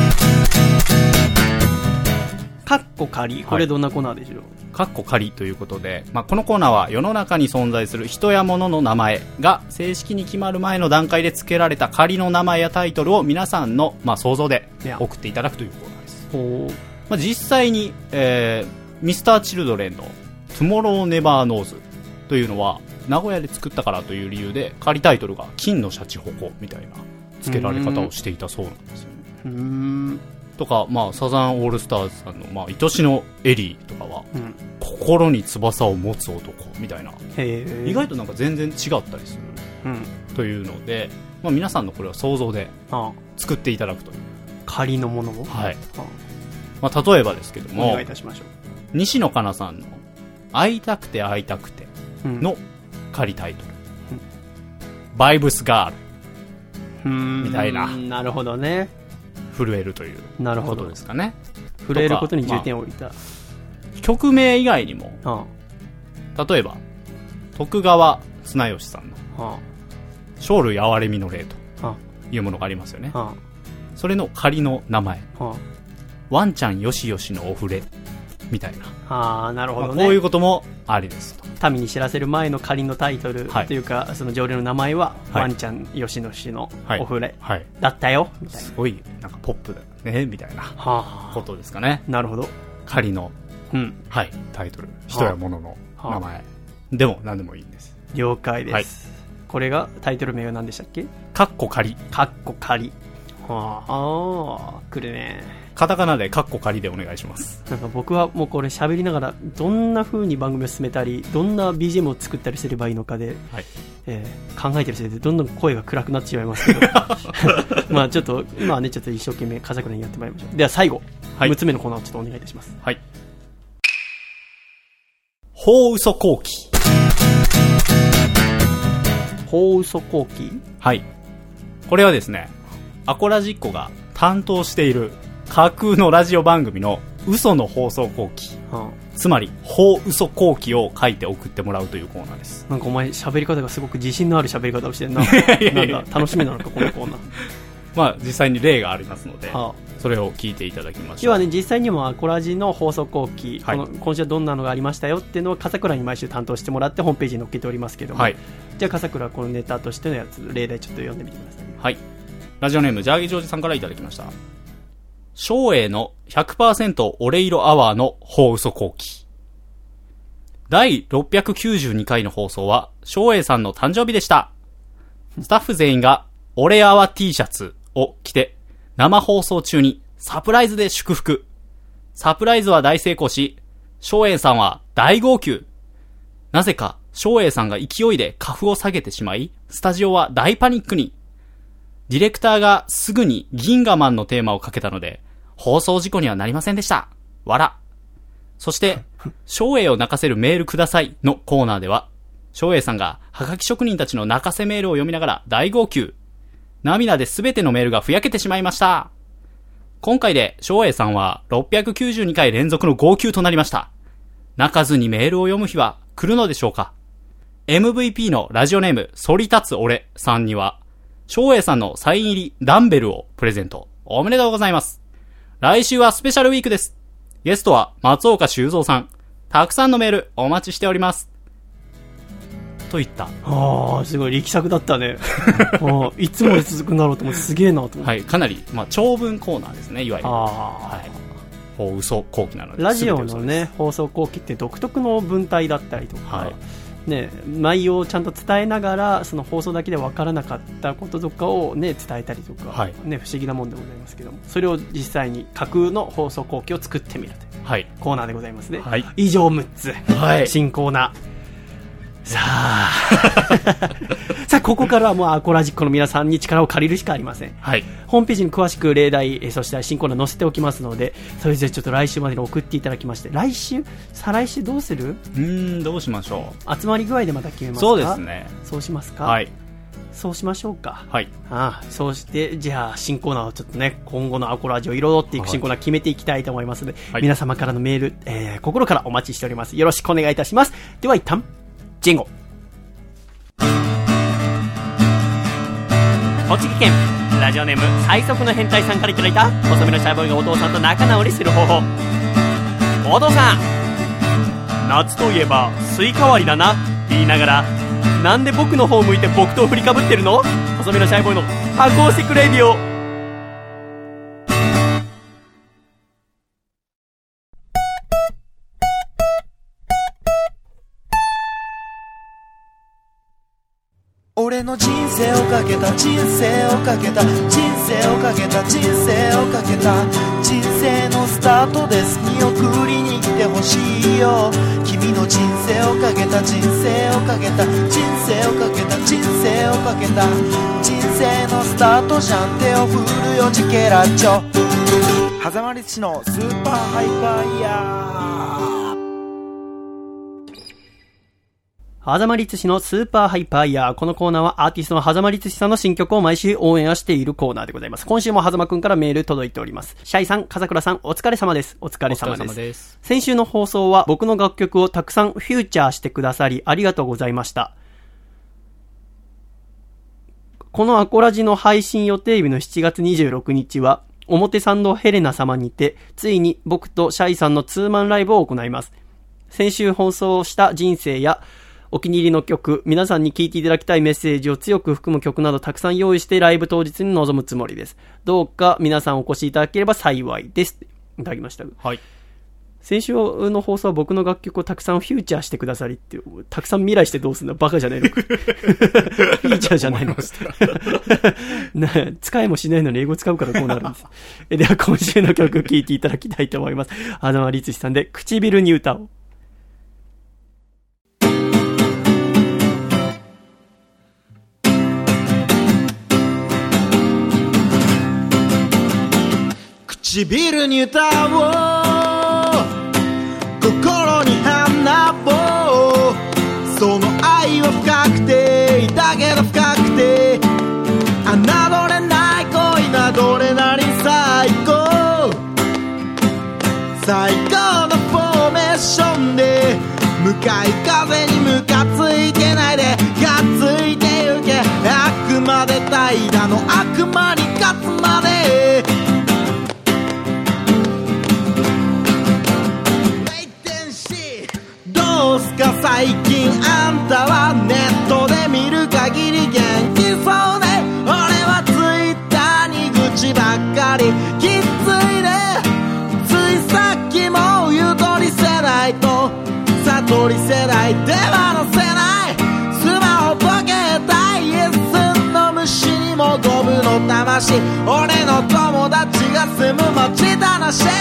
カッコ仮、これどんなコーナーでしょう？ カッコ仮ということで、このコーナーは世の中に存在する人や物の名前が正式に決まる前の段階で付けられた仮の名前やタイトルを皆さんの、想像で送っていただくというコーナーです。実際に、ミスターチルドレンのトゥモローネバーノーズというのは名古屋で作ったからという理由で仮タイトルが金のシャチホコみたいな付けられ方をしていたそうなんですよね。とか、サザンオールスターズさんの、愛しのエリーとかは、心に翼を持つ男みたいな、意外となんか全然違ったりする、というので、皆さんのこれは想像で作っていただくという仮のものを、 はい。例えばですけども、 お願いいたしましょう。 西野カナさんの会いたくて会いたくての仮タイトル、バイブスガールみたいな。 なるほどね。 震えるということですかね。 震えることに重点を置いた、 曲名以外にも、例えば徳川綱吉さんの生類憐れみの霊というものがありますよね。それの仮の名前、ワンちゃんよしよしのお触れみたいな。 なるほどね。 こういうこともありですと。 民に知らせる前の仮のタイトルというか、その条例の名前は、ワンちゃんよしのしのお触れだったよみたいな。 すごいなんかポップだねみたいなことですかね。 なるほど。 仮の、タイトル、人や物の名前でも何でもいいんです。 了解です。これがタイトル名は何でしたっけ？ カッコ仮。 カッコ仮。来るね。 カタカナでカッコ仮でお願いします。 なんか僕はもうこれ喋りながらどんな風に番組を進めたり、どんな BGM を作ったりすればいいのかで、考えてるせいでどんどん声が暗くなってしまいますけどちょっと今はね、ちょっと一生懸命風倉にやってまいりましょう。では最後、6つ目のコーナーをちょっとお願いいたします。 はい。法嘘後期。 法嘘後期。 はい。これはですね、アコラジッコが担当している架空のラジオ番組の嘘の放送後期、つまり法嘘後期を書いて送ってもらうというコーナーです。 なんかお前喋り方がすごく自信のある喋り方をしてるな。なんだ楽しみなのかこのコーナー。 実際に例がありますので、 それを聞いていただきましょう。 要はね、実際にもアコラジの放送後期、はい、今週はどんなのがありましたよっていうのを笠倉に毎週担当してもらってホームページに載っけておりますけども、はい、じゃあ笠倉このネタとしてのやつ例題ちょっと読んでみてください。 はい、ラジオネームジャーギージョージさんからいただきました。照英の 100% オレイロアワーの放嘘後期。第692回の放送は照英さんの誕生日でした。スタッフ全員がオレアワ T シャツを着て生放送中にサプライズで祝福。サプライズは大成功し、照英さんは大号泣。なぜか照英さんが勢いでカフを下げてしまい、スタジオは大パニックに。ディレクターがすぐに銀河マンのテーマをかけたので、放送事故にはなりませんでした。笑。そして、照英を泣かせるメールくださいのコーナーでは、照英さんがハガキ職人たちの泣かせメールを読みながら大号泣。涙で全てのメールがふやけてしまいました。今回で照英さんは692回連続の号泣となりました。泣かずにメールを読む日は来るのでしょうか。MVP のラジオネーム反り立つ俺さんには、照英さんのサイン入りダンベルをプレゼント。おめでとうございます。来週はスペシャルウィークです。ゲストは松岡修造さん。たくさんのメールお待ちしております。といった。 すごい力作だったね。いつまで続くんだろうと思ってすげえなと思って。 はい、かなり、長文コーナーですね、いわゆる。はい。放送後期なので。 ラジオのね、放送後期って独特の文体だったりとか、はいね、内容をちゃんと伝えながらその放送だけで分からなかったこととかを、ね、伝えたりとか、はいね、不思議なもんでございますけども、それを実際に架空の放送後期を作ってみるという、はい、コーナーでございますね、はい、以上6つ、はい、新コーナーさあここからはもうアコラジックの皆さんに力を借りるしかありません、はい、ホームページに詳しく例題そして新コーナー載せておきますので、それぞれちょっと来週までに送っていただきまして、来週再来週どうする？ どうしましょう。集まり具合でまた決めますか？ そうですね。 そうしますか？ はい、 そうしましょうか。 はい。 そうしてじゃあ新コーナーをちょっとね、今後のアコラジを彩っていく新コーナー決めていきたいと思いますので、はい、皆様からのメール、心からお待ちしております。よろしくお願いいたします。では一旦ジェンゴ。栃木県ラジオネーム最速の変態さんからいただいた細身のシャイボーイがお父さんと仲直りする方法。お父さん、夏といえばスイカ割りだなって言いながら、なんで僕の方を向いて木刀振りかぶってるの？細身のシャイボーイのアコースティックレディオ。 俺の人生をかけた人生をかけた人生をかけた人生をかけた人生のスタートです。見送りに来てほしいよ。君の人生をかけた人生をかけた人生をかけた人生をかけた人生のスタートじゃん。手を振るよチケラッチョ。狭間律師のスーパーハイパーイヤー。 狭間律師のスーパーハイパーイヤー。このコーナーはアーティストの狭間律師さんの新曲を毎週応援しているコーナーでございます。今週も狭間くんからメール届いております。シャイさん、笠倉さん、お疲れ様です。お疲れ様です。先週の放送は僕の楽曲をたくさんフューチャーしてくださりありがとうございました。このアコラジの配信予定日の7月26日は表参道ヘレナ様にてついに僕とシャイさんのツーマンライブを行います。先週放送した人生やお気に入りの曲、皆さんに聴いていただきたいメッセージを強く含む曲などたくさん用意してライブ当日に臨むつもりです。どうか皆さんお越しいただければ幸いです。いただきました。はい。先週の放送は僕の楽曲をたくさんフューチャーしてくださりって、たくさん未来してどうすんだバカじゃないのか。フューチャーじゃないの使いもしないのに英語使うからこうなるんです。では今週の曲聴いていただきたいと思います。狭間律師さんで唇に歌を。 唇に歌おう、心に花を、その愛は深くてだけど深くて、侮れない恋などれなり最高、最高のフォーメーションで向かい風にムカついてないでがっついてゆけ。あくまで怠惰の悪魔に勝つまで話、俺の友達が住む街だなし、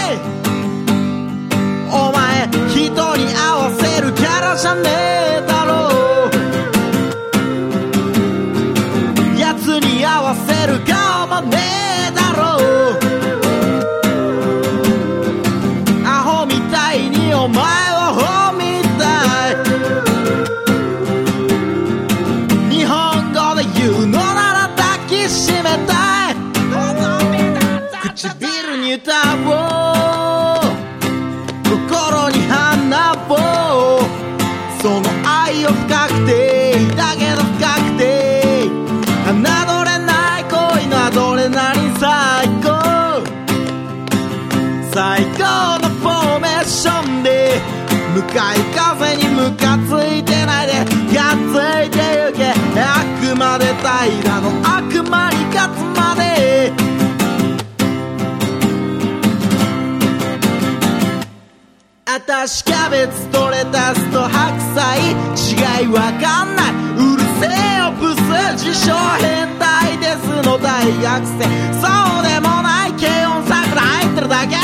お前人に合わせるキャラじゃねえだろう、奴に合わせる顔もねえだろう、アホみたいにお前を褒めたい、日本語で言うのなら抱きしめたい、唇に歌おう心に花を、その愛を深くてだけど深くて侮れない恋のアドレナリン最高、最高のフォーメーションで向かい風にムカついてないでがっついてゆけ、あくまで平らの悪魔に勝つまで、あたしキャベツとレタスと白菜違いわかんない、うるせえよブス自称変態ですの大学生、そうでもない軽音桜入ってるだけ、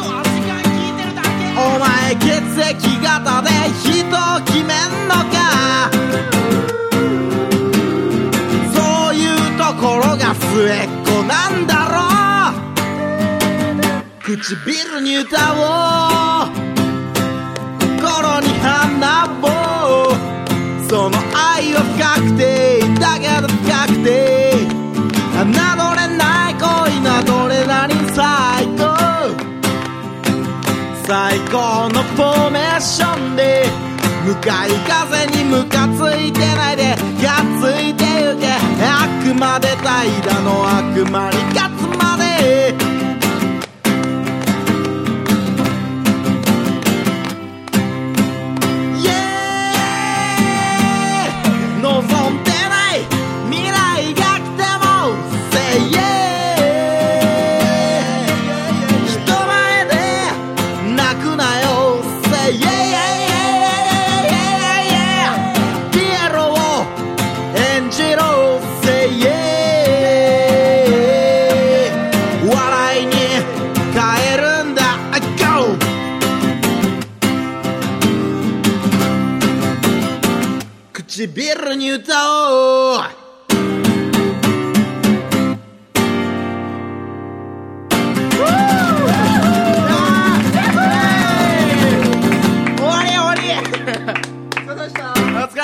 お前血液型で人を決めんのか、そういうところが末っ子なんだろう、唇に歌おう心に花を、その愛は深くてだけど深くて侮れない恋のアドレナリン最高、最高のフォーメーションで向かい風にムカついてないでがっついてゆけ、あくまで平らの悪魔に勝つまで、望んでない未来が来ても Say yeah、 人前で泣くなよ Say yeah、 ピエロを演じろ Say yeah、 笑いに変えるんだ Go、唇に歌おう、終わり終わりお疲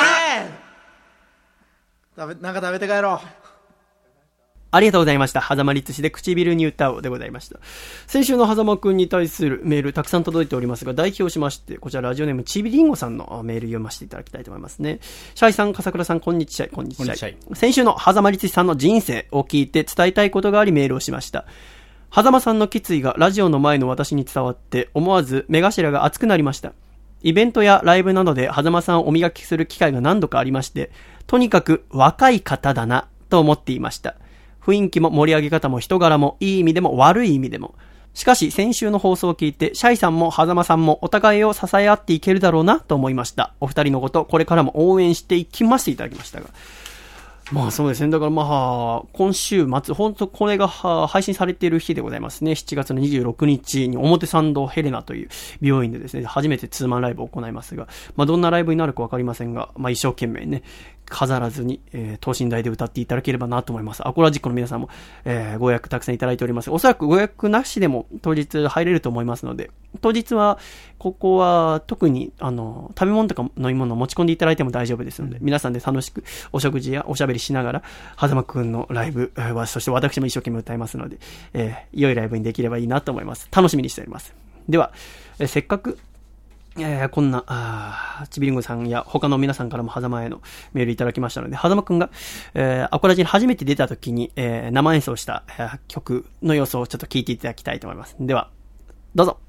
れ、なんか食べて帰ろう。 ありがとうございました。狭間律師で唇に歌おうでございました。先週の狭間くんに対するメールたくさん届いておりますが、代表しまして、こちらラジオネームちびりんごさんのメール読ませていただきたいと思いますね。シャイさん、笠倉さん、こんにちは。こんにちは。先週の狭間律師さんの人生を聞いて伝えたいことがありメールをしました。狭間さんの決意がラジオの前の私に伝わって思わず目頭が熱くなりました。イベントやライブなどで狭間さんをお磨きする機会が何度かありまして、とにかく若い方だなと思っていました。雰囲気も盛り上げ方も人柄もいい意味でも悪い意味でも。しかし先週の放送を聞いてシャイさんも狭間さんもお互いを支え合っていけるだろうなと思いました。お二人のことこれからも応援していきますといただきましたが、まあそうですね。だからまあ今週末本当これが配信されている日でございますね。7月の26日に表参道ヘレナという美容院でですね初めてツーマンライブを行いますが、まあどんなライブになるかわかりませんが、まあ一生懸命ね飾らずに、等身大で歌っていただければなと思います。アコラジックの皆さんも、ご予約たくさんいただいております。おそらくご予約なしでも当日入れると思いますので、当日はここは特に食べ物とか飲み物を持ち込んでいただいても大丈夫ですので、皆さんで楽しくお食事やおしゃべりしながら狭間くんのライブ、そして私も一生懸命歌いますので、良いライブにできればいいなと思います。楽しみにしております。では、せっかくこんなちびりんごさんや他の皆さんからも狭間へのメールいただきましたので、狭間くんが、アコラジに初めて出た時に、生演奏した、曲の様子をちょっと聞いていただきたいと思います。ではどうぞ。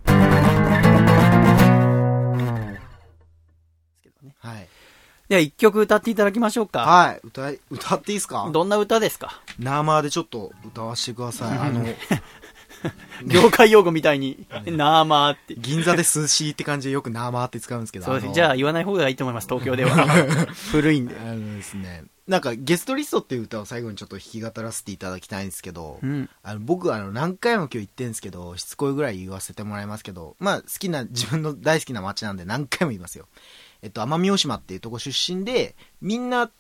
はい。では一曲歌っていただきましょうか。 はい。歌っていいですか？ どんな歌ですか？ 生でちょっと歌わせてください。 業界用語みたいに、ナーマーって。 銀座で寿司って感じでよくナーマーって使うんですけど。 そうです。じゃあ言わない方がいいと思います、東京では。古いんで。 ですね。なんか、ゲストリストっていう歌を最後にちょっと弾き語らせていただきたいんですけど、僕何回も今日言ってるんですけど、しつこいぐらい言わせてもらいますけど、まあ、自分の大好きな街なんで何回も言いますよ。奄美大島っていうとこ出身で、みんな、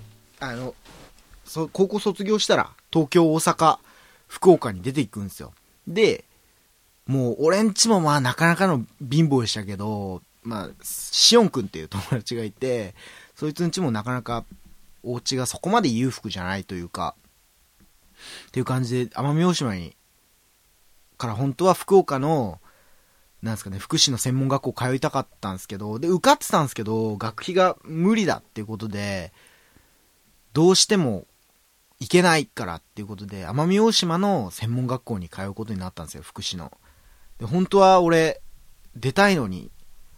高校卒業したら、東京、大阪、福岡に出ていくんですよ。で、もう、俺んちもまあ、なかなかの貧乏でしたけど、まあ、しおんくんっていう友達がいて、そいつんちもなかなか、お家がそこまで裕福じゃないというか、っていう感じで、奄美大島に、から本当は福岡の、なんですかね、福祉の専門学校通いたかったんですけど、で、受かってたんですけど、学費が無理だっていうことで、どうしても行けないからっていうことで、奄美大島の専門学校に通うことになったんですよ、福祉の。で、本当は俺、出たいのに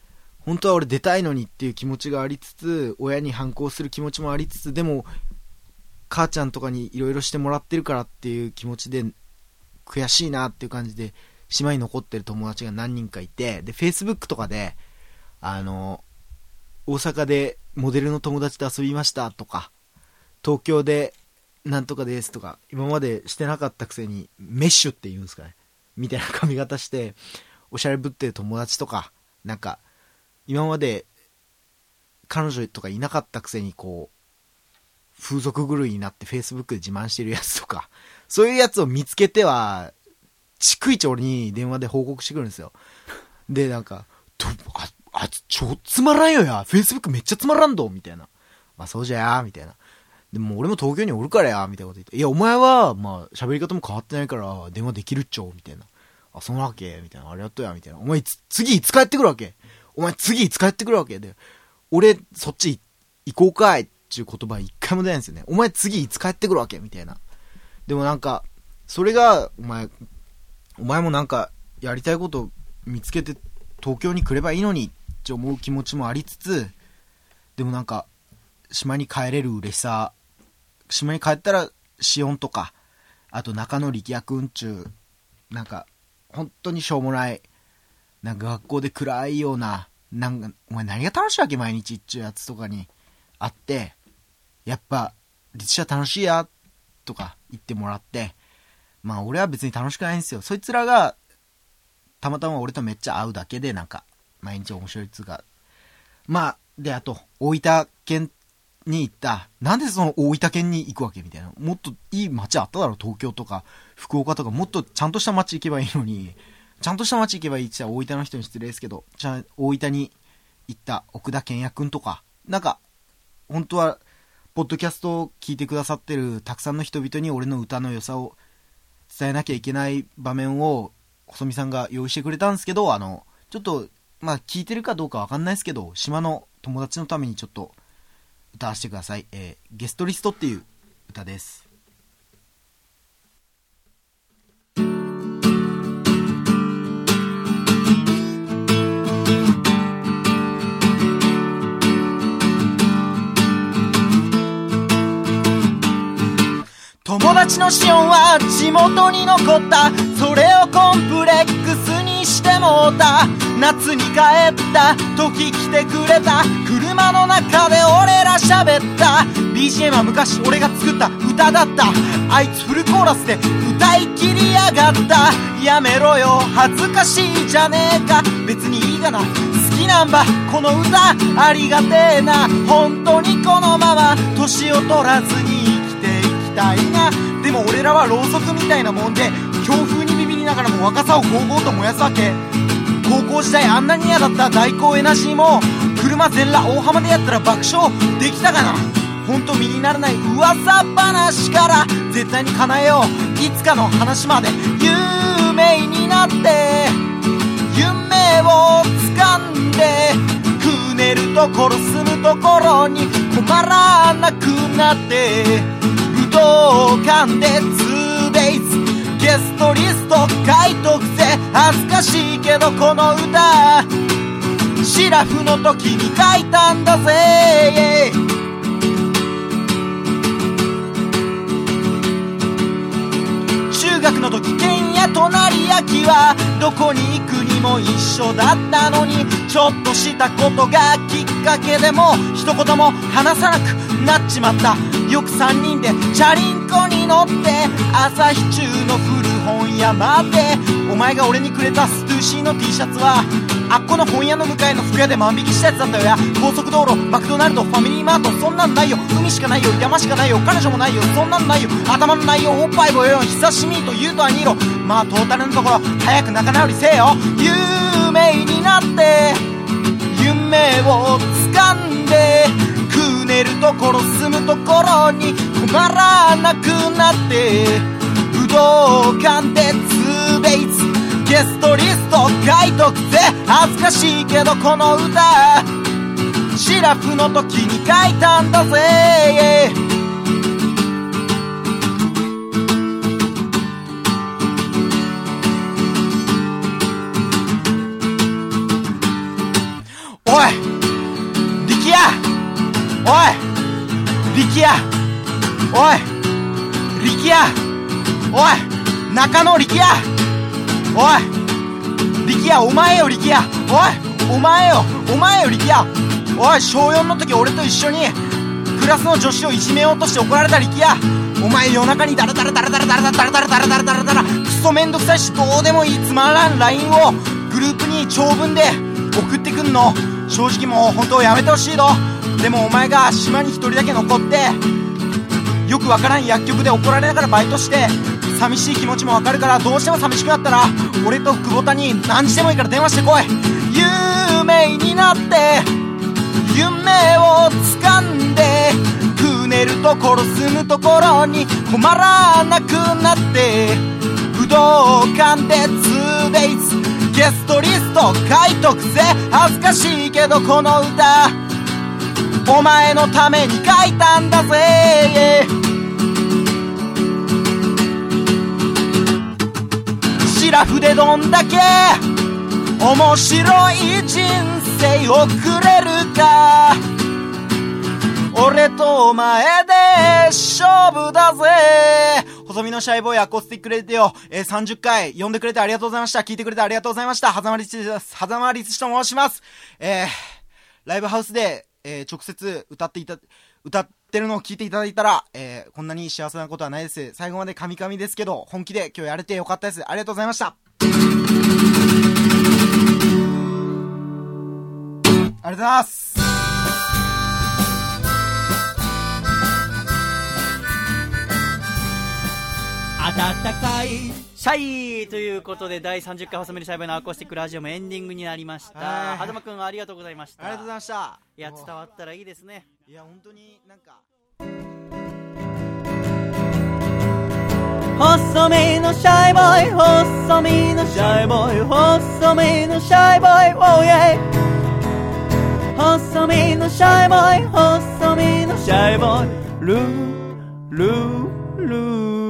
っていう気持ちがありつつ、親に反抗する気持ちもありつつ、でも、母ちゃんとかにいろいろしてもらってるからっていう気持ちで、悔しいなっていう感じで、島に残ってる友達が何人かいて、で、Facebook とかで、大阪でモデルの友達と遊びましたとか、東京でなんとかですとか、今までしてなかったくせに、メッシュって言うんですかね。みたいな髪型して、おしゃれぶってる友達とか、なんか、今まで彼女とかいなかったくせにこう風俗狂いになって Facebook で自慢してるやつとか、そういうやつを見つけては逐一俺に電話で報告してくるんですよ。で、なんか超つまらんよや、 Facebook めっちゃつまらんどみたいな。まあそうじゃやみたいな。でも俺も東京におるからやみたいなこと言って、いやお前はまあ喋り方も変わってないから電話できるっちょみたいな。あ、そんなわけみたいな。ありがとうやみたいな。お前次いつ帰ってくるわけ、お前次いつ帰ってくるわけで、俺そっち行こうかいっていう言葉一回も出ないんですよね。お前次いつ帰ってくるわけみたいな。でもなんかそれがお前もなんかやりたいこと見つけて東京に来ればいいのにって思う気持ちもありつつ、でもなんか島に帰れる嬉しさ、島に帰ったらシオンとか、あと中野力也くんちゅう、なんか本当にしょうもないなんか学校で暗いような、なんかお前何が楽しいわけ毎日っちゅうやつとかに会って、やっぱ実写楽しいやとか言ってもらって、まあ俺は別に楽しくないんですよ。そいつらがたまたま俺とめっちゃ会うだけでなんか毎日面白いっつうか、まあで、あと大分県に行った、なんでその大分県に行くわけみたいな、もっといい街あっただろ、東京とか福岡とか、もっとちゃんとした街行けばいいのに、ちゃんとした街行けばいいって言ったら大分の人に失礼ですけど、大分に行った奥田健也くんとか、なんか本当はポッドキャストを聞いてくださってるたくさんの人々に俺の歌の良さを伝えなきゃいけない場面を細見さんが用意してくれたんですけど、ちょっとまあ聞いてるかどうかわかんないですけど、島の友達のためにちょっと歌わせてください。ゲストリストっていう歌です。 友達のシオンは地元に残った、それをコンプレックスにしてもうた。夏に帰った時来てくれた、車の中で俺ら喋った。 BGM は昔俺が作った歌だった。あいつフルコーラスで歌い切りやがった。やめろよ恥ずかしいじゃねえか、別にいいがな、好きなんばこの歌ありがてえな。本当にこのまま年を取らずに生きていきたいな。でも俺らはろうそくみたいなもんで、強風にビビりながらも若さをゴーゴーと燃やすわけ。高校時代あんなに嫌だった大工エナジーも、車全裸大浜でやったら爆笑できたかな。ほんと身にならない噂話から絶対に叶えよういつかの話まで、有名になって夢を掴んで、くねるところ住むところに困らなくなって、武道館で 2days ゲストリスト書いとくぜ。恥ずかしいけどこの歌シラフの時に書いたんだぜ。中学の時県や隣先はどこに行くにも一緒だったのに、ちょっとしたことがきっかけでも一言も話さなくなっちまった。よく3人でチャリンコに乗って朝日中の古本屋まで。お前が俺にくれたストゥーシーの T シャツはあっこの本屋の向かいの服屋で万引きしたやつだったよや。高速道路、マクドナルド、ファミリーマート、そんなんないよ。海しかないよ、山しかないよ、彼女もないよ、そんなんないよ。頭のないよ、おっぱいぼよん、久しみと言うとはニーロ。まあトータルのところ早く仲直りせよ。有名になって夢を掴んで、食う寝るところ住むところに困らなくなって、武道館で 2daysゲストリスト書いとくぜ。恥ずかしいけどこの歌シラフの時に書いたんだぜ。おい力也、おい力也、おい力也、おい中野力也、おい力也、お前よ力也、おいお前よ力也、おい小4の時俺と一緒にクラスの女子をいじめようとして怒られた力也。お前夜中にダラダラダラダラダラダラダラダラダラダラダラクソめんどくさいしどうでもいいつまらん LINE をグループに長文で送ってくんの。正直もう本当やめてほしいの。でもお前が島に一人だけ残ってよくわからん薬局で怒られながらバイトして寂しい気持ちもわかるから、どうしても寂しくなったら俺と久保田に何時でもいいから電話してこい。有名になって夢を掴んで、食う寝るところ住むところに困らなくなって、武道館で 2daysゲストリスト書いとくぜ。恥ずかしいけどこの歌お前のために書いたんだぜ。シラフでどんだけ面白い人生送れるか、俺とお前で勝負だぜ。細身のシャイボーイアコースティックレディオ、30回呼んでくれてありがとうございました。聞いてくれてありがとうございました。狭間律師です。狭間律師と申します。ライブハウスで、直接歌ってるのを聞いていただいたら、こんなに幸せなことはないです。最後までカミカミですけど本気で今日やれてよかったです。ありがとうございました。ありがとうございます。 暖かいシャイということで第30回細身のシャイボーイのアコースティックラジオもエンディングになりました。はざまくんありがとうございました。 ありがとうございました。 いや伝わったらいいですね。 いや本当になんか細身のシャイボーイ、細身のシャイボーイ、細身のシャイボーイ、oh yeah。細身のシャイボーイ、細身のシャイボーイ、ルールールー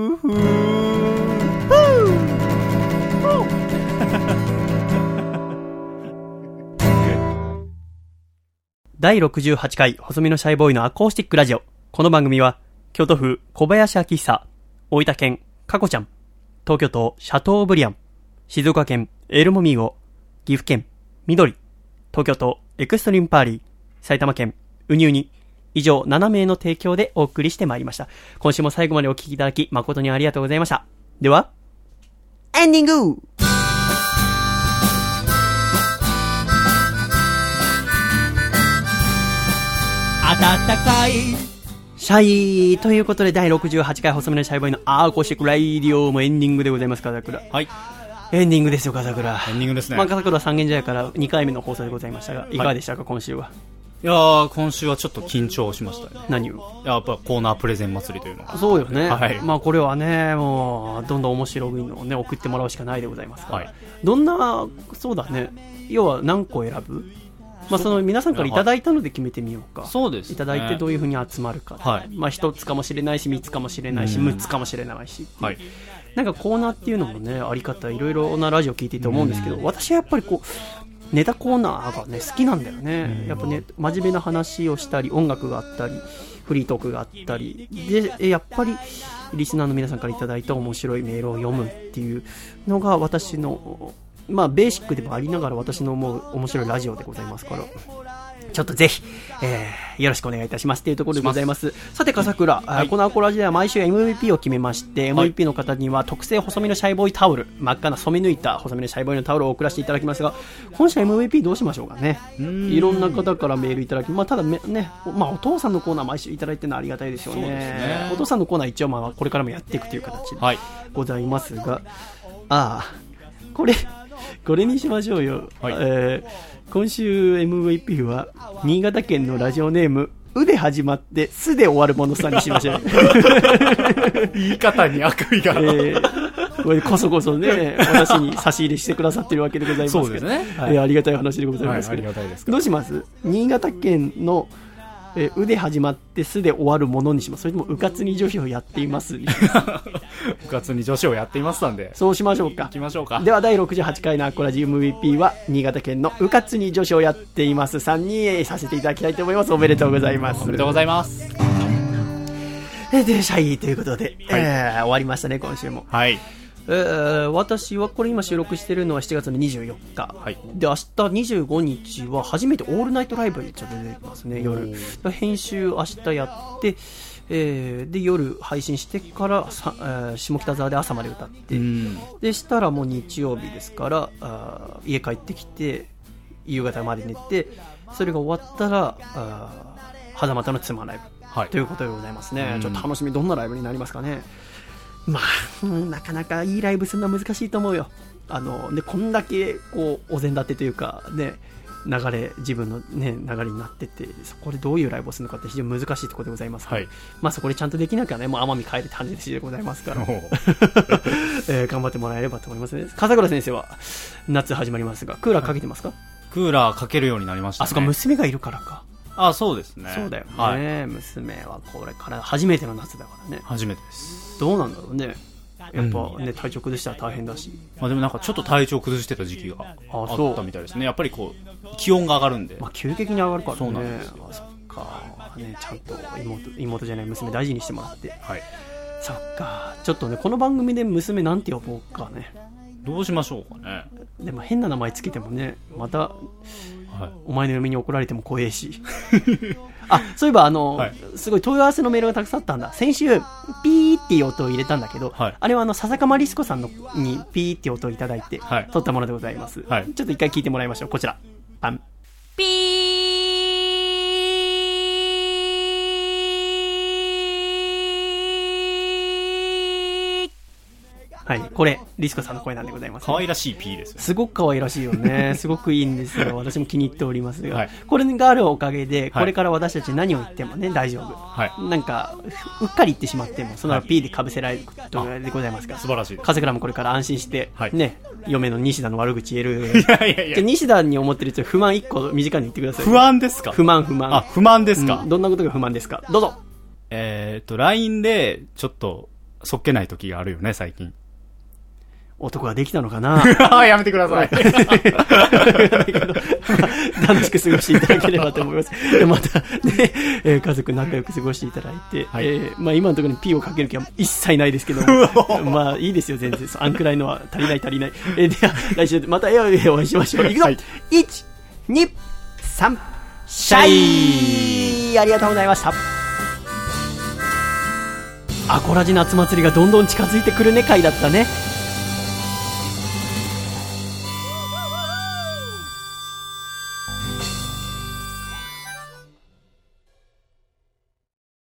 第68回細身のシャイボーイのアコースティックラジオ。この番組は京都府小林明久、大分県かこちゃん、東京都シャトーブリアン、静岡県エルモミーゴ、岐阜県緑、東京都エクストリームパーリー、埼玉県ウニウニ、以上7名の提供でお送りしてまいりました。今週も最後までお聞きいただき誠にありがとうございました。ではエンディング。 暖かいシャイということで第68回細身のシャイボーイのアーコーシックライディオもエンディングでございます。風倉、 はい、 エンディングですよ。風倉エンディングですね。 風倉三軒茶屋から2回目の放送でございましたが、いかがでしたか、今週は。 いやー、今週はちょっと緊張しましたね。 何を？ やっぱコーナープレゼン祭りというのが。 そうよね、 はい、 まあこれはね、もうどんどん面白いのをね送ってもらうしかないでございますから、 はい、 どんな、そうだね、要は何個選ぶ、まあ、その皆さんからいただいたので決めてみようか。 そうですね、 いただいてどういう風に集まるか、 はい、 まあ、1つかもしれないし3つかもしれないし6つかもしれないし、 はい、 なんかコーナーっていうのもねあり方いろいろなラジオ聞いていて思うんですけど、私はやっぱりこうネタコーナーがね好きなんだよね。やっぱね真面目な話をしたり音楽があったりフリートークがあったりで、やっぱりリスナーの皆さんからいただいた面白いメールを読むっていうのが私のまあベーシックでもありながら私の思う面白いラジオでございますから、ちょっとぜひ、よろしくお願いいたしますというところでございます。さて笠倉、このアコラジでは毎週 MVP を決めまして、MVP の方には特製細身のシャイボーイタオル、真っ赤な染め抜いた細身のシャイボーイのタオルを送らせていただきますが、今週 MVP どうしましょうかね。いろんな方からメールいただき、まあただね、まあお父さんのコーナー毎週いただいてるのはありがたいでしょうね。そうですね。お父さんのコーナー一応まあこれからもやっていくという形でございますが、これにしましょうよ。今週 MVP は新潟県のラジオネームうで始まってすで終わるものさんにしましょう。 言い方に悪意が、 これこそこそね私に差し入れしてくださってるわけでございますから、そうですね、ありがたい話でございますけど、どうします？新潟県のうで始まってすで終わるものにします？それともうかつに女子をやっていますうかつに女子をやっていますなんで、 そうしましょうか。 行きましょうか。 では第68回のアコラジ MVP は新潟県のうかつに女子をやっていますさんにさせていただきたいと思います。おめでとうございます。 おめでとうございます。 でシャイということで、終わりましたね今週も。 はい。 私はこれ今収録してるのは7月の24日、で明日25日は初めてオールナイトライブにちょっと出てきますね。夜編集明日やって、で夜配信してから下北沢で朝まで歌って、でしたらもう日曜日ですから家帰ってきて夕方まで寝て、それが終わったらはざまたのツマライブ、ということでございますね。ちょっと楽しみ。どんなライブになりますかね。まあ、なかなかいいライブするのは難しいと思うよ。でこんだけこうお膳立てというかね、自分のね流れになってて、そこでどういうライブをするのかって非常に難しいところでございますから、まあそこでちゃんとできなきゃね、もう奄美帰れって話でございますから、頑張ってもらえればと思いますね。笠倉先生は夏始まりますがクーラーかけてますか？ クーラーかけるようになりましたね。 あ、そこ娘がいるからか。 そうですね。 そうだよね、娘はこれから初めての夏だからね。 初めてです。 どうなんだろうね。やっぱね、体調崩したら大変だし。 まあでもなんかちょっと体調崩してた時期があったみたいですね。やっぱりこう気温が上がるんで。 まあ急激に上がるからね。 そうなんです。 そっかね、ちゃんと妹じゃない娘大事にしてもらって。そっか。ちょっとねこの番組で娘なんて呼ぼうかね。 どうしましょうかね。 でも変な名前つけてもね、また、お前の嫁に怒られても怖えし。そういえばすごい問い合わせのメールがたくさんあったんだ。先週ピーっていう音を入れたんだけど、あれは笹釜リスコさんにピーっていう音をいただいて撮ったものでございます。ちょっと一回聞いてもらいましょう。こちらパンピー。はい、これリスコさんの声なんでございます、ね。 可愛らしい P ですよね。 すごく可愛らしいよね。すごくいいんですよ。私も気に入っておりますが、これがあるおかげで、これから私たち何を言ってもね大丈夫。なんかうっかり言ってしまってもその P で被せられることでございますから。 素晴らしいです。 風倉もこれから安心して、ね、嫁の西田の悪口言える。じゃあ西田に思ってる人不満1個短に言ってください。 不安ですか？ 不満。 不満ですか？ どんなことが不満ですか？どうぞ。 LINE でちょっとそっけない時があるよね最近。 男ができたのかな。 やめてください。 楽しく過ごしていただければと思います。でまたね、家族仲良く過ごしていただいて、まあ今のところに P をかける気は一切ないですけども、まあいいですよ全然。あんくらいのは足りない。では来週またお会いしましょう。いくぞ。1、2、3、シャイ。ありがとうございました。アコラジ夏祭りがどんどん近づいてくるね回だったね。